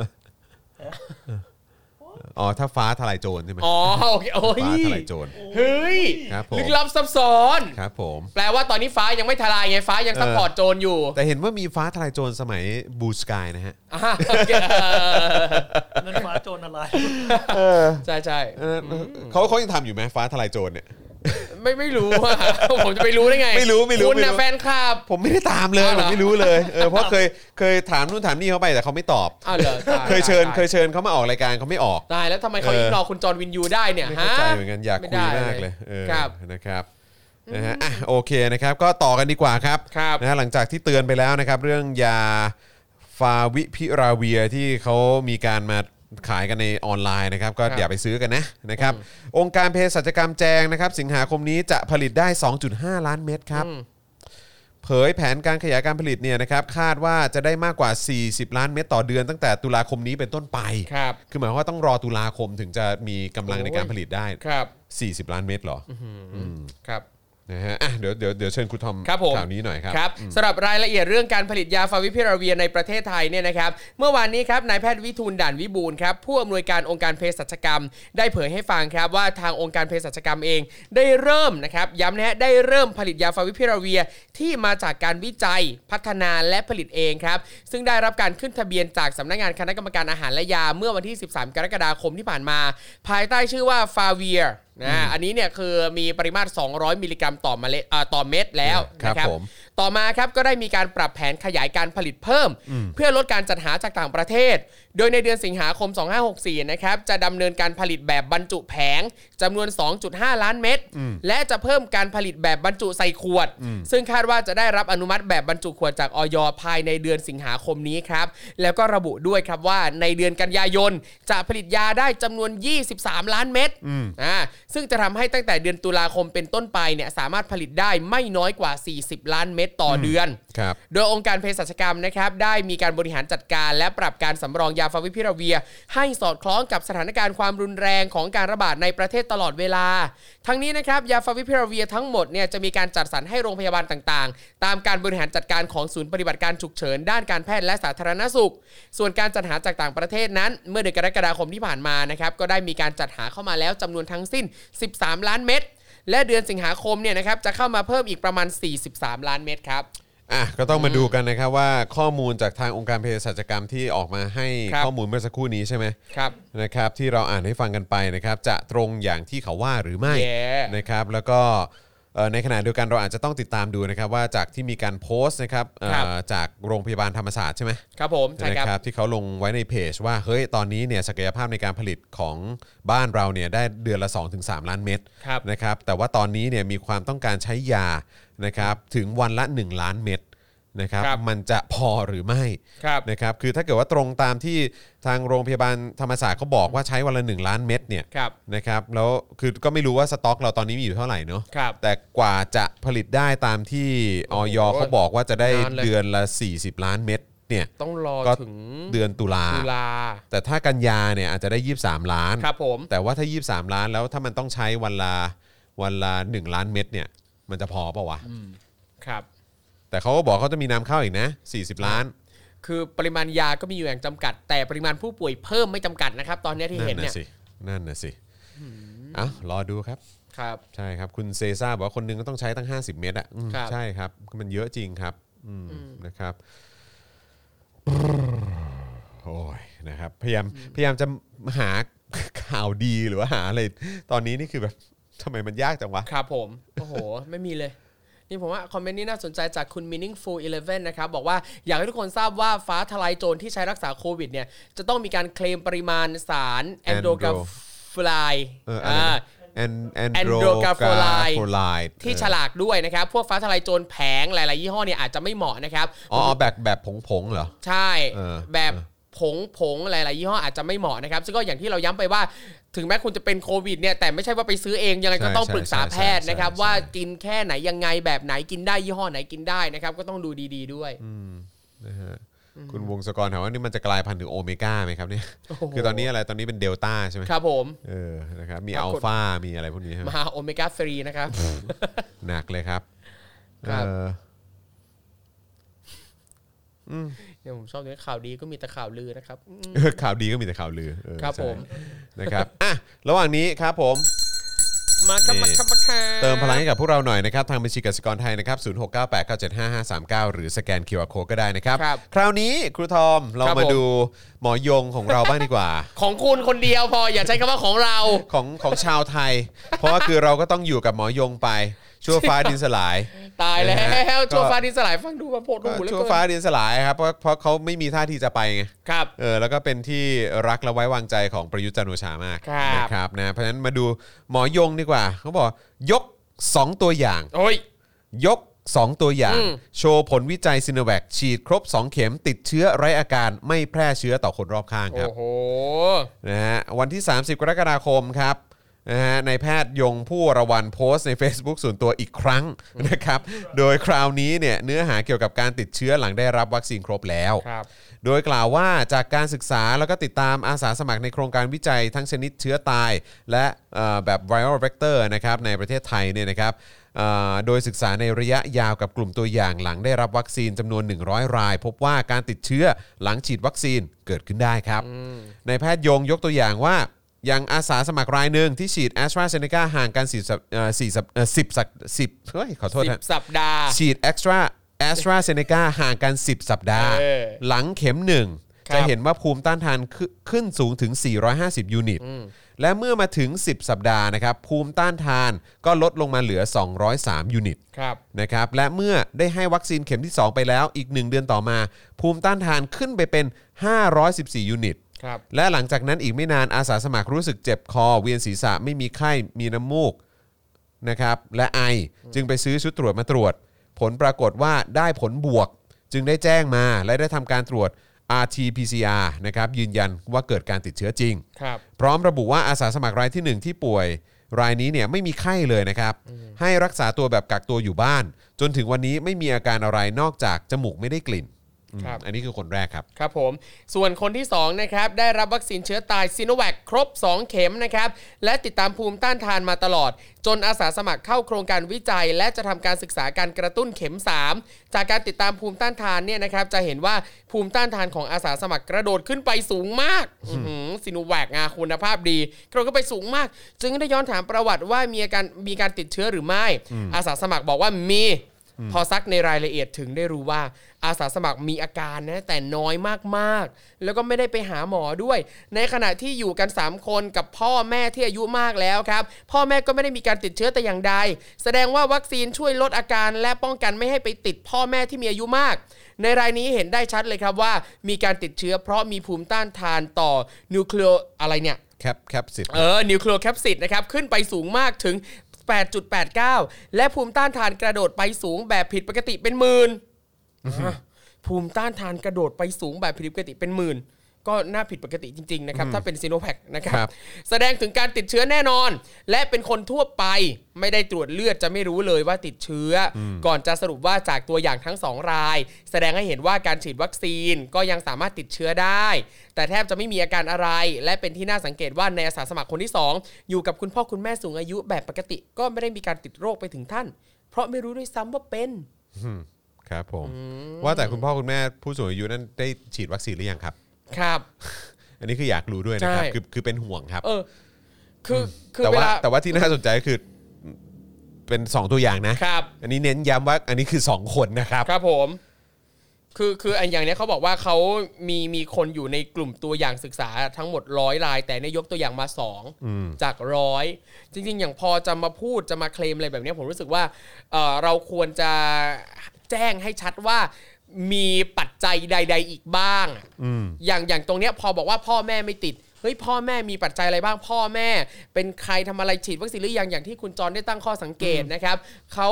ถ้าฟ้าทลายโจรใช่ไหมโอเคฟ้าทลายโจรเฮ้ยลึกลับซับซ้อนครับผมแปลว่าตอนนี้ฟ้ายังไม่ทลายไงฟ้ายังซัพพอร์ตโจรอยู่แต่เห็นว่ามีฟ้าทลายโจรสมัยบูสกายนะฮะนั่นฟ้าโจรอะไรใช่เขายังทำอยู่ไหมฟ้าทลายโจรเนี่ยไม่รู้อ่ะผมจะไปรู้ได้ไงไม่รู้คุณนะแฟนคลับผมไม่ได้ตามเลยผมไม่รู้เลยเพราะเคยถามนู่นถามนี่เขาไปแต่เขาไม่ตอบเคยเชิญเขามาออกรายการเขาไม่ออกตายแล้วทำไมเขาอิกนอคุณจอห์นวินยูได้เนี่ยไม่เข้าใจเหมือนกันอยากคุยมากเลยนะครับนะฮะโอเคนะครับก็ต่อกันดีกว่าครับนะฮะหลังจากที่เตือนไปแล้วนะครับเรื่องยาฟาวิพิราเวียที่เขามีการมาขายกันในออนไลน์นะครับก็อย่าไปซื้อกันนะครับองค์การเภสัชกรรมแจงนะครับสิงหาคมนี้จะผลิตได้ 2.5 ล้านเม็ดครับเผยแผนการขยายการผลิตเนี่ยนะครับคาดว่าจะได้มากกว่า40ล้านเม็ดต่อเดือนตั้งแต่ตุลาคมนี้เป็นต้นไปคือหมายความว่าต้องรอตุลาคมถึงจะมีกำลังในการผลิตได้40ล้านเม็ดหรอครับนะฮะเดี๋ยวเชิญคุณทอมครับผมข่าวนี้หน่อยครับครับสำหรับรายละเอียดเรื่องการผลิตยาฟาวิพิราเวียในประเทศไทยเนี่ยนะครับเมื่อวานนี้ครับนายแพทย์วิทูลด่านวิบูลย์ครับผู้อำนวยการองค์การเภสัชกรรมได้เผยให้ฟังครับว่าทางองค์การเภสัชกรรมเองได้เริ่มนะครับย้ำนะฮะได้เริ่มผลิตยาฟาวิพิราเวียที่มาจากการวิจัยพัฒนาและผลิตเองครับซึ่งได้รับการขึ้นทะเบียนจากสำนักงานคณะกรรมการอาหารและยาเมื่อวันที่13 กรกฎาคมที่ผ่านมาภายใต้ชื่อว่าฟาเวียอันนี้เนี่ยคือมีปริมาตร200มิลลิกรัมต่อเม็ดแล้วนะครับต่อมาครับก็ได้มีการปรับแผนขยายการผลิตเพิ่มเพื่อลดการจัดหาจากต่างประเทศโดยในเดือนสิงหาคม2564นะครับจะดำเนินการผลิตแบบบรรจุแผงจำนวน 2.5 ล้านเม็ดและจะเพิ่มการผลิตแบบบรรจุใส่ขวดซึ่งคาดว่าจะได้รับอนุมัติแบบบรรจุขวดจากอย.ภายในเดือนสิงหาคมนี้ครับแล้วก็ระบุด้วยครับว่าในเดือนกันยายนจะผลิตยาได้จำนวน23ล้านเม็ดซึ่งจะทำให้ตั้งแต่เดือนตุลาคมเป็นต้นไปเนี่ยสามารถผลิตได้ไม่น้อยกว่า40ล้านเม็ดต่อเดือนโดยองค์การเภสัชกรรมนะครับได้มีการบริหารจัดการและปรับการสำรองยาฟาวิพิราเวียให้สอดคล้องกับสถานการณ์ความรุนแรงของการระบาดในประเทศตลอดเวลาทั้งนี้นะครับยาฟาวิพิราเวียทั้งหมดเนี่ยจะมีการจัดสรรให้โรงพยาบาลต่างๆตามการบริหารจัดการของศูนย์ปฏิบัติการฉุกเฉินด้านการแพทย์และสาธารณสุขส่วนการจัดหาจากต่างประเทศนั้นเมื่อเดือนกรกฎาคมที่ผ่านมานะครับก็ได้มีการจัดหาเข้ามาแล้วจำนวนทั้งสิ้น13ล้านเม็ดและเดือนสิงหาคมเนี่ยนะครับจะเข้ามาเพิ่มอีกประมาณ43ล้านเม็ดครับก็ต้องมาดูกันนะครับว่าข้อมูลจากทางองค์การเภสัชกรรมที่ออกมาให้ข้อมูลเมื่อสักครู่นี้ใช่ไหมครับนะครับที่เราอ่านให้ฟังกันไปนะครับจะตรงอย่างที่เขาว่าหรือไม่นะครับแล้วก็ในขณะเดียวกันเราอาจจะต้องติดตามดูนะครับว่าจากที่มีการโพสต์นะครับจากโรงพยาบาลธรรมศาสตร์ใช่ไหมครับผมใช่ครับที่เขาลงไว้ในเพจว่าเฮ้ยตอนนี้เนี่ยศักยภาพในการผลิตของบ้านเราเนี่ยได้เดือนละ 2-3 ล้านเม็ดนะครับแต่ว่าตอนนี้เนี่ยมีความต้องการใช้ยานะครับถึงวันละ1ล้านเม็ดนะครับมันจะพอหรือไม่นะครับคือถ้าเกิดว่าตรงตามที่ทางโรงพยาบาลธรรมศาสตร์เขาบอกว่าใช้วันละ1ล้านเม็ดเนี่ยนะครับแล้วคือก็ไม่รู้ว่าสต็อกเราตอนนี้มีอยู่เท่าไหร่เนาะแต่กว่าจะผลิตได้ตามที่อย.เขาบอกว่าจะได้เดือนละ40ล้านเม็ดเนี่ยต้องรอถึงเดือนตุลาแต่ถ้ากันยาเนี่ยอาจจะได้23ล้านครับผมแต่ว่าถ้า23ล้านแล้วถ้ามันต้องใช้วันละ1ล้านเม็ดเนี่ยมันจะพอเปล่าวะครับแต่เขาก็บอกเขาจะมีนำเข้าอีกนะ40ล้านคือปริมาณยาก็มีอยู่อย่างจำกัดแต่ปริมาณผู้ป่วยเพิ่มไม่จำกัดนะครับตอนนี้ที่เห็นเนี่ยนั่นน่ะสิรอดูครับครับใช่ครับคุณเซซ่าบอกว่าคนนึงก็ต้องใช้ตั้ง50เม็ดอ่ะใช่ครับมันเยอะจริงครับนะครับโอ้ยนะครับพยายามจะหาข่าวดีหรือว่าหาอะไรตอนนี้นี่คือแบบทำไมมันยากจังวะครับผมโอ้โหไม่มีเลยนี่ผมว่าคอมเมนต์นี้น่าสนใจจากคุณ Meaningful 11 นะครับบอกว่าอยากให้ทุกคนทราบว่าฟ้าทลายโจรที่ใช้รักษาโควิดเนี่ยจะต้องมีการเคลมปริมาณสารแอนโดกราฟลายแอนโดกราฟลายที่ฉลากด้วยนะครับพวกฟ้าทลายโจรแผงหลายๆยี่ห้อเนี่ยอาจจะไม่เหมาะนะครับแบบผงเหรอใช่แบบผงหลายๆยี่ห้ออาจจะไม่เหมาะนะครับซึ่งก็อย่างที่เราย้ำไปว่าถึงแม้คุณจะเป็นโควิดเนี่ยแต่ไม่ใช่ว่าไปซื้อเองยังไงก็ต้องปรึกษาแพทย์นะครับว่ากินแค่ไหนยังไงแบบไหนกินได้ยี่ห้อไหนกินได้นะครับก็ต้องดูดีๆด้วยนะฮะคุณวงศกรถามว่านี่มันจะกลายพันธุ์ถึงโอเมก้าไหมครับเนี่ยคือตอนนี้อะไรตอนนี้เป็นเดลต้าใช่ไหมครับผมนะครับมีอัลฟามีอะไรพวกนี้มาโอเมก้า3นะครับหนักเลยครับเนี่ยผมชอบเรื่องข่าวดีก็มีแต่ข่าวลือนะครับข่าวดีก็มีแต่ข่าวลือครับผมนะครับระหว่างนี้ครับผมมาเติมพลังให้กับพวกเราหน่อยนะครับทางบัญชีกสิกรไทยนะครับ0698975539หรือสแกน QR Code ก็ได้นะครับคราวนี้ครูทอมเรามาดูหมอยงของเราบ้างดีกว่าของคุณคนเดียวพออย่าใช้คำว่าของเราของชาวไทยเพราะว่าคือเราก็ต้องอยู่กับหมอยงไปชั่วฟ้าดินสลายตายแล้วชั่วฟ้าดินสลายฟังดูมาโผล่หูแล้วชั่วฟ้าดินสลายครับเพราะเขาไม่มีท่าทีจะไปไงครับแล้วก็เป็นที่รักและไว้วางใจของประยุทธ์จันทร์โอชามากนะครับนะเพราะฉะนั้นมาดูหมอยงดีกว่าเขาบอกยก2ตัวอย่างยก2ตัวอย่างโชว์ผลวิจัยซิโนแวคฉีดครบ2เข็มติดเชื้อไร้อาการไม่แพร่เชื้อต่อคนรอบข้างครับโอ้โหนะฮะวันที่30กรกฎาคมครับนายแพทย์ยงผู้วรวรรณโพสต์ใน Facebook ส่วนตัวอีกครั้งนะครับโดยคราวนี้เนี่ยเนื้อหาเกี่ยวกับการติดเชื้อหลังได้รับวัคซีนครบแล้วโดยกล่าวว่าจากการศึกษาแล้วก็ติดตามอาสาสมัครในโครงการวิจัยทั้งชนิดเชื้อตายและแบบ viral vector นะครับในประเทศไทยเนี่ยนะครับโดยศึกษาในระยะยาวกับกลุ่มตัวอย่างหลังได้รับวัคซีนจำนวน100รายพบว่าการติดเชื้อหลังฉีดวัคซีนเกิดขึ้นได้ครับนายแพทย์ยงยกตัวอย่างว่าอย่างอาสาสมัครรายหนึ่งที่ฉีด AstraZeneca ห่างกัน10 ขอโทษนะ 10 สัปดาห์ฉีด AstraZeneca ห่างกัน 10 สัปดาห์หลังเข็ม1จะเห็นว่าภูมิต้านทานขึ้นสูงถึง450ยูนิตและเมื่อมาถึง10สัปดาห์นะครับภูมิต้านทานก็ลดลงมาเหลือ203ยูนิตนะครับและเมื่อได้ให้วัคซีนเข็มที่2ไปแล้วอีก1เดือนต่อมาภูมิต้านทานขึ้นไปเป็น514ยูนิตและหลังจากนั้นอีกไม่นานอาสาสมัครรู้สึกเจ็บคอเวียนศีรษะไม่มีไข้มีน้ำมูกนะครับและไอจึงไปซื้อชุดตรวจมาตรวจผลปรากฏว่าได้ผลบวกจึงได้แจ้งมาและได้ทำการตรวจ RT-PCR นะครับยืนยันว่าเกิดการติดเชื้อจริงพร้อมระบุว่าอาสาสมัครรายที่1ที่ป่วยรายนี้เนี่ยไม่มีไข้เลยนะครับให้รักษาตัวแบบกักตัวอยู่บ้านจนถึงวันนี้ไม่มีอาการอะไรนอกจากจมูกไม่ได้กลิ่นอันนี้คือคนแรกครับครับผมส่วนคนที่2นะครับได้รับวัคซีนเชื้อตายซิโนแวคครบ2เข็มนะครับและติดตามภูมิต้านทานมาตลอดจนอาสาสมัครเข้าโครงการวิจัยและจะทำการศึกษาการกระตุ้นเข็ม3จากการติดตามภูมิต้านทานเนี่ยนะครับจะเห็นว่าภูมิต้านทานของอาสาสมัครกระโดดขึ้นไปสูงมากซิโนแวคคุณภาพดีกระโดดขึ้นไปสูงมากจึงได้ย้อนถามประวัติว่ามีการติดเชื้อหรือไม่อาสาสมัครบอกว่ามีพอซักในรายละเอียดถึงได้รู้ว่าอาสาสมัครมีอาการนะแต่น้อยมากๆแล้วก็ไม่ได้ไปหาหมอด้วยในขณะที่อยู่กัน3คนกับพ่อแม่ที่อายุมากแล้วครับพ่อแม่ก็ไม่ได้มีการติดเชื้อแต่อย่างใดแสดงว่าวัคซีนช่วยลดอาการและป้องกันไม่ให้ไปติดพ่อแม่ที่มีอายุมากในรายนี้เห็นได้ชัดเลยครับว่ามีการติดเชื้อเพราะมีภูมิต้านทานต่อนิวเคลียอะไรเนี่ยแคปซิดนิวเคลียแคปซิดนะครับขึ้นไปสูงมากถึง8.89 และภูมิต้านทานกระโดดไปสูงแบบผิดปกติเป็นหมื่นภูมิต้านทานกระโดดไปสูงแบบผิดปกติเป็นหมื่นก็น่าผิดปกติจริงๆนะครับถ้าเป็นซิโนแวคนะครับแสดงถึงการติดเชื้อแน่นอนและเป็นคนทั่วไปไม่ได้ตรวจเลือดจะไม่รู้เลยว่าติดเชื้อก่อนจะสรุปว่าจากตัวอย่างทั้ง2รายแสดงให้เห็นว่าการฉีดวัคซีนก็ยังสามารถติดเชื้อได้แต่แทบจะไม่มีอาการอะไรและเป็นที่น่าสังเกตว่าในอาสาสมัครคนที่2อยู่กับคุณพ่อคุณแม่สูงอายุแบบปกติก็ไม่ได้มีการติดโรคไปถึงท่านเพราะไม่รู้ด้วยซ้ำว่าเป็นครับผมว่าแต่คุณพ่อคุณแม่ผู้สูงอายุนั้นได้ฉีดวัคซีนหรือยังครับครับอันนี้คืออยากรู้ด้วยนะครับคือเป็นห่วงครับคือแต่ว่าที่น่าสนใจก็คือเป็น2ตัวอย่างนะครับอันนี้เน้นย้ำว่าอันนี้คือ2คนนะครับครับผมคืออันอย่างนี้เขาบอกว่าเขามีคนอยู่ในกลุ่มตัวอย่างศึกษาทั้งหมด100รายแต่เนี่ยยกตัวอย่างมา2จาก100จริงๆอย่างพอจะมาพูดจะมาเคลมอะไรแบบนี้ผมรู้สึกว่าเราควรจะแจ้งให้ชัดว่ามีปัจจัยใดๆอีกบ้างอย่างตรงเนี้ยพอบอกว่าพ่อแม่ไม่ติดเฮ้ยพ่อแม่มีปัจจัยอะไรบ้างพ่อแม่เป็นใครทำอะไรฉีดวัคซีนหรือยังอย่างที่คุณจรได้ตั้งข้อสังเกตนะครับเขา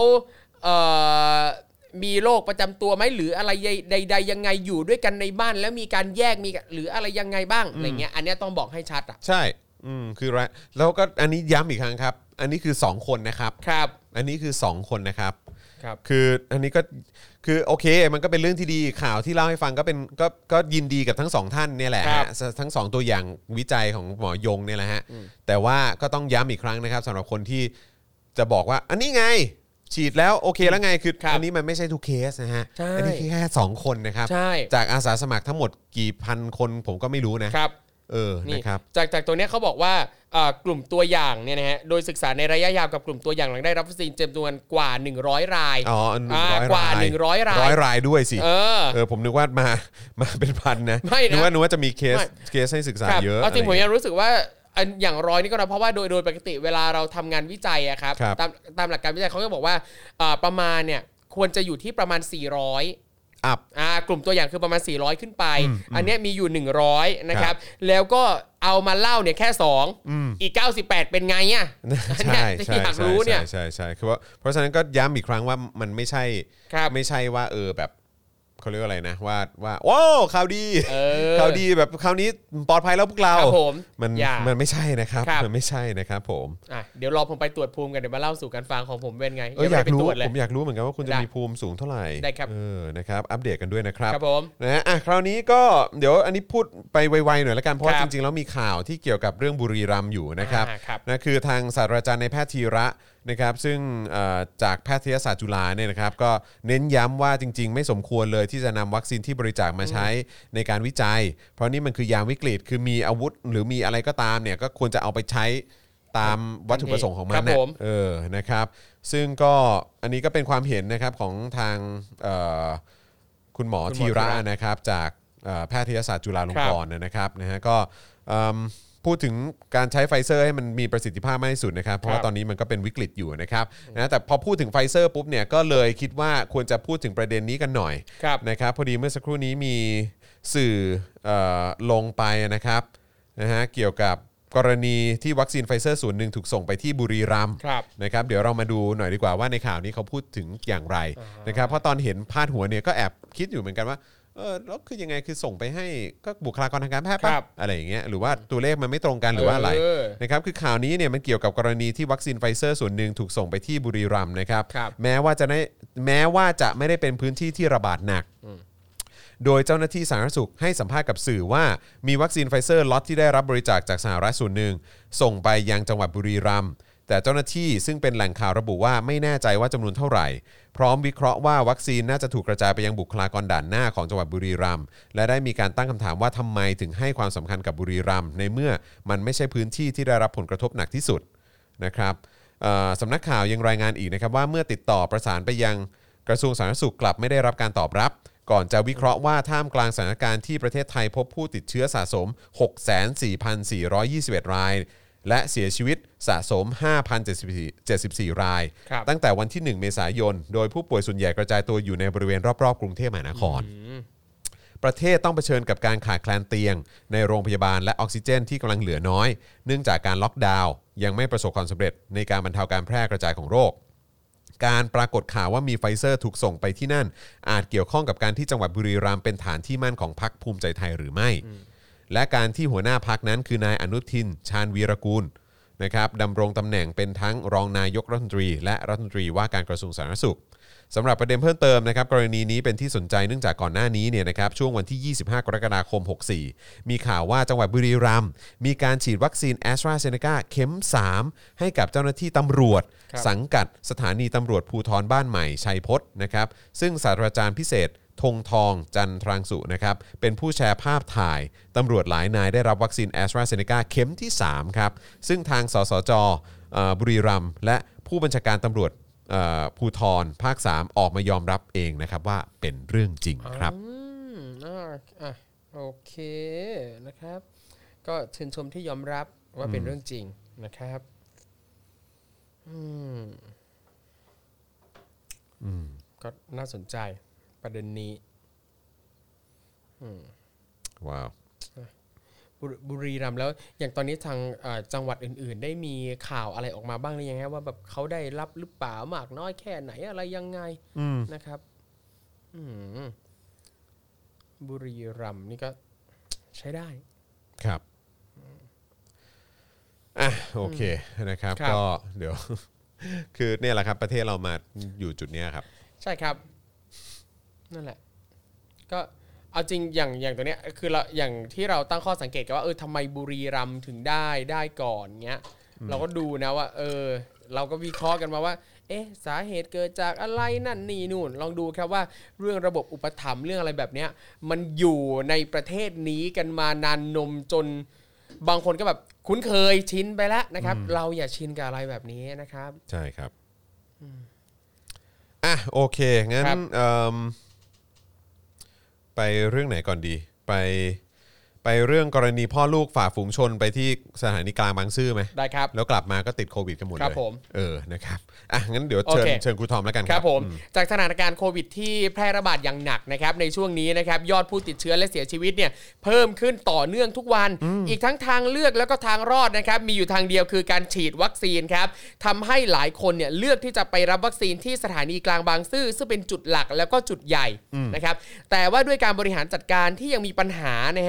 มีโรคประจำตัวไหมหรืออะไรใดๆยังไงอยู่ด้วยกันในบ้านแล้วมีการแยกมีหรืออะไรยังไงบ้างอะไรเงี้ยอันนี้ต้องบอกให้ชัดอ่ะใช่คือแล้วก็อันนี้ย้ำอีกครั้งครับอันนี้คือ2คนนะครับครับอันนี้คือ2คนนะครับคืออันนี้ก็คือโอเคมันก็เป็นเรื่องที่ดีข่าวที่เล่าให้ฟังก็เป็นก็ยินดีกับทั้ง2ท่านเนี่ยแหละฮะทั้ง2ตัวอย่างวิจัยของหมอยงเนี่ยแหละฮะแต่ว่าก็ต้องย้ำอีกครั้งนะครับสำหรับคนที่จะบอกว่าอันนี้ไงฉีดแล้วโอเคแล้วไงคืออันนี้มันไม่ใช่ทุกเคสนะฮะอันนี้แค่2คนนะครับจากอาสาสมัครทั้งหมดกี่พันคนผมก็ไม่รู้นะครับนะครับจากตัวนี้เขาบอกว่ากลุ่มตัวอย่างเนี่ยนะฮะโดยศึกษาในระยะยาวกับกลุ่มตัวอย่างหลังได้รับวัคซีนจำนวนกว่า100รายกว่า 100ราย 100รายด้วยสิผมนึกว่ามาเป็นพันนะนึกว่าจะมีเคสให้ศึกษาเยอะจริงผมยังรู้สึกว่าอย่าง100นี่ก็นะเพราะว่าโดยปกติเวลาเราทำงานวิจัยอะครับตามหลักการวิจัยเขาก็บอกว่าประมาณเนี่ยควรจะอยู่ที่ประมาณ400กลุ่มตัวอย่างคือประมาณ400ขึ้นไปอันนี้มีอยู่100นะครับแล้วก็เอามาเล่าเนี่ยแค่2อีก98เป็นไงอ่ะใช่อยากรู้เนี่ยใช่คือว่าเพราะฉะนั้นก็ย้ำอีกครั้งว่ามันไม่ใช่ว่าแบบเขาเรียกว่าอะไรนะว่าว้าวข่าวดีแบบคราวนี้ปลอดภัยแล้วพวกเรามันไม่ใช่นะครับมันไม่ใช่นะครับผมเดี๋ยวรอผมไปตรวจภูมิกันเดี๋ยวมาเล่าสู่กันฟังของผมเป็นไงอยากรู้ผมอยากรู้เหมือนกันว่าคุณจะมีภูมิสูงเท่าไหร่ได้ครับนะครับอัปเดตกันด้วยนะครับครับผมนะคราวนี้ก็เดี๋ยวอันนี้พูดไปไวๆหน่อยละกันเพราะจริงๆแล้วมีข่าวที่เกี่ยวกับเรื่องบุรีรัมย์อยู่นะครับนะคือทางศาสตราจารย์นายแพทย์ธีระนะครับซึ่งจากแพทยศาสตร์จุฬาเนี่ยนะครับก็เน้นย้ำว่าจริงๆไม่สมควรเลยที่จะนำวัคซีนที่บริจาคมาใช้ในการวิจัยเพราะนี่มันคือยามวิกฤตคือมีอาวุธหรือมีอะไรก็ตามเนี่ยก็ควรจะเอาไปใช้ตามวัตถุประสงค์ของมันนะครับซึ่งก็อันนี้ก็เป็นความเห็นนะครับของทางคุณหมอธีระนะครับจากแพทยศาสตร์จุฬาลงกรณ์นะครับนะฮะก็พูดถึงการใช้ไฟเซอร์ให้มันมีประสิทธิภาพมากที่สุดนะครับเพราะว่าตอนนี้มันก็เป็นวิกฤตอยู่นะครับนะแต่พอพูดถึงไฟเซอร์ปุ๊บเนี่ยก็เลยคิดว่าควรจะพูดถึงประเด็นนี้กันหน่อยนะครับพอดีเมื่อสักครู่นี้มีสื่อลงไปนะครับนะฮะเกี่ยวกับกรณีที่วัคซีนไฟเซอร์ส่วนหนึ่งถูกส่งไปที่บุรีรัมย์นะครับเดี๋ยวเรามาดูหน่อยดีกว่าว่าในข่าวนี้เขาพูดถึงอย่างไรนะครับเพราะตอนเห็นพาดหัวเนี่ยก็แอบคิดอยู่เหมือนกันว่าแล้วคือยังไงคือส่งไปให้ก็บุคลากรทางการแพทย์ป่ะอะไรอย่างเงี้ยหรือว่าตัวเลขมันไม่ตรงกันหรือว่าอะไรนะครับคือข่าวนี้เนี่ยมันเกี่ยวกับกรณีที่วัคซีนไฟเซอร์ส่วนหนึ่งถูกส่งไปที่บุรีรัมย์นะครับแม้ว่าจะไม่ได้เป็นพื้นที่ที่ระบาดหนักโดยเจ้าหน้าที่สาธารณสุขให้สัมภาษณ์กับสื่อว่ามีวัคซีนไฟเซอร์ล็อตที่ได้รับบริจาคจากสหรัฐส่วนหนึ่งส่งไปยังจังหวัดบุรีรัมย์แต่เจ้าหน้าที่ซึ่งเป็นแหล่งข่าวระบุว่าไม่แน่ใจว่าจำนวนเท่าไหร่พร้อมวิเคราะห์ว่าวัคซีนน่าจะถูกกระจายไปยังบุคลากรด่านหน้าของจังหวัดบุรีรัมย์และได้มีการตั้งคำถามว่าทำไมถึงให้ความสำคัญกับบุรีรัมย์ในเมื่อมันไม่ใช่พื้นที่ที่ได้รับผลกระทบหนักที่สุดนะครับสำนักข่าวยังรายงานอีกนะครับว่าเมื่อติดต่อประสานไปยังกระทรวงสาธารณสุขกลับไม่ได้รับการตอบรับก่อนจะวิเคราะห์ว่าท่ามกลางสถานการณ์ที่ประเทศไทยพบผู้ติดเชื้อสะสม 64,421 รายและเสียชีวิตสะสม 5,074 รายตั้งแต่วันที่ 1 เมษายนโดยผู้ป่วยส่วนใหญ่กระจายตัวอยู่ในบริเวณรอบๆกรุงเทพมหานครประเทศต้องเผชิญกับการขาดแคลนเตียงในโรงพยาบาลและออกซิเจนที่กำลังเหลือน้อยเนื่องจากการล็อกดาวน์ยังไม่ประสบความสำเร็จในการบรรเทาการแพร่กระจายของโรคการปรากฏข่าวว่ามีไฟเซอร์ถูกส่งไปที่นั่นอาจเกี่ยวข้องกับการที่จังหวัดบุรีรัมย์เป็นฐานที่มั่นของพรรคภูมิใจไทยหรือไม่และการที่หัวหน้าพรรคนั้นคือนายอนุทินชาญวีรกูลนะครับดำรงตำแหน่งเป็นทั้งรองนายกรัฐมนตรีและรัฐมนตรีว่าการกระทรวงสาธารณสุขสำหรับประเด็นเพิ่มเติมนะครับกรณีนี้เป็นที่สนใจเนื่องจากก่อนหน้านี้เนี่ยนะครับช่วงวันที่ 25 กรกฎาคม 64มีข่าวว่าจังหวัดบุรีรัมย์มีการฉีดวัคซีน AstraZeneca เข็ม 3 ให้กับเจ้าหน้าที่ตำรวจสังกัดสถานีตำรวจภูธรบ้านใหม่ชัยพจน์นะครับซึ่งศาสตราจารย์พิเศษธงทองจันทรังสุนะครับเป็นผู้แชร์ภาพถ่ายตำรวจหลายนายได้รับวัคซีน AstraZeneca เข็มที่ 3 ครับซึ่งทางสสจ.บุรีรัมย์และผู้บัญชาการตำรวจภูธรภาค 3 ออกมายอมรับเองนะครับว่าเป็นเรื่องจริงครับโอเคนะครับก็ชื่นชมที่ยอมรับว่าเป็นเรื่องจริงนะครับก็น่าสนใจประเด็นนี้ว้าวบุรีรัมย์แล้วอย่างตอนนี้ทางจังหวัดอื่นๆได้มีข่าวอะไรออกมาบ้างหรือยังฮะว่าแบบเขาได้รับหรือเปล่ามากน้อยแค่ไหนอะไรยังไงนะครับบุรีรัมย์นี่ก็ใช้ได้ครับโอเคนะครับก็เดี๋ยวคือเนี่ยแหละครับประเทศเรามาอยู่จุดนี้ครับใช่ครับนั่นแหละก็เอาจริงอย่างตัวเนี้ยคือเราอย่างที่เราตั้งข้อสังเกตกันว่าทำไมบุรีรัมย์ถึงได้ก่อนเงี้ยเราก็ดูนะว่าเราก็วิเคราะห์กันมาว่าสาเหตุเกิดจากอะไรนั่นนี่นู่นลองดูครับว่าเรื่องระบบอุปถัมภ์เรื่องอะไรแบบเนี้ยมันอยู่ในประเทศนี้กันมานานนมจนบางคนก็แบบคุ้นเคยชินไปแล้วนะครับเราอย่าชินกับอะไรแบบนี้นะครับใช่ครับโอเคงั้นไปเรื่องไหนก่อนดีไปเรื่องกรณีพ่อลูกฝ่าฝูงชนไปที่สถานีกลางบางซื่อไหมได้ครับแล้วกลับมาก็ติดโควิดกันหมดเลยครับผมนะครับงั้นเดี๋ยวเชิญครูทอมแล้วกันครับผมจากสถานการณ์โควิดที่แพร่ระบาดอย่างหนักนะครับในช่วงนี้นะครับยอดผู้ติดเชื้อและเสียชีวิตเนี่ยเพิ่มขึ้นต่อเนื่องทุกวันอีกทั้งทางเลือกแล้วก็ทางรอดนะครับมีอยู่ทางเดียวคือการฉีดวัคซีนครับทำให้หลายคนเนี่ยเลือกที่จะไปรับวัคซีนที่สถานีกลางบางซื่อซึ่งเป็นจุดหลักแล้วก็จุดใหญ่นะครับแต่ว่าด้วยการบริหารจัดการที่ยังมีปัญหานะฮะ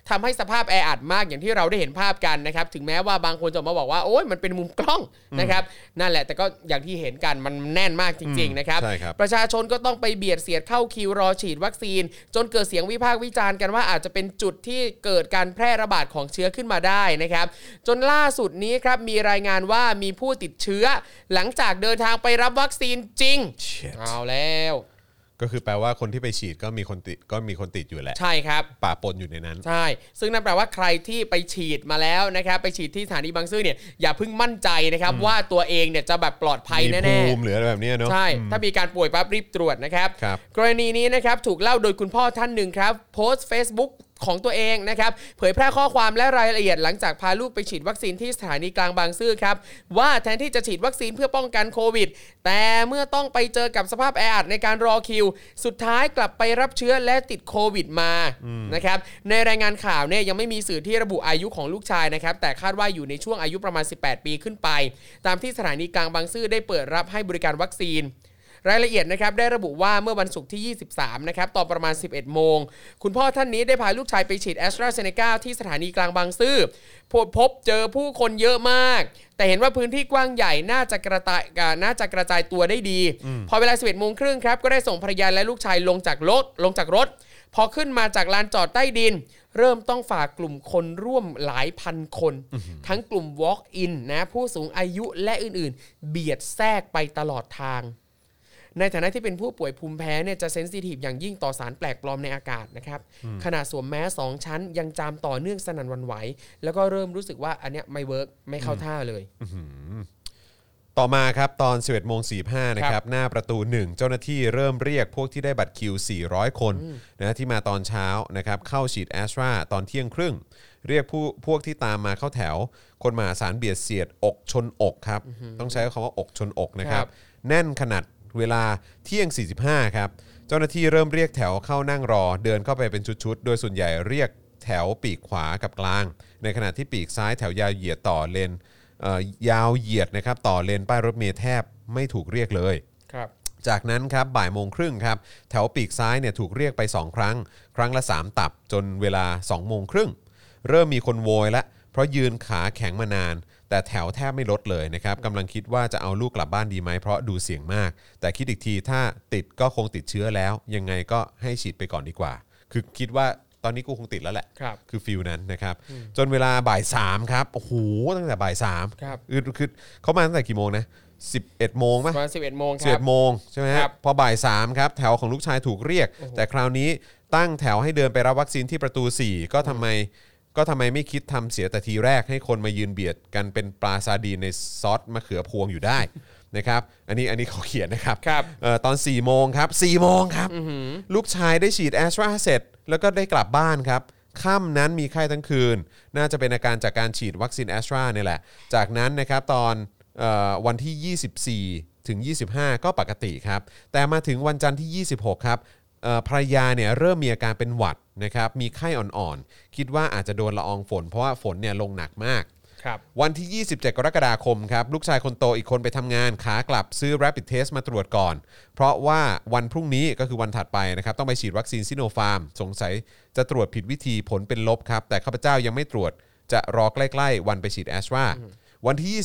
ทำให้สภาพแออัดมากอย่างที่เราได้เห็นภาพกันนะครับถึงแม้ว่าบางคนจะมาบอกว่าโอ๊ยมันเป็นมุมกล้องนะครับนั่นแหละแต่ก็อย่างที่เห็นกันมันแน่นมากจริงๆนะครับประชาชนก็ต้องไปเบียดเสียดเข้าคิวรอฉีดวัคซีนจนเกิดเสียงวิพากษ์วิจารณ์กันว่าอาจจะเป็นจุดที่เกิดการแพร่ระบาดของเชื้อขึ้นมาได้นะครับจนล่าสุดนี้ครับมีรายงานว่ามีผู้ติดเชื้อหลังจากเดินทางไปรับวัคซีนจริงเอาแล้วก็คือแปลว่าคนที่ไปฉีดก็มีคนติดอยู่แหละใช่ครับป่าปนอยู่ในนั้นใช่ซึ่งนั่นแปลว่าใครที่ไปฉีดมาแล้วนะครับไปฉีดที่สถานีบางซื่อเนี่ยอย่าเพิ่งมั่นใจนะครับว่าตัวเองเนี่ยจะแบบปลอดภัยแน่ๆมีภูมิหรืออะไรแบบนี้เนาะใช่ถ้ามีการป่วยปั๊บรีบตรวจนะครับกรณีนี้นะครับถูกเล่าโดยคุณพ่อท่านหนึ่งครับโพสต์ Facebookของตัวเองนะครับเผยแพร่ข้อความและรายละเอียดหลังจากพาลูกไปฉีดวัคซีนที่สถานีกลางบางซื่อครับว่าแทนที่จะฉีดวัคซีนเพื่อป้องกันโควิดแต่เมื่อต้องไปเจอกับสภาพแออัดในการรอคิวสุดท้ายกลับไปรับเชื้อและติดโควิดมานะครับในรายงานข่าวเนี่ยยังไม่มีสื่อที่ระบุอายุของลูกชายนะครับแต่คาดว่าอยู่ในช่วงอายุประมาณ18ปีขึ้นไปตามที่สถานีกลางบางซื่อได้เปิดรับให้บริการวัคซีนรายละเอียดนะครับได้ระบุว่าเมื่อวันศุกร์ที่23นะครับตอนประมาณ 11 โมงคุณพ่อท่านนี้ได้พาลูกชายไปฉีด AstraZeneca ที่สถานีกลางบางซื่อพบเจอผู้คนเยอะมากแต่เห็นว่าพื้นที่กว้างใหญ่น่าจะกระจายตัวได้ดีพอเวลา 11 โมงครึ่งครับก็ได้ส่งภรรยาและลูกชายลงจากรถพอขึ้นมาจากลานจอดใต้ดินเริ่มต้องฝ่ากลุ่มคนร่วมหลายพันคนทั้งกลุ่ม walk in นะผู้สูงอายุและอื่นๆเบียดแทรกไปตลอดทางในฐานะที่เป็นผู้ป่วยภูมิแพ้เนี่ยจะเซนซิทีฟอย่างยิ่งต่อสารแปลกปลอมในอากาศนะครับขณะสวมแมส2ชั้นยังจามต่อเนื่องสนั่นหวั่นไหวแล้วก็เริ่มรู้สึกว่าอันเนี้ยไม่เวิร์กไม่เข้าท่าเลยต่อมาครับตอน 11:45 นะครับหน้าประตู1เจ้าหน้าที่เริ่มเรียกพวกที่ได้บัตรคิว400คนนะที่มาตอนเช้านะครับเข้าฉีดแอสตราตอนเที่ยงครึ่งเรียกพวกที่ตามมาเข้าแถวคนมหาศาลเบียดเสียดอกชนอกครับต้องใช้คำว่าอกชนอกนะครับแน่นขนาดเวลาเที่ยง45ครับเจ้าหน้าที่เริ่มเรียกแถวเข้านั่งรอเดินเข้าไปเป็นชุดๆโดยส่วนใหญ่เรียกแถวปีกขวากับกลางในขณะที่ปีกซ้ายแถวยาวเหยียดต่อเลนยาวเหยียดนะครับต่อเลนป้ายรถเมล์แทบไม่ถูกเรียกเลยครับจากนั้นครับบ่ายโมงครึ่งครับแถวปีกซ้ายเนี่ยถูกเรียกไป2ครั้งครั้งละ3ตับจนเวลา2โมงครึ่งเริ่มมีคนโวยละเพราะยืนขาแข็งมานานแต่แถวแทบไม่ลดเลยนะครับกำลังคิดว่าจะเอาลูกกลับบ้านดีไหมเพราะดูเสี่ยงมากแต่คิดอีกทีถ้าติดก็คงติดเชื้อแล้วยังไงก็ให้ฉีดไปก่อนดีกว่าคือคิดว่าตอนนี้กูคงติดแล้วแหละคือฟิลนั้นนะครับจนเวลาบ่าย3ครับโอ้โหตั้งแต่บ่าย3คือเขามาตั้งแต่กี่โมงนะ11 โมงป่ะประมาณ11 โมงครับ 11 โมงใช่ไหมครับพอบ่าย3ครับแถวของลูกชายถูกเรียกแต่คราวนี้ตั้งแถวให้เดินไปรับวัคซีนที่ประตู4ก็ทำไมไม่คิดทำเสียแต่ทีแรกให้คนมายืนเบียดกันเป็นปลาซาดีนในซอสมะเขือพวงอยู่ได้นะครับอันนี้เขาเขียนนะครับตอน4 โมงครับ4 โมงครับลูกชายได้ฉีดแอสตราเสร็จแล้วก็ได้กลับบ้านครับค่ำนั้นมีไข้ทั้งคืนน่าจะเป็นอาการจากการฉีดวัคซีนแอสตราเนี่ยแหละจากนั้นนะครับตอนวันที่24ถึง25ก็ปกติครับแต่มาถึงวันจันทร์ที่26ครับภรรยาเนี่ยเริ่มมีอาการเป็นหวัดนะครับมีไข้อ่อนๆคิดว่าอาจจะโดนละอองฝนเพราะว่าฝนเนี่ยลงหนักมากวันที่27กรกฎาคมครับลูกชายคนโตอีกคนไปทำงานขากลับซื้อ Rapid Test มาตรวจก่อนเพราะว่าวันพรุ่งนี้ก็คือวันถัดไปนะครับต้องไปฉีดวัคซีนซิโนฟาร์มสงสัยจะตรวจผิดวิธีผลเป็นลบครับแต่ข้าพเจ้ายังไม่ตรวจจะรอใกล้ๆวันไปฉีดแอสตราวันที่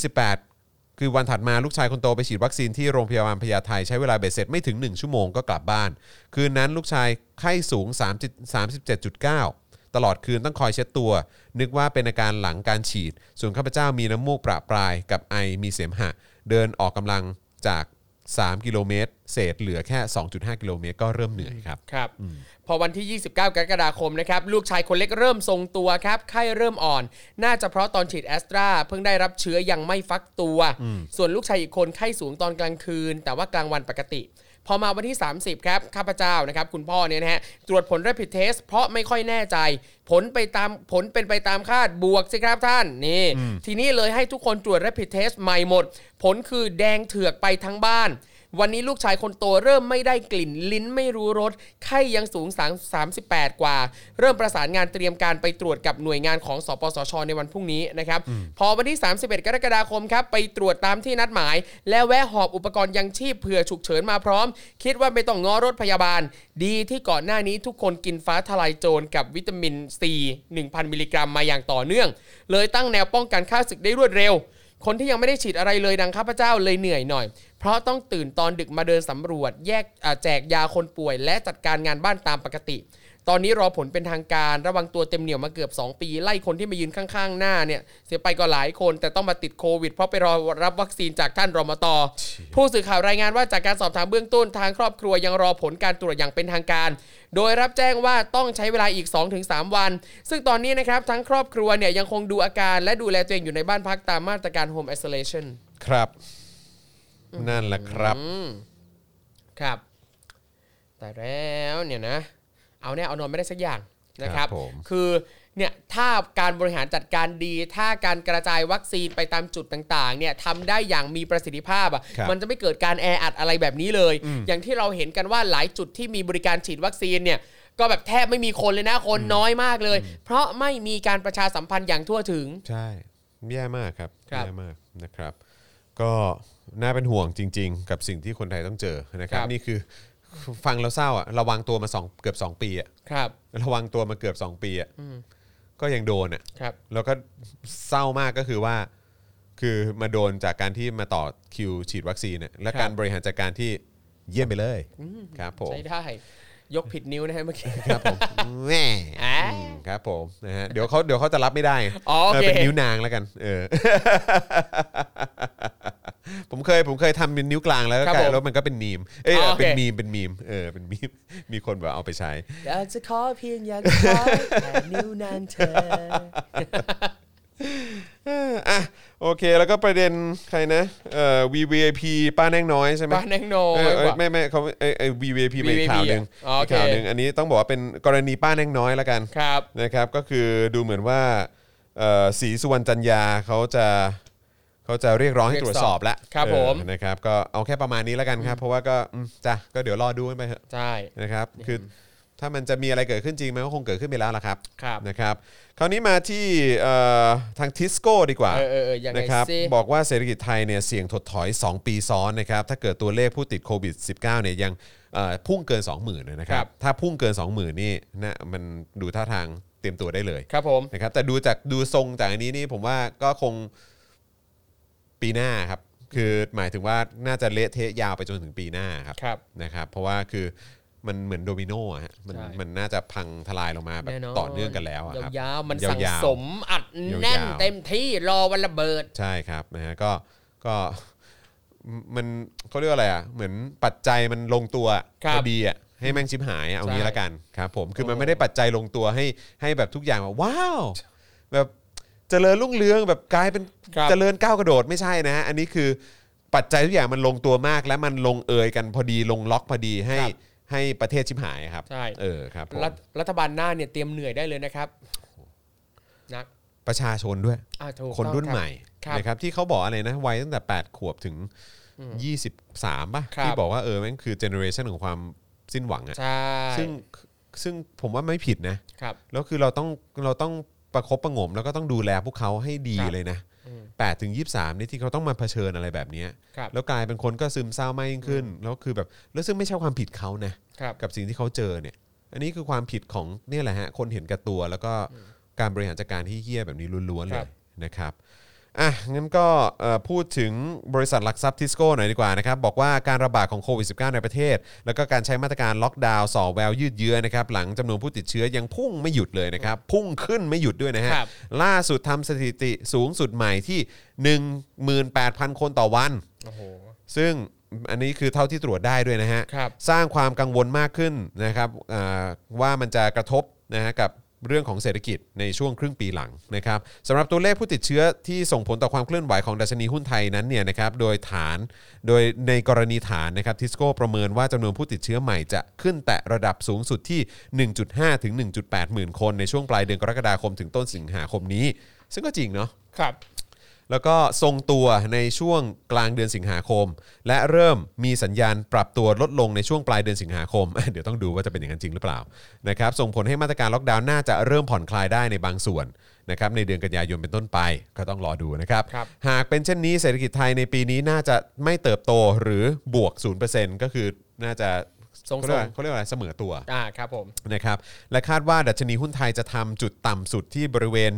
28คือวันถัดมาลูกชายคนโตไปฉีดวัคซีนที่โรงพยาบาลพญาไทใช้เวลาเบ็ดเสร็จไม่ถึง1ชั่วโมงก็กลับบ้านคืนนั้นลูกชายไข้สูง 37.9 ตลอดคืนต้องคอยเช็ดตัวนึกว่าเป็นอาการหลังการฉีดส่วนข้าพเจ้ามีน้ำมูกประปรายกับไอมีเสมหะเดินออกกำลังจาก3 กิโลเมตรเศษเหลือแค่ 2.5 กิโลเมตรก็เริ่มเหนื่อยครับพอวันที่29กรกฎาคมนะครับลูกชายคนเล็กเริ่มทรงตัวครับไข้เริ่มอ่อนน่าจะเพราะตอนฉีดแอสตราเพิ่งได้รับเชื้อยังไม่ฟักตัวส่วนลูกชายอีกคนไข้สูงตอนกลางคืนแต่ว่ากลางวันปกติพอมาวันที่30ครับข้าพเจ้านะครับคุณพ่อเนี่ยนะฮะตรวจผล Rapid Test เพราะไม่ค่อยแน่ใจผลเป็นไปตามคาดบวกสิครับท่านนี่ทีนี้เลยให้ทุกคนตรวจ Rapid Test ใหม่หมดผลคือแดงเถือกไปทั้งบ้านวันนี้ลูกชายคนโตเริ่มไม่ได้กลิ่นลิ้นไม่รู้รสไข้ยังสูง38กว่าเริ่มประสานงานเตรียมการไปตรวจกับหน่วยงานของสปสช.ในวันพรุ่งนี้นะครับพอวันที่31กรกฎาคมครับไปตรวจตามที่นัดหมายแล้วแวะหอบอุปกรณ์ยังชีพเผื่อฉุกเฉินมาพร้อมคิดว่าไม่ต้องง้อรถพยาบาลดีที่ก่อนหน้านี้ทุกคนกินฟ้าทลายโจรกับวิตามินซี 1,000 มิลลิกรัมมาอย่างต่อเนื่องเลยตั้งแนวป้องกันฆ่าศึกได้รวดเร็วคนที่ยังไม่ได้ฉีดอะไรเลยดังข้าพเจ้าเลยเหนื่อยหน่อยเพราะต้องตื่นตอนดึกมาเดินสำรวจแจกยาคนป่วยและจัดการงานบ้านตามปกติตอนนี้รอผลเป็นทางการระวังตัวเต็มเหนี่ยวมาเกือบ2ปีไล่คนที่มายืนข้างๆหน้าเนี่ยเสียไปก็หลายคนแต่ต้องมาติดโควิดเพราะไปรอรับวัคซีนจากท่านรมต.ผู้สื่อข่าวรายงานว่าจากการสอบถามเบื้องต้นทางครอบครัวยังรอผลการตรวจอย่างเป็นทางการโดยรับแจ้งว่าต้องใช้เวลาอีก 2-3 วันซึ่งตอนนี้นะครับทั้งครอบครัวเนี่ยยังคงดูอาการและดูแลตัวเองอยู่ในบ้านพักตามมาตรการ Home Isolation ครับนั่นแหละครับครับแต่แล้วเนี่ยนะเอาแน่เอานอนไม่ได้สักอย่างนะครับคือเนี่ยถ้าการบริหารจัดการดีถ้าการกระจายวัคซีนไปตามจุดต่างๆเนี่ยทำได้อย่างมีประสิทธิภาพอ่ะมันจะไม่เกิดการแออัดอะไรแบบนี้เลยอย่างที่เราเห็นกันว่าหลายจุดที่มีบริการฉีดวัคซีนเนี่ยก็แบบแทบไม่มีคนเลยนะคนน้อยมากเลยเพราะไม่มีการประชาสัมพันธ์อย่างทั่วถึงใช่แย่มากครับแย่มากนะครับก็น่าเป็นห่วงจริงๆกับสิ่งที่คนไทยต้องเจอนะครับนี่คือฟังแล้วเศร้าอ่ะระวังตัวมาเกือบ2ปีอ่ะครับระวังตัวมาเกือบ2ปีอ่ะก็ยังโดนอ่ะครับแล้วก็เศร้ามากก็คือว่าคือมาโดนจากการที่มาต่อคิวฉีดวัคซีนเนี่ยและการบริหารจัดการที่เยี่ยมไปเลยครับผมใช้ได้ยกผิดนิ้วนะฮะเมื่อกี้ครับผมแม่ครับผมนะฮะเดี๋ยวเขาจะรับไม่ได้เป็นนิ้วนางแล้วกันผมเคยทำเป็นนิ้วกลางแล้วมันก็เป็นมีมเป็นมีมเป็นมีมมีคนแบบเอาไปใช้อยากจะขอเพียงอยากขอแค่นิ้วนางเธอโอเคแล้วก็ประเด็นใครนะVVIP ป้าแน่งน้อยใช่ไหมป้าแน่งน้อยไม่เขาVVIP มีข่าวนึงอันนี้ต้องบอกว่าเป็นกรณีป้าแน่งน้อยแล้วกันนะครับก็คือดูเหมือนว่าศรีสุวรรณจันยาเขาจะเรียกร้องให้ตรวจสอบแล้วนะครับก็เอาแค่ประมาณนี้แล้วกันครับเพราะว่าก็เดี๋ยวรอดูกันไปเถอะใช่นะครับคือถ้ามันจะมีอะไรเกิดขึ้นจริงมันก็คงเกิดขึ้นไปแล้วล่ะครับนะครับคราวนี้มาที่ทางทิสโก้ดีกว่านะครับบอกว่าเศรษฐกิจไทยเนี่ยเสี่ยงถดถอย2ปีซ้อนนะครับถ้าเกิดตัวเลขผู้ติดโควิด -19 เนี่ยยังพุ่งเกิน 20,000 นะครับถ้าพุ่งเกิน 20,000 นี่นะมันดูท่าทางเตรียมตัวได้เลยครับผมนะครับแต่ดูทรงจากอันนี้นี่ผมว่าก็คงปีหน้าครับคือหมายถึงว่าน่าจะเละเทะยาวไปจนถึงปีหน้าครับนะครับเพราะว่าคือมันเหมือนโดมิโน่ฮะมันน่าจะพังทลายลงมาแบบต่อเนื่องกันแล้วครับยาวๆมันสั่งสมอัดแน่นเต็มที่รอวันระเบิดใช่ครับนะฮะก็มันเขาเรียกอะไรอ่ะเหมือนปัจจัยมันลงตัวพอดีอ่ะให้แม่งชิบหายเอางี้ละกันครับผมคือมันไม่ได้ปัจจัยลงตัวให้แบบทุกอย่างแบบว้าวแบบเจริญรุ่งเรืองแบบกลายเป็นเจริญก้าวกระโดดไม่ใช่นะฮะอันนี้คือปัจจัยทุกอย่างมันลงตัวมากและมันลงเอยกันพอดีลงล็อกพอดีให้ประเทศชิบหายครับใช่ครับรัฐบาลหน้าเนี่ยเตรียมเหนื่อยได้เลยนะครับนักประชาชนด้วยคนรุ่นใหม่นะครับที่เขาบอกอะไรนะวัยตั้งแต่8ขวบถึง23ป่ะที่บอกว่าแม่งคือเจเนอเรชันของความสิ้นหวังอ่ะซึ่งผมว่าไม่ผิดนะแล้วคือเราต้องประคบประงมแล้วก็ต้องดูแลพวกเขาให้ดีเลยนะ8ถึง23นี่ที่เขาต้องมาเผชิญอะไรแบบนี้แล้วกลายเป็นคนก็ซึมเศร้ามากยิ่งขึ้นแล้วคือแบบแล้วซึ่งไม่ใช่ความผิดเขานะกับสิ่งที่เขาเจอเนี่ยอันนี้คือความผิดของเนี่ยแหละฮะคนเห็นแก่ตัวแล้วก็การบริหารจัดการที่เหี้ยแบบนี้ล้วนๆเลยนะครับงั้นก็พูดถึงบริษัทหลักทรัพย์ทิสโก้หน่อยดีกว่านะครับบอกว่าการระบาดของโควิด -19 ในประเทศแล้วก็การใช้มาตรการล็อกดาวน์ส่อแววยืดเยื้อนะครับหลังจำนวนผู้ติดเชื้อยังพุ่งไม่หยุดเลยนะครับพุ่งขึ้นไม่หยุดด้วยนะฮะล่าสุดทำสถิติสูงสุดใหม่ที่ 18,000 คนต่อวันซึ่งอันนี้คือเท่าที่ตรวจได้ด้วยนะฮะสร้างความกังวลมากขึ้นนะครับว่ามันจะกระทบนะฮะกับเรื่องของเศรษฐกิจในช่วงครึ่งปีหลังนะครับสำหรับตัวเลขผู้ติดเชื้อที่ส่งผลต่อความเคลื่อนไหวของดัชนีหุ้นไทยนั้นเนี่ยนะครับโดยในกรณีฐานนะครับทิสโก้ประเมินว่าจำนวนผู้ติดเชื้อใหม่จะขึ้นแตะระดับสูงสุดที่ 1.5 ถึง 1.8 หมื่นคนในช่วงปลายเดือนกรกฎาคมถึงต้นสิงหาคมนี้ซึ่งก็จริงเนาะครับแล้วก็ทรงตัวในช่วงกลางเดือนสิงหาคมและเริ่มมีสัญญาณปรับตัวลดลงในช่วงปลายเดือนสิงหาคม เดี๋ยวต้องดูว่าจะเป็นอย่างนั้นจริงหรือเปล่านะครับส่งผลให้มาตรการล็อกดาวน์น่าจะเริ่มผ่อนคลายได้ในบางส่วนนะครับในเดือนกันยายนเป็นต้นไปก็ต้องรอดูนะครับหากเป็นเช่นนี้เศรษฐกิจไทยในปีนี้น่าจะไม่เติบโตหรือบวก 0% ก็คือน่าจะเขาเรียกว่าอะไรเสมอตัวครับผมนะครับและคาดว่าดัชนีหุ้นไทยจะทำจุดต่ำสุดที่บริเวณ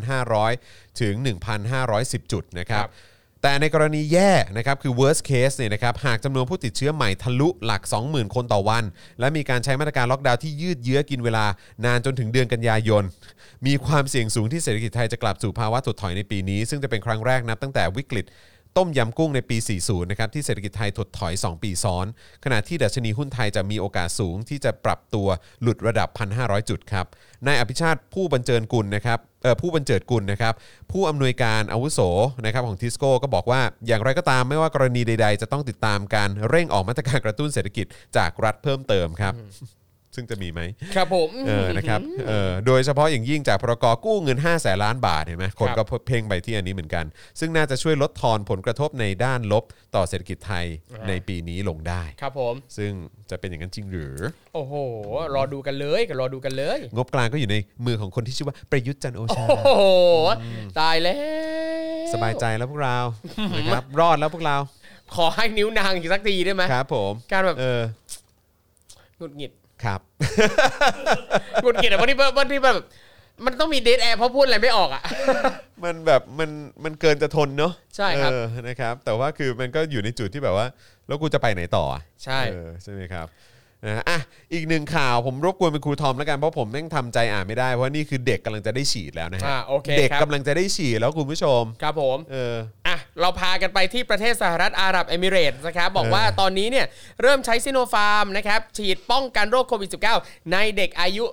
1,500 ถึง 1,510 จุดนะครับแต่ในกรณีแย่นะครับคือ worst case เนี่ยนะครับหากจำนวนผู้ติดเชื้อใหม่ทะลุหลัก 20,000 คนต่อวันและมีการใช้มาตรการล็อกดาวน์ที่ยืดเยื้อกินเวลานานจนถึงเดือนกันยายนมีความเสี่ยงสูงที่เศรษฐกิจไทยจะกลับสู่ภาวะถดถอยในปีนี้ซึ่งจะเป็นครั้งแรกนับตั้งแต่วิกฤตต้มยำกุ้งในปี 40 นะครับที่เศรษฐกิจไทยถดถอย 2 ปีซ้อนขณะที่ดัชนีหุ้นไทยจะมีโอกาสสูงที่จะปรับตัวหลุดระดับ 1,500 จุดครับนายอภิชาติผู้บรรเจิดกุลนะครับผู้อำนวยการอาวุโสนะครับของทิสโก้ก็บอกว่าอย่างไรก็ตามไม่ว่ากรณีใดๆจะต้องติดตามการเร่งออกมาตรการกระตุ้นเศรษฐกิจจากรัฐเพิ่มเติมครับซึ่งจะมีไหมครับผมนะครับโดยเฉพาะอย่างยิ่งจากพรกกู้เงิน500,000 ล้านบาทเห็นไหมคนก็เพ่งไปที่อันนี้เหมือนกันซึ่งน่าจะช่วยลดทอนผลกระทบในด้านลบต่อเศรษฐกิจไทยในปีนี้ลงได้ครับผมซึ่งจะเป็นอย่างนั้นจริงหรือโอ้โหรอดูกันเลยงบกลางก็อยู่ในมือของคนที่ชื่อว่าประยุทธ์จันทร์โอชาโอ้โหตายแล้วสบายใจแล้วพวกเรานะครับรอดแล้วพวกเราขอให้นิ้วนางอีกสักทีได้ไหมครับผมการแบบหงุดหงิดครับหงุดหงิดอะวันที่แบบมันต้องมีเดทแอร์เพราะพูดอะไรไม่ออกอ่ะมันแบบมันเกินจะทนเนาะใช่ครับนะครับแต่ว่าคือมันก็อยู่ในจุดที่แบบว่าแล้วกูจะไปไหนต่อใช่ใช่ไหมครับอ่ะอีกหนึ่งข่าวผมรบกวนเป็นครูทอมแล้วกันเพราะผมแม่งทำใจอ่านไม่ได้เพราะนี่คือเด็กกำลังจะได้ฉีดแล้วนะฮะเด็กกำลังจะได้ฉีดแล้วคุณผู้ชมครับผมเราพากันไปที่ประเทศสหรัฐอาหรับเอมิเรตส์นะครับบอกว่าตอนนี้เนี่ยเริ่มใช้ซิโนฟาร์มนะครับฉีดป้องกันโรคโควิด -19 ในเด็กอายุ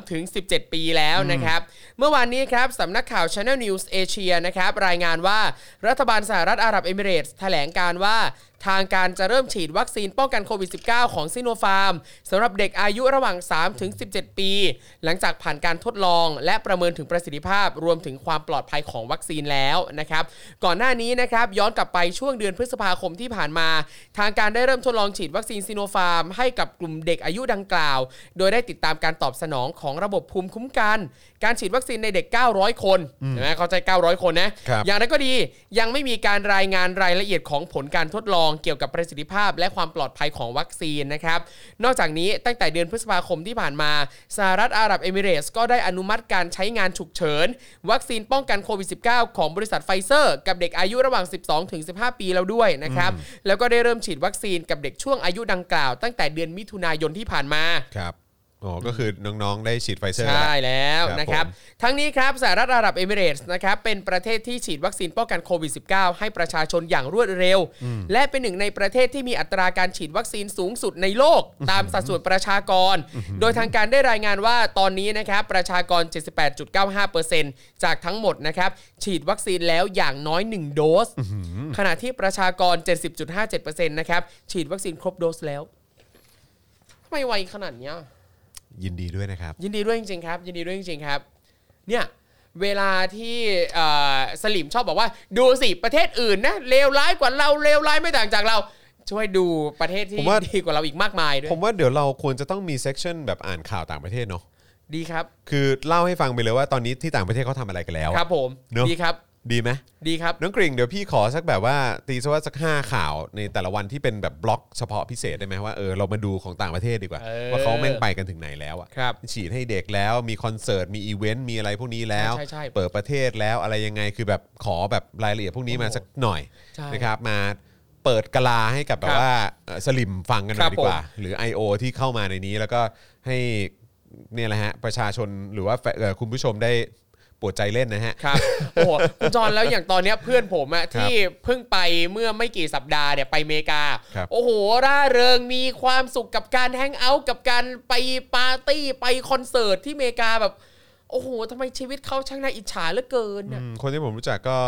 3-17 ปีแล้วนะครับเมื่อวานนี้ครับสำนักข่าว Channel News Asia นะครับรายงานว่ารัฐบาลสหรัฐอาหรับเอมิเรตส์แถลงการว่าทางการจะเริ่มฉีดวัคซีนป้องกันโควิด -19 ของซิโนฟาร์มสำหรับเด็กอายุระหว่าง 3-17 ปีหลังจากผ่านการทดลองและประเมินถึงประสิทธิภาพรวมถึงความปลอดภัยของวัคซีนแล้วนะครับก่อนหน้านี้นะครับย้อนกลับไปช่วงเดือนพฤษภาคมที่ผ่านมาทางการได้เริ่มทดลองฉีดวัคซีนซิโนฟาร์มให้กับกลุ่มเด็กอายุดังกล่าวโดยได้ติดตามการตอบสนองของระบบภูมิคุ้มกันการฉีดวัคซีนในเด็ก900คนนะเข้าใจ900คนนะอย่างไรก็ดียังไม่มีการรายงานรายละเอียดของผลการทดลองเกี่ยวกับประสิทธิภาพและความปลอดภัยของวัคซีนนะครับนอกจากนี้ตั้งแต่เดือนพฤษภาคมที่ผ่านมาสหรัฐอาหรับเอมิเรตส์ก็ได้อนุมัติการใช้งานฉุกเฉินวัคซีนป้องกันโควิด -19 ของบริษัทไฟเซอร์กับเด็กอายุระหว่าง 12-15 ปีแล้วด้วยนะครับแล้วก็ได้เริ่มฉีดวัคซีนกับเด็กช่วงอายุดังกล่าวตั้งแต่เดือนมิถุนายนที่ผ่านมาครับก็คือน้องๆได้ฉีดไฟเซอร์ใช่แล้วนะครับทั้งนี้ครับสหรัฐอาหรับเอมิเรตส์นะครับเป็นประเทศที่ฉีดวัคซีนป้องกันโควิด -19 ให้ประชาชนอย่างรวดเร็วและเป็นหนึ่งในประเทศที่มีอัตราการฉีดวัคซีนสูงสุดในโลกตามสัดส่วนประชากรโดยทางการได้รายงานว่าตอนนี้นะครับประชากร 78.95% จากทั้งหมดนะครับฉีดวัคซีนแล้วอย่างน้อย1โดสขณะที่ประชากร 70.57% นะครับฉีดวัคซีนครบโดสแล้วทำไมไวขนาดนี้ยินดีด้วยนะครับยินดีด้วยจริงๆครับยินดีด้วยจริงๆครับเนี่ยเวลาที่สลิมชอบบอกว่าดูสิประเทศอื่นนะเลวร้ายกว่าเราเลวร้ายไม่ต่างจากเราช่วยดูประเทศที่ดีกว่าเราอีกมากมายด้วยผมว่าเดี๋ยวเราควรจะต้องมีเซกชันแบบอ่านข่าวต่างประเทศเนาะดีครับคือเล่าให้ฟังไปเลยว่าตอนนี้ที่ต่างประเทศเขาทำอะไรกันแล้วครับผมดีครับดีไหมดีครับน้องกริ่งเดี๋ยวพี่ขอสักแบบว่าตีซะว่าสัก5ข่าวในแต่ละวันที่เป็นแบบบล็อกเฉพาะพิเศษได้ไหมว่าเรามาดูของต่างประเทศดีกว่าว่าเขาแม่งไปกันถึงไหนแล้วอ่ะฉีดให้เด็กแล้วมีคอนเสิร์ตมีอีเวนต์มีอะไรพวกนี้แล้วเปิดประเทศแล้วอะไรยังไงคือแบบขอแบบรายละเอียดพวกนี้มาสักหน่อยนะครับมาเปิดกะลาให้กับแบบว่าสลิมฟังกันหน่อยดีกว่าหรือ IO ที่เข้ามาในนี้แล้วก็ให้เนี่ยแหละฮะประชาชนหรือว่าคุณผู้ชมได้ปวดใจเล่นนะฮะครับโอ้คุณจอนแล้วอย่างตอนนี้เพื่อนผมอะที่เพิ่งไปเมื่อไม่กี่สัปดาห์เนี่ยไปอเมริกาโอ้โหร่าเริงมีความสุขกับการแฮงเอาท์กับการไปปาร์ตี้ไปคอนเสิร์ตที่อเมริกาแบบโอ้โหทำไมชีวิตเขาช่างน่าอิจฉาเหลือเกินคนที่ผมรู้จักก็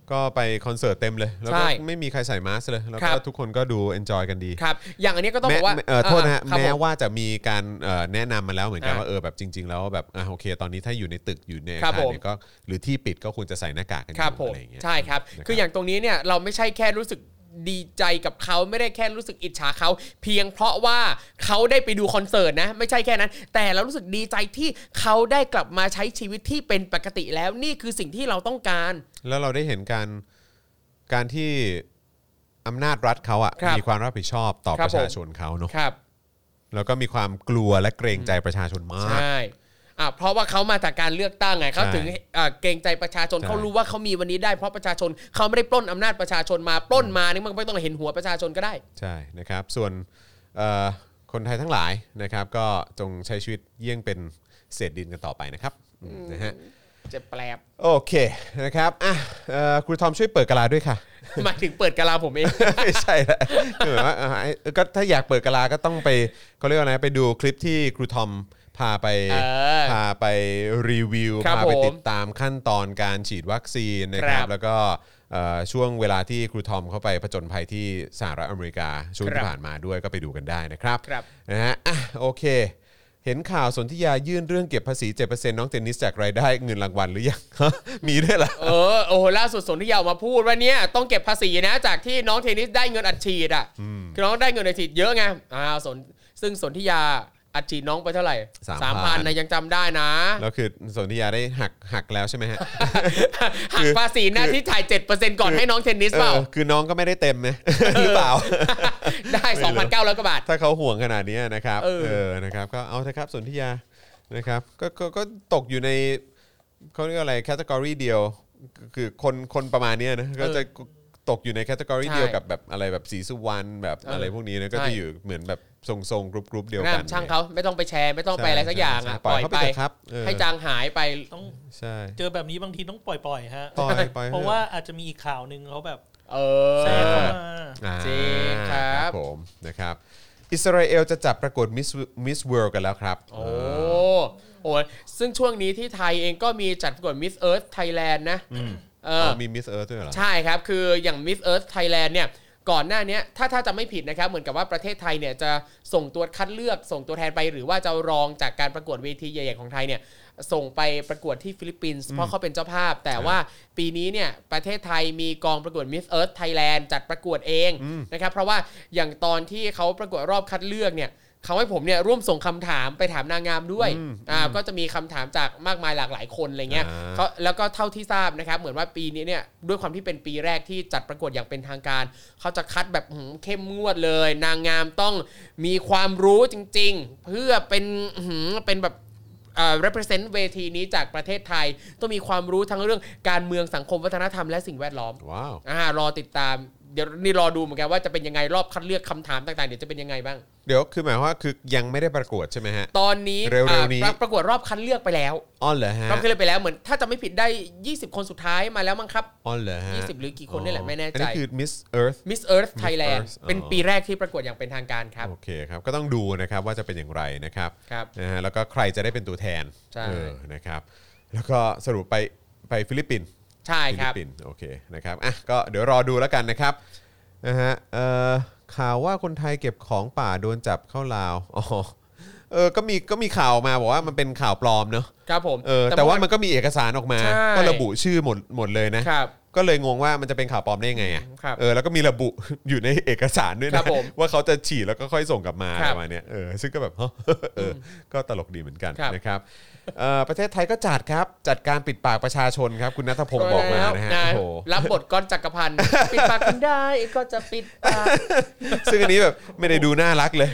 ก็ไปคอนเสิร์ตเต็มเลยแล้วก็ใช่ไม่มีใครใส่มาสก์เลยแล้วครัก็บทุกคนก็ดูเอนจอยกันดีครับอย่างอันนี้ก็ต้องบอกว่าโทษนะฮะครับแม้ผมว่าจะมีการแนะนำมาแล้วเหมือนกันอ่าว่าแบบจริง ๆ แล้วแบบโอเคตอนนี้ถ้าอยู่ในตึกอยู่ในอาครับคารผมเนี่ยก็หรือที่ปิดก็ควรจะใส่หน้ากากกันอครับยู่ผมอะไรอย่างเงี้ยใช่ครับนะครับคืออย่างตรงนี้เนี่ยเราไม่ใช่แค่รู้สึกดีใจกับเขาไม่ได้แค่รู้สึกอิจฉาเขาเพียงเพราะว่าเขาได้ไปดูคอนเสิร์ตนะไม่ใช่แค่นั้น แต่เรารู้สึกดีใจที่เขาได้กลับมาใช้ชีวิตที่เป็นปกติแล้วนี่คือสิ่งที่เราต้องการแล้วเราได้เห็นการที่อำนาจรัฐเขาอ่ะครับมีความรับผิดชอบต่อครัปบระชาชนเขาเนาะครับแล้วก็มีความกลัวและเกรงใจประชาชนมากใช่เพราะว่าเขามาจากการเลือกตั้งไงเขาใช่ถึงเกรงใจประชาชนใช่เขารู้ว่าเขามีวันนี้ได้เพราะประชาชนเขาไม่ได้ปล้นอำนาจประชาชนมาปล้นมานี่มันไม่ต้องเห็นหัวประชาชนก็ได้ใช่นะครับส่วนคนไทยทั้งหลายนะครับก็จงใช้ชีวิตเยี่ยงเป็นเศษดินกันต่อไปนะครับนะฮะจะแปลบโอเคนะครับครูทอมช่วยเปิดกะลาด้วยค่ะหมายถึงเปิดกะลาผมเองไม่ใช่ละคือแบบว่าก็ถ้าอยากเปิดกะลาก็ต้องไปเขาเรียกว่าอะไรไปดูคลิปที่ครูทอมพาไปรีวิวครับพาไปผมติดตามขั้นตอนการฉีดวัคซีนนะครับครับแล้วก็ช่วงเวลาที่ครูทอมเข้าไปผจญภัยที่สหรัฐอเมริกาช่วงครัที่บผ่านมาด้วยก็ไปดูกันได้นะครับครับนะฮะโอเค เห็นข่าวสนธิยายื่นเรื่องเก็บภาษี 7% น้องเจนนิสจากรายได้เงินรางวัลหรือยัง มีด้วยเหรอโอ้โหล่าสุดสนธิยาออกมาพูดว่าเนี่ยต้องเก็บภาษีนะจากที่น้องเทนนิสได้เงินอัดฉีดคือน้องได้เงินอัดฉีดเยอะไงซึ่งสนธิยาอัดฉีดน้องไปเท่าไหร่ 3,000 นะยังจำได้นะแล้วคือสนธิยาได้หักแล้วใช่ไหมฮะหักภาษีนะที่จ่าย 7% ก่อนให้น้องเทนนิสเปล่าคือน้องก็ไม่ได้เต็มนะ หรือเปล่าได้ 2,900 กว่าบาทถ้าเขาห่วงขนาดนี้นะครับเออนะครับก็เอาเถอะครับสนธิยานะครับก็ตกอยู่ในเขาเรียกอะไรแคตตากรีเดียวคือคนประมาณเนี้ยนะก็จะตกอยู่ในแคตตากรีเดียวกับแบบอะไรแบบศรีสุวรรณแบบอะไรพวกนี้นะก็จะอยู่เหมือนแบบทรงกรุ๊ปเดียวกันช่างเขาไม่ต้องไปแชร์ไม่ต้องไปอะไรสักอย่างใช่ปล่อยเขาไปเถอะครับเออให้จางหายไปต้องใช่เจอแบบนี้บางทีต้องปล่อยฮะปล่อยเพราะว่าอาจจะมีอีกข่าวหนึ่งเขาแบบอแทรกเข้ามาจริงครับผมนะครับอิสราเอลจะจับประกวดมิสเวิลด์กันแล้วครับโอ้ซึ่งช่วงนี้ที่ไทยเองก็มีจัดประกวด Miss Earth Thailand นะมีมิสเอิร์ธด้วยเหรอใช่ครับ คืออย่าง Miss Earth Thailand เนี่ยก่อนหน้านี้ถ้าจะไม่ผิดนะครับเหมือนกับว่าประเทศไทยเนี่ยจะส่งตัวคัดเลือกส่งตัวแทนไปหรือว่าจะรองจากการประกวดเวทีใหญ่ๆของไทยเนี่ยส่งไปประกวดที่ฟิลิปปินส์เพราะเขาเป็นเจ้าภาพ แต่ว่าปีนี้เนี่ยประเทศไทยมีกองประกวด Miss Earth Thailand จัดประกวดเองนะครับเพราะว่าอย่างตอนที่เขาประกวดรอบคัดเลือกเนี่ยเขาให้ผมเนี่ยร่วมส่งคำถามไปถามนางงามด้วยก็จะมีคำถามจากมากมายหลากหลายคนอะไรเงี้ยแล้วก็เท่าที่ทราบนะครับเหมือนว่าปีนี้เนี่ยด้วยความที่เป็นปีแรกที่จัดประกวดอย่างเป็นทางการเขาจะคัดแบบเข้มงวดเลย นางงามต้องมีความรู้จริงๆเพื่อเป็นแบบrepresent เวทีนี้จากประเทศไทยต้องมีความรู้ทั้งเรื่องการเมืองสังคมวัฒนธรรมและสิ่งแวดล้อมว้าวรอติดตามเดี๋ยวนี่รอดูเหมือนกันว่าจะเป็นยังไงรอบคัดเลือกคำถามต่างๆเดี๋ยวจะเป็นยังไงบ้างเดี๋ยวคือหมายว่าคือยังไม่ได้ประกวดใช่ไหมฮะตอนนี้เร็วๆนี้ประกวดรอบคัดเลือกไปแล้วอ๋อเหรอฮะรอบคัดเลือกไปแล้วเหมือนถ้าจะไม่ผิดได้20คนสุดท้ายมาแล้วมั้งครับอ๋อเหรอฮะ 20หรือกี่คนนี่แหละไม่แน่ใจอันนี้คือ Miss Earth Miss Earth Thailand Earth เป็นปีแรกที่ประกวดอย่างเป็นทางการครับโอเคครับก็ต้องดูนะครับว่าจะเป็นอย่างไรนะครับครับนะฮะแล้วก็ใครจะได้เป็นตัวแทนใช่นะครับแล้วก็สรุปไปฟิลิปปินส์ใช่ฟิคลิรัปบปินส์โอเคนะครับก็เดี๋ยวรอดูแล้วกันนะครับนะฮะข่าวว่าคนไทยเก็บของป่าโดนจับเข้าลาวก็มีข่าวมาบอกว่ามันเป็นข่าวปลอมเนอะครับผมแต่ว่ามันก็มีเอกสารออกมาใช่ก็ระบุชื่อหมดเลยนะครับ ก็เลยงงว่ามันจะเป็นข่าวปลอมได้ยังไงอ่ะครับแล้วก็มีระบุ อยู่ในเอกสารด้วยครันะบผมว่าเขาจะฉีดแล้วก็ค่อยส่งกลับมาคอะรัไรบประมาณเนี้ยซึ่งก็แบบ ก็ตลกดีเหมือนกันครับนะครับประเทศไทยก็จัดการปิดปากประชาชนครับคุณณัฐพงศ์บอกมานะฮะแล้วโอ้โหรับบทก้อนจักรพันธ์ปิดปากกันได้ก็จะปิดปากซึ่งอันนี้แบบไม่ได้ดูน่ารักเลย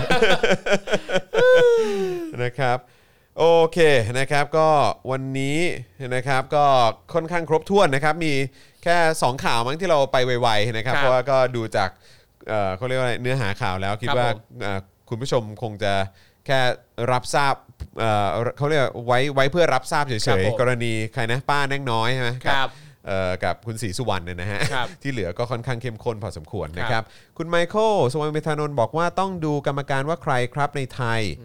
นะครับโอเคนะครับก็วันนี้นะครับก็ค่อนข้างครบถ้วนนะครับมีแค่2ข่าวมั้งที่เราไปไวๆนะครับครับเพราะว่าก็ดูจากเขาเรียกว่าอะไรเนื้อหาข่าวแล้วคิดครับว่าผมคุณผู้ชมคงจะแค่รับทราบเขาเรียกว่าไว้เพื่อรับทราบเฉครับยผมๆกรณีใครนะป้าแน่งน้อยใช่ไหมครับกับคุณศรีสุวรรณเนี่ยนะฮะครับที่เหลือก็ค่อนข้างเข้มข้นพอสมควรนะครับคุณไมเคิลสวังเมธานนท์บอกว่าต้องดูกรรมการว่าใครครับในไทย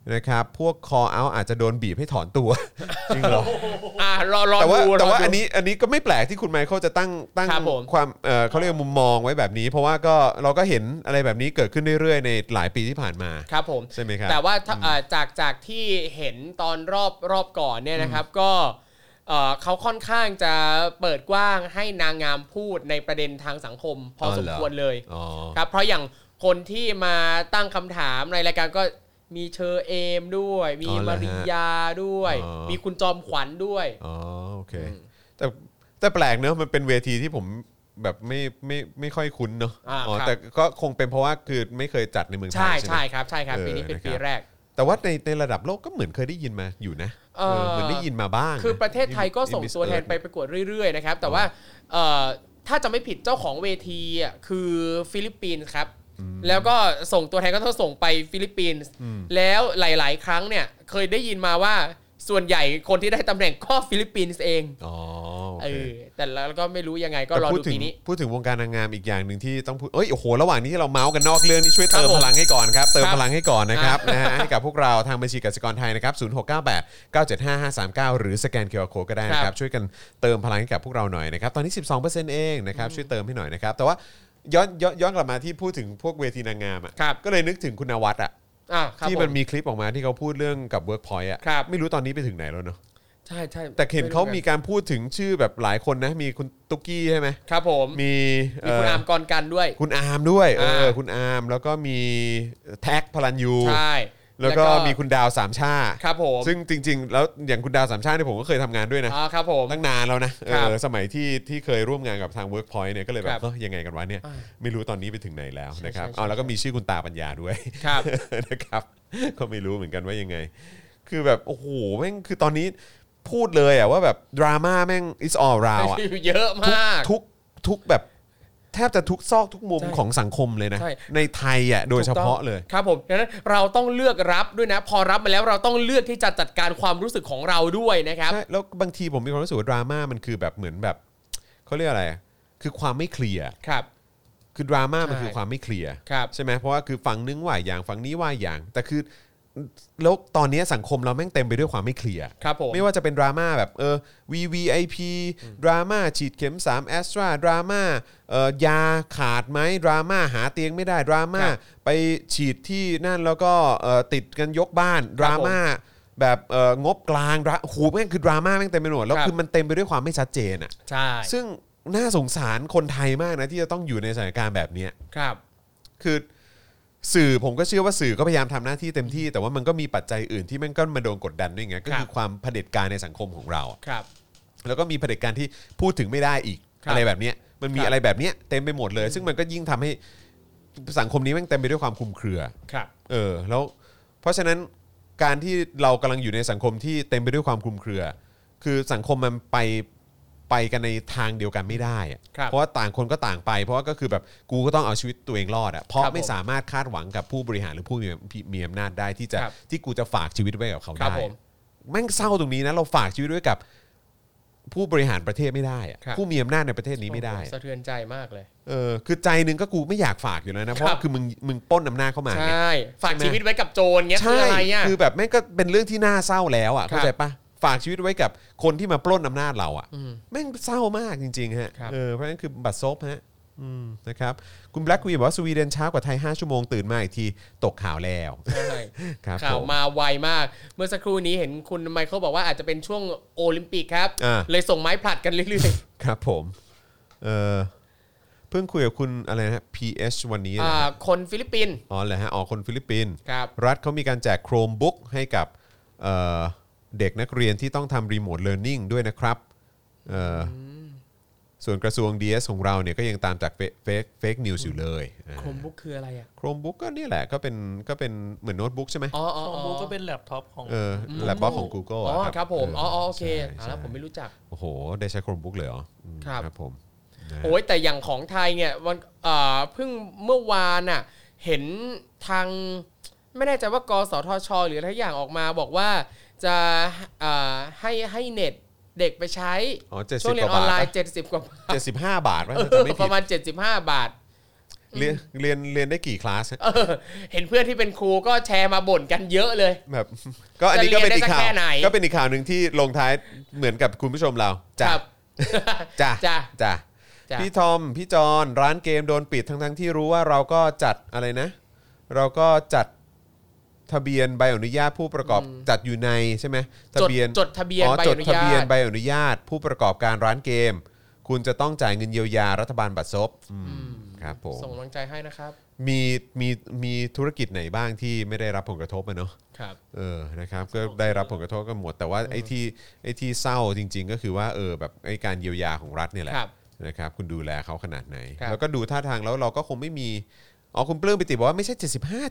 นะครับพวก call out อาจจะโดนบีบให้ถอนตัว จริงเหรอรอแต่ว่าดูแต่ว่าดูอันนี้ก็ไม่แปลกที่คุณไมเคิลจะตั้งครับผมความเขาเรียกมุมมองไว้แบบนี้ เพราะว่าก็เราก็เห็นอะไรแบบนี้เกิดขึ้นเรื่อยๆในหลายปีที่ผ่านมาครับผมใช่ไหมครับแต่ว่าถ้าจากที่เห็นตอนรอบก่อนเนี่ยนะครับก็เขาค่อนข้างจะเปิดกว้างให้นางงามพูดในประเด็นทางสังคมพอสมควรเลยครับเพราะอย่างคนที่มาตั้งคำถามในรายการก็มีเชอเอมด้วยมีมาริยาด้วยมีคุณจอมขวัญด้วยอ๋อโอเคแต่แปลกเนอะมันเป็นเวทีที่ผมแบบไม่ค่อยคุ้นเนอะแต่ก็คงเป็นเพราะว่าคือไม่เคยจัดในเมืองไทยใช่ครับใช่ครับปีนี้เป็นปีแรกแต่ว่าในระดับโลกก็เหมือนเคยได้ยินมาอยู่นะเหมือนได้ยินมาบ้างคือประเทศไทยก็ส่งตัวแทนไปประกวดเรื่อยๆนะครับแต่ว่าถ้าจะไม่ผิดเจ้าของเวทีคือฟิลิปปินส์ครับแล้วก็ส่งตัวแทนก็ต้องส่งไปฟิลิปปินส์แล้วหลายๆครั้งเนี่ยเคยได้ยินมาว่าส่วนใหญ่คนที่ได้ตำแหน่งก็ฟิลิปปินส์เองแต่แล้วก็ไม่รู้ยังไงก็รอดูปีนี้พูดถึงวงการนางงามอีกอย่างหนึ่งที่ต้องพูดโอ้โหระหว่างนี้ที่เราเมาส์กันนอกเรื่องนี่ช่วยเติมพลังให้ก่อนครับเติมพลังให้ก่อนนะครับนะฮะให้กับพวกเราทางบัญชีกสิกรไทยนะครับ0698975539หรือสแกน QR Code ก็ได้นะครับช่วยกันเติมพลังให้กับพวกเราหน่อยนะครับตอนนี้ 12% เองนะครับช่วยเติมให้หน่อยนะครับแต่ว่าย้อนกลับมาที่พูดถึงพวกเวทีนางงามก็เลยนึกถึงคุณนวัดที่มันมีคลิปออกมาที่เขาพูดเรื่องกับ Workpoint ไม่รู้ตอนนี้ไปถึงไหนแล้วเนาะใช่แต่เห็นเขามีการพูดถึงชื่อแบบหลายคนนะมีคุณตุ๊กกี้ใช่ไหมครับผมมีคุณอาร์มกรกันด้วยคุณอาร์มด้วยคุณอาร์มแล้วก็มีแท็กพลันยูใช่แล้วก็มีคุณดาวสามชาครับผมซึ่งจริงๆแล้วอย่างคุณดาวสามชาเนี่ยผมก็เคยทำงานด้วยนะครับผมตั้งนานแล้วนะสมัยที่เคยร่วมงานกับทาง Workpoint เนี่ยก็เลยแบบยังไงกันวะเนี่ยไม่รู้ตอนนี้ไปถึงไหนแล้วนะครับแล้วก็มีชื่อคุณตาปัญญาด้วยนะครับก็ไม่รู้เหมือนกันว่ายังไงคือแบบโอ้โหแม่งคือตอนนี้พูดเลยว่าแบบดราม่าแม่ง is all round เยอะมากทุกแบบแทบจะทุกซอกทุกมุมของสังคมเลยนะในไทยโดยเฉพาะเลยครับผมดังนั้นเราต้องเลือกรับด้วยนะพอรับมาแล้วเราต้องเลือกที่จะจัดการความรู้สึกของเราด้วยนะครับใช่แล้วบางทีผมมีความรู้สึกว่าดราม่ามันคือแบบเหมือนแบบเขาเรียกอะไรคือความไม่เคลียร์ครับคือดราม่ามันคือความไม่เคลียร์ใช่ไหมเพราะว่าคือฝั่งนึงว่าอย่างฝั่งนี้ว่าอย่างแต่คือแล้วตอนนี้สังคมเราแม่งเต็มไปด้วยความไม่เคลียร์ไม่ว่าจะเป็นดราม่าแบบVVIP ดราม่าฉีดเข็ม3 Astra ดราม่ายาขาดไหมดราม่าหาเตียงไม่ได้ดราม่าไปฉีดที่นั่นแล้วก็ติดกันยกบ้านดราม่าแบบงบกลางโหแม่งคือดราม่าแม่งเต็มไปหมดแล้วคือมันเต็มไปด้วยความไม่ชัดเจนใช่ซึ่งน่าสงสารคนไทยมากนะที่จะต้องอยู่ในสถานการณ์แบบนี้ครับคือสื่อผมก็เชื่อว่าสื่อก็พยายามทำหน้าที่เต็มที่แต่ว่ามันก็มีปัจจัยอื่นที่มันก็มาโดนกดดันด้วยไงก็คือความเผด็จการในสังคมของเราครับแล้วก็มีเผด็จการที่พูดถึงไม่ได้อีกอะไรแบบนี้มันมีอะไรแบบนี้เต็มไปหมดเลยซึ่งมันก็ยิ่งทำให้สังคมนี้มันเต็มไปด้วยความคลุมเครือครับแล้วเพราะฉะนั้นการที่เรากำลังอยู่ในสังคมที่เต็มไปด้วยความคลุมเครือ คือสังคมมันไปกันในทางเดียวกันไม่ได้เพราะว่าต่างคนก็ต่างไปเพราะว่าก็คือแบบกูก็ต้องเอาชีวิตตัวเองรอดเพราะไม่สามารถคาดหวังกับผู้บริหารหรือผู้มีอำนาจได้ที่กูจะฝากชีวิตไว้กับเขาได้แม่งเศร้าตรงนี้นะเราฝากชีวิตไว้กับผู้บริหารประเทศไม่ได้ผู้มีอำนาจในประเทศนี้ไม่ได้สะเทือนใจมากเลยคือใจนึงก็กูไม่อยากฝากอยู่แล้วนะเพราะคือมึงปล้นอำนาจเข้ามาใช่ฝากชีวิตไว้กับโจรเงี้ยคืออะไรคือแบบแม่งก็เป็นเรื่องที่น่าเศร้าแล้วเข้าใจปะฝากชีวิตไว้กับคนที่มาปล้นอำนาจเราแม่งเศร้ามากจริงๆฮะเพราะฉะนั้นคือบัตรซบฮะนะครับคุณแบล็กวีบอกว่าสวีเดนช้ากว่าไทย5ชั่วโมงตื่นมาอีกทีตกข่าวแล้วข่าวมาไวมากเมื่อสักครู่นี้เห็นคุณไมเคิลบอกว่าอาจจะเป็นช่วงโอลิมปิกครับเลยส่งไม้ผลัดกันเรื่อยๆครับผมเพิ่งคุยกับคุณอะไรนะ PH วันนี้คนฟิลิปปินส์เหรอฮะคนฟิลิปปินส์รัฐเขามีการแจก Chromebook ให้กับเด็กนักเรียนที่ต้องทำ Remote Learning ด้วยนะครับส่วนกระทรวง DS ของเราเนี่ยก็ยังตามจากเฟกนิวส์อยู่เลย Chromebook คืออะไร Chromebook ก็นี่แหละก็เป็นเหมือนโน้ตบุ๊กใช่ไหม Chromebook ก็เป็นแล็ปท็อปของแล็ปท็อปของ Google ครับผมโอเคแล้วผมไม่รู้จักโอ้โหได้ใช้ Chromebook เลยเหรอครับผมโอ้ยแต่อย่างของไทยเนี่ยวันเพิ่งเมื่อวานน่ะเห็นทางไม่แน่ใจว่ากสทช.หรืออะไรอย่างออกมาบอกว่าจะให้เน็ตเด็กไปใช้ช่วงเรียนออนไลน์70 กว่าบาท 75 บาทประมาณ75 บาทเรียนได้กี่คลาสเห็นเพื่อนที่เป็นครูก็แชร์มาบ่นกันเยอะเลยแบบก็อันนี้ก็เป็นอีกข่าวจะเรียนได้สักแค่ไหนก็เป็นอีกข่าวหนึ่งที่ลงท้ายเหมือนกับคุณผู้ชมเราจ้ะครับจ้ะจ้ะจ้ะจ้ะพี่ทอมพี่จอนร้านเกมโดนปิดทั้งที่รู้ว่าเราก็จัดอะไรนะ เราก็จัดทะเบียนใบอนุญาตผู้ประกอบจัดอยู่ในใช่ไหมทะเบียนจดทะเบียนใบจอดนุทะญาเบียนตใบอนุญาตผู้ประกอบการร้านเกม คุณจะต้องจ่ายเงินเยียวยารัฐบาลบัตรซบครับผมส่งกำลังใจให้นะครับมีธุรกิจไหนบ้างที่ไม่ได้รับผลกระทบอ่ะเนาะครับนะครับก็ได้รับผลกระทบกันหมดแต่ว่าไอ้ที่เศร้าจริง ๆ ก็คือว่าแบบไอ้การเยียวยาของรัฐเนี่ยแหละครับนะครับคุณดูแลเขาขนาดไหนครับแล้วก็ดูท่าทางแล้วเราก็คงไม่มีคุณปลื้มปิติบอกว่าไม่ใช่75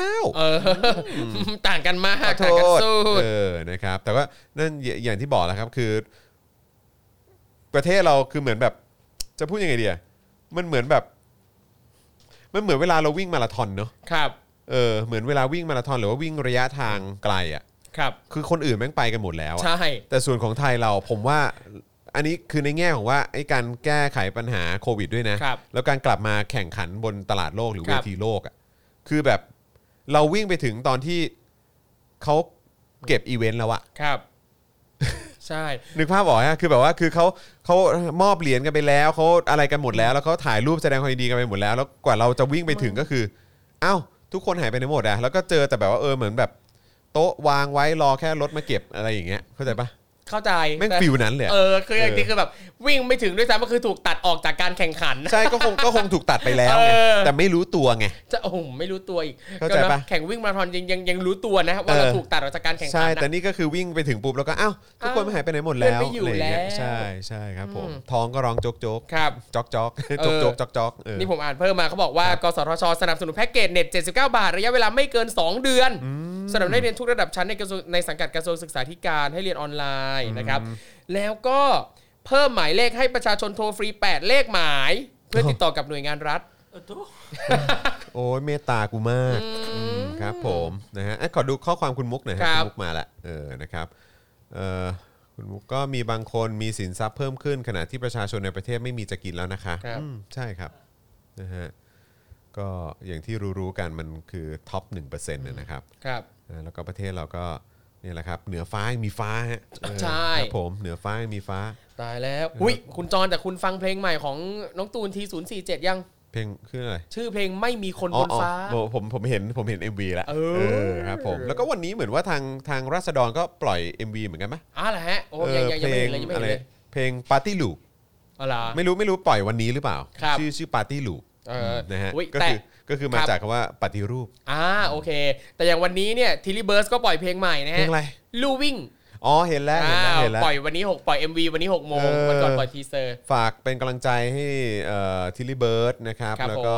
79 ต่างกันมากขอโทต่างกันษสุดนะครับแต่ว่านั่นอย่างที่บอกแล้วครับคือ ประเทศเราคือเหมือนแบบจะพูดยังไงดีอะมันเหมือนเวลาเราวิ่งมาราธอนเนาะครับเหมือนเวลาวิ่งมาราธอนหรือว่าวิ่งระยะทางไกลอ่ะครับคือคนอื่นแม่งไปกันหมดแล้วอะใช่แต่ส่วนของไทยเราผมว่าอันนี้คือในแง่ของว่าไอ้การแก้ไขปัญหาโควิดด้วยนะครับ แล้วการกลับมาแข่งขันบนตลาดโลกหรือคเวรับทีโลกอ่ะคือแบบเราวิ่งไปถึงตอนที่เขาเก็บอีเวนต์แล้วอะครับ ใช่นึกภาพออกฮะคือแบบว่าคือเขามอบเหรียญกันไปแล้วเขาอะไรกันหมดแล้วแล้วเขาถ่ายรูปแสดงความยินดีกันไปหมดแล้วแล้วกว่าเราจะวิ่งไปถึงก็คืออ้าวทุกคนหายไปไหนหมดอะแล้วก็เจอแต่แบบว่าเหมือนแบบโต๊ะวางไว้รอแค่รถมาเก็บอะไรอย่างเงี้ยเข้าใจปะเข้าใจแม่งฟิลนั้นเลยอะคืออย่างนี้คือแบบวิ่งไม่ถึงด้วยซ้ำก็คือถูกตัดออกจากการแข่งขันใช่ก็คงถูกตัดไปแล้วไงแต่ไม่รู้ตัวไงจะโอ้โหไม่รู้ตัวอีกเข้าใจปะก็นะแข่งวิ่งมาราธอนยังรู้ตัวนะว่าเราถูกตัดออกจากการแข่งขันใช่นะแต่นี่ก็คือวิ่งไปถึงปุ๊บแล้วก็อ้าวทุกคนหายไปไหนหมดแล้วเพื่อนไม่อยู่ะรางเงี้แล้วใช่ครับผมท้องก็ร้องโจ๊กโจ๊กครับจ๊อกจ๊อกโจ๊กโจ๊กจ๊อกจ๊อกนี่ผมอ่านเพิ่มมาเขาบอกว่ากสทช.สนับสนุนแพ็กเกจเน็ต79 บาท ระยะเวลาไม่เกิน 2 เดือนสำหรับนักเรียนทุกระดับชั้นในสังกัดกระทรวงศึกษาธิการให้เรียนออนไลน์นะครับแล้วก็เพิ่มหมายเลขให้ประชาชนโทรฟรี8เลขหมายเพื่อติดต่อกับหน่วยงานรัฐโอ้ยเมตตากูมากครับผมนะฮะขอดูข้อความคุณมุกหน่อยฮะครับคุณมุกมาละนะครับคุณมุกก็มีบางคนมีสินทรัพย์เพิ่มขึ้นขณะที่ประชาชนในประเทศไม่มีจะกินแล้วนะคะใช่ครับนะฮะก็อย่างที่รู้ๆกันมันคือท็อป 1% นะครับครับแล้วก็ประเทศเราก็เนี่ยแหละครับเหนือฟ้ายังมีฟ้าฮะใช่ครับผมเหนือฟ้ายังมีฟ้าตายแล้วอุ้ยคุณจรแต่คุณฟังเพลงใหม่ของน้องตูนที047ยังเพลงคืออะไรชื่อเพลงไม่มีคนบนฟ้าผมเห็น MV แล้ว ครับผมแล้วก็วันนี้เหมือนว่าทางราษฎรก็ปล่อย MV เหมือนกันไหมเหรอฮะโอ้ยังไม่เห็นเลยยังไม่เห็นเลยเพลง Party Loop อะไรไม่รู้ปล่อยวันนี้หรือเปล่าครับชื่อ Party Loop นะฮะอุ๊ยก็คือมาจากคำว่าปฏิรูปโอเค แต่อย่างวันนี้เนี่ยทิลลี่เบิร์สก็ปล่อยเพลงใหม่นะเพลฮะงอะไรลูวิ่งเห็นแล้วปล่อยวันนี้6ปล่อย MV วันนี้6โมงวันก่อนปล่อยทีเซอร์ฝากเป็นกำลังใจให้ทิลลี่เบิร์ดนะครับครับแล้วก็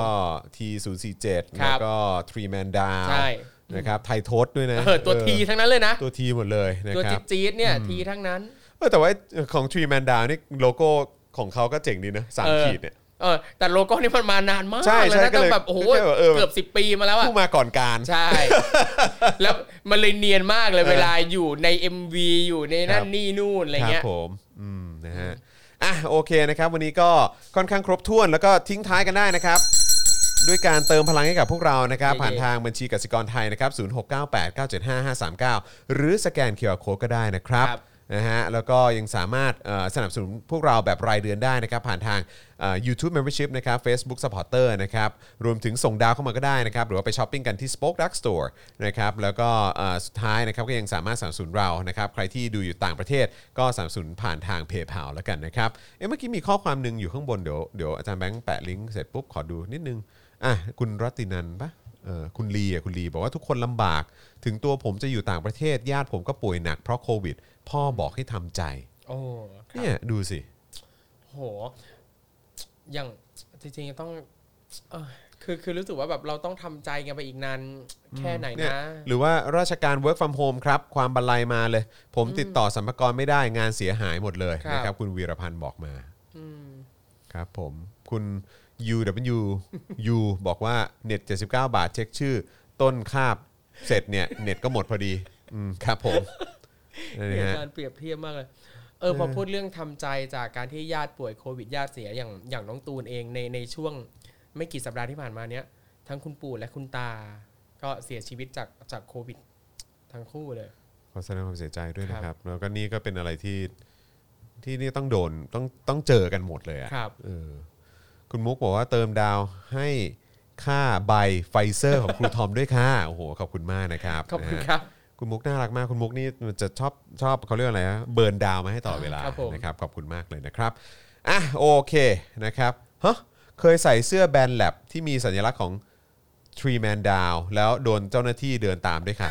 T047 ครัแล้บวก็ Three Man Down ใช่นะครับไทยทศด้วยนะตัวทีทั้งนั้นเลยนะตัวทีหมดเลยนะตัวครับจี๊ดๆเนี่ยทีทั้งนั้นแต่ว่าของ Three Man Down นี่โลโก้ของเขาก็เจ๋งดีนะ3ขีดเนี่ยแต่โลโก้นี่มันมานานมากใช่เลยนะก็ตั้เลยงแบบโอ้โหก็เลยเกือบ10 ปีมาแล้วอะผู้มาก่อนการใช่ แล้วมันเลยเนียนมากเลยเวลาอยู่ใน MV อยู่ในนั่ครันบนี่นู่นอะไรครับเงี้ยผมนะฮะโอเคนะครับวันนี้ก็ค่อนข้างครบถ้วนแล้วก็ทิ้งท้ายกันได้นะครับ ด้วยการเติมพลังให้กับพวกเรานะครับเย่ๆผ่านทางบัญชีกสิกรไทยนะครับ0698975539หรือสแกน QR Code ก็ได้นะครับ นะฮะแล้วก็ยังสามารถสนับสนุนพวกเราแบบรายเดือนได้นะครับผ่านทางYouTube Membership นะครับ Facebook Supporter นะครับรวมถึงส่งดาวเข้ามาก็ได้นะครับหรือว่าไปช้อปปิ้งกันที่ Spoke Dark Store นะครับแล้วก็สุดท้ายนะครับก็ยังสามารถสนับสนุนเรานะครับใครที่ดูอยู่ต่างประเทศก็สนับสนุนผ่านทาง PayPal แล้วกันนะครับเมื่อกี้มีข้อความนึงอยู่ข้างบนเดี๋ยวอาจารย์แบงค์แปะลิงก์เสร็จปุ๊บขอดูนิดนึงคุณรัตตินันปะคุณลีบอกว่าทุกคนลำบากถึงตัวผมจะอยู่ต่างประเทศญาติผมก็ป่วยหนักเพราะโควิดพ่อบอกให้ทำใจโอ้ครับเนี่ยดูสิโหอย่างจริงๆต้องคือรู้สึกว่าแบบเราต้องทำใจกันไปอีกนานแค่ไหนเนี่ยนะหรือว่าราชการ work from home ครับความบันไลมาเลย ผมติดต่อสรรพากรไม่ได้งานเสียหายหมดเลยครับนะครับคุณวีรพันธ์บอกมาครับผมคุณ UW บอกว่าเน็ต79 บาทเช็คชื่อต้นคาบเสร็จเนี่ยเน็ตก็หมดพอดีครับผมนั่นเปรียบนะฮะการเปรียบเทียบมากเลยพอพูดเรื่องทำใจจากการที่ญาติป่วยโควิดญาติเสียอย่างน้องตูนเองในช่วงไม่กี่สัปดาห์ที่ผ่านมาเนี้ยทั้งคุณปู่และคุณตาก็เสียชีวิตจากโควิดทั้งคู่เลยขอแสดงความเสียใจด้วยนะครับแล้วก็นี่ก็เป็นอะไรที่นี่ต้องโดนต้องเจอกันหมดเลยอ่ะคุณมุกบอกว่าเติมดาวให้ค่าใบไฟเซอร์ของครูทอมด้วยค่ะโอ้โหขอบคุณมากนะครับขอบคุณครับคุณมุกน่ารักมากคุณมุกนี่จะชอบเขาเรียกอะไรนะเบิร์นดาวมาให้ต่อเวลานะครับขอบคุณมากเลยนะครับอ่ะโอเคนะครับเคยใส่เสื้อแบนแลบที่มีสัญลักษณ์ของ Tree Man Down แล้วโดนเจ้าหน้าที่เดินตามด้วยค่ะ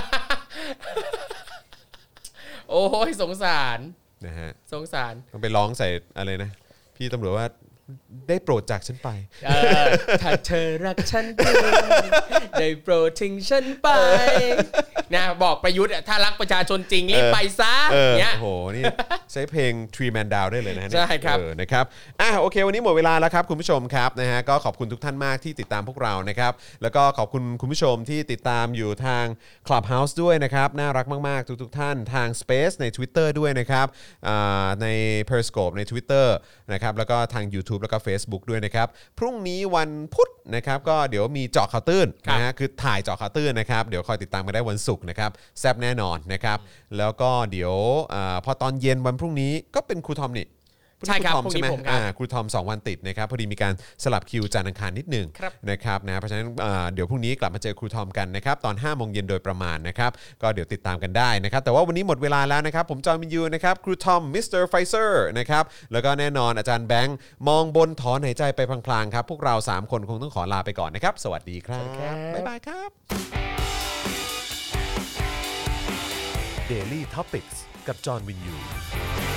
โอ้ยสงสารนะฮะสงสารต้องไปร้องใส่อะไรนะพี่ตำรวจว่าได้โปรดจากฉันไปถ้าเธอรักฉันได้โปรดทิ้งฉันไปนะบอกประยุทธ์ถ้ารักประชาชนจริงรีบไปซะเนี่ยโอ้โหนี่ใช้เพลง Tree Man Down ได้เลยนะใช่ครับนะครับโอเควันนี้หมดเวลาแล้วครับคุณผู้ชมครับนะฮะก็ขอบคุณทุกท่านมากที่ติดตามพวกเรานะครับแล้วก็ขอบคุณคุณผู้ชมที่ติดตามอยู่ทาง Clubhouse ด้วยนะครับน่ารักมากๆทุกท่านทาง Space ใน Twitter ด้วยนะครับใน Periscope ใน Twitter นะครับแล้วก็ทาง YouTube แล้วก็ Facebook ด้วยนะครับพรุ่งนี้วันพุธนะครับก็เดี๋ยวมีเจาะข่าวตื้นนะฮะคือถ่ายเจาะข่าวตื้นนะครับเดี๋ยวคอยติดตามกันได้วันศุกร์นะครับแซ่บแน่นอนนะครับแล้วก็เดี๋ยวพอตอนเย็นวันพรุ่งนี้ก็เป็นครูทอมนี่ใช่ครับพรุ่งนี้ผมครูทอม2วันติดนะครับพอดีมีการสลับคิวจันทร์อังคารนิดนึงนะครับนะเพราะฉะนั้นเดี๋ยวพรุ่งนี้กลับมาเจอครูทอมกันนะครับตอน 5 โมงเย็นโดยประมาณนะครับก็เดี๋ยวติดตามกันได้นะครับแต่ว่าวันนี้หมดเวลาแล้วนะครับผมจอห์นวินยูนะครับครูทอมมิสเตอร์ไฟเซอร์นะครับแล้วก็แน่นอนอาจารย์แบงค์มองบนถอนหายใจไปพลางๆครับพวกเรา3คนคงต้องขอลาไปก่อนนะครับสวัสดีครับบ๊ายบายครับ Daily Topics กับจอห์นวินยู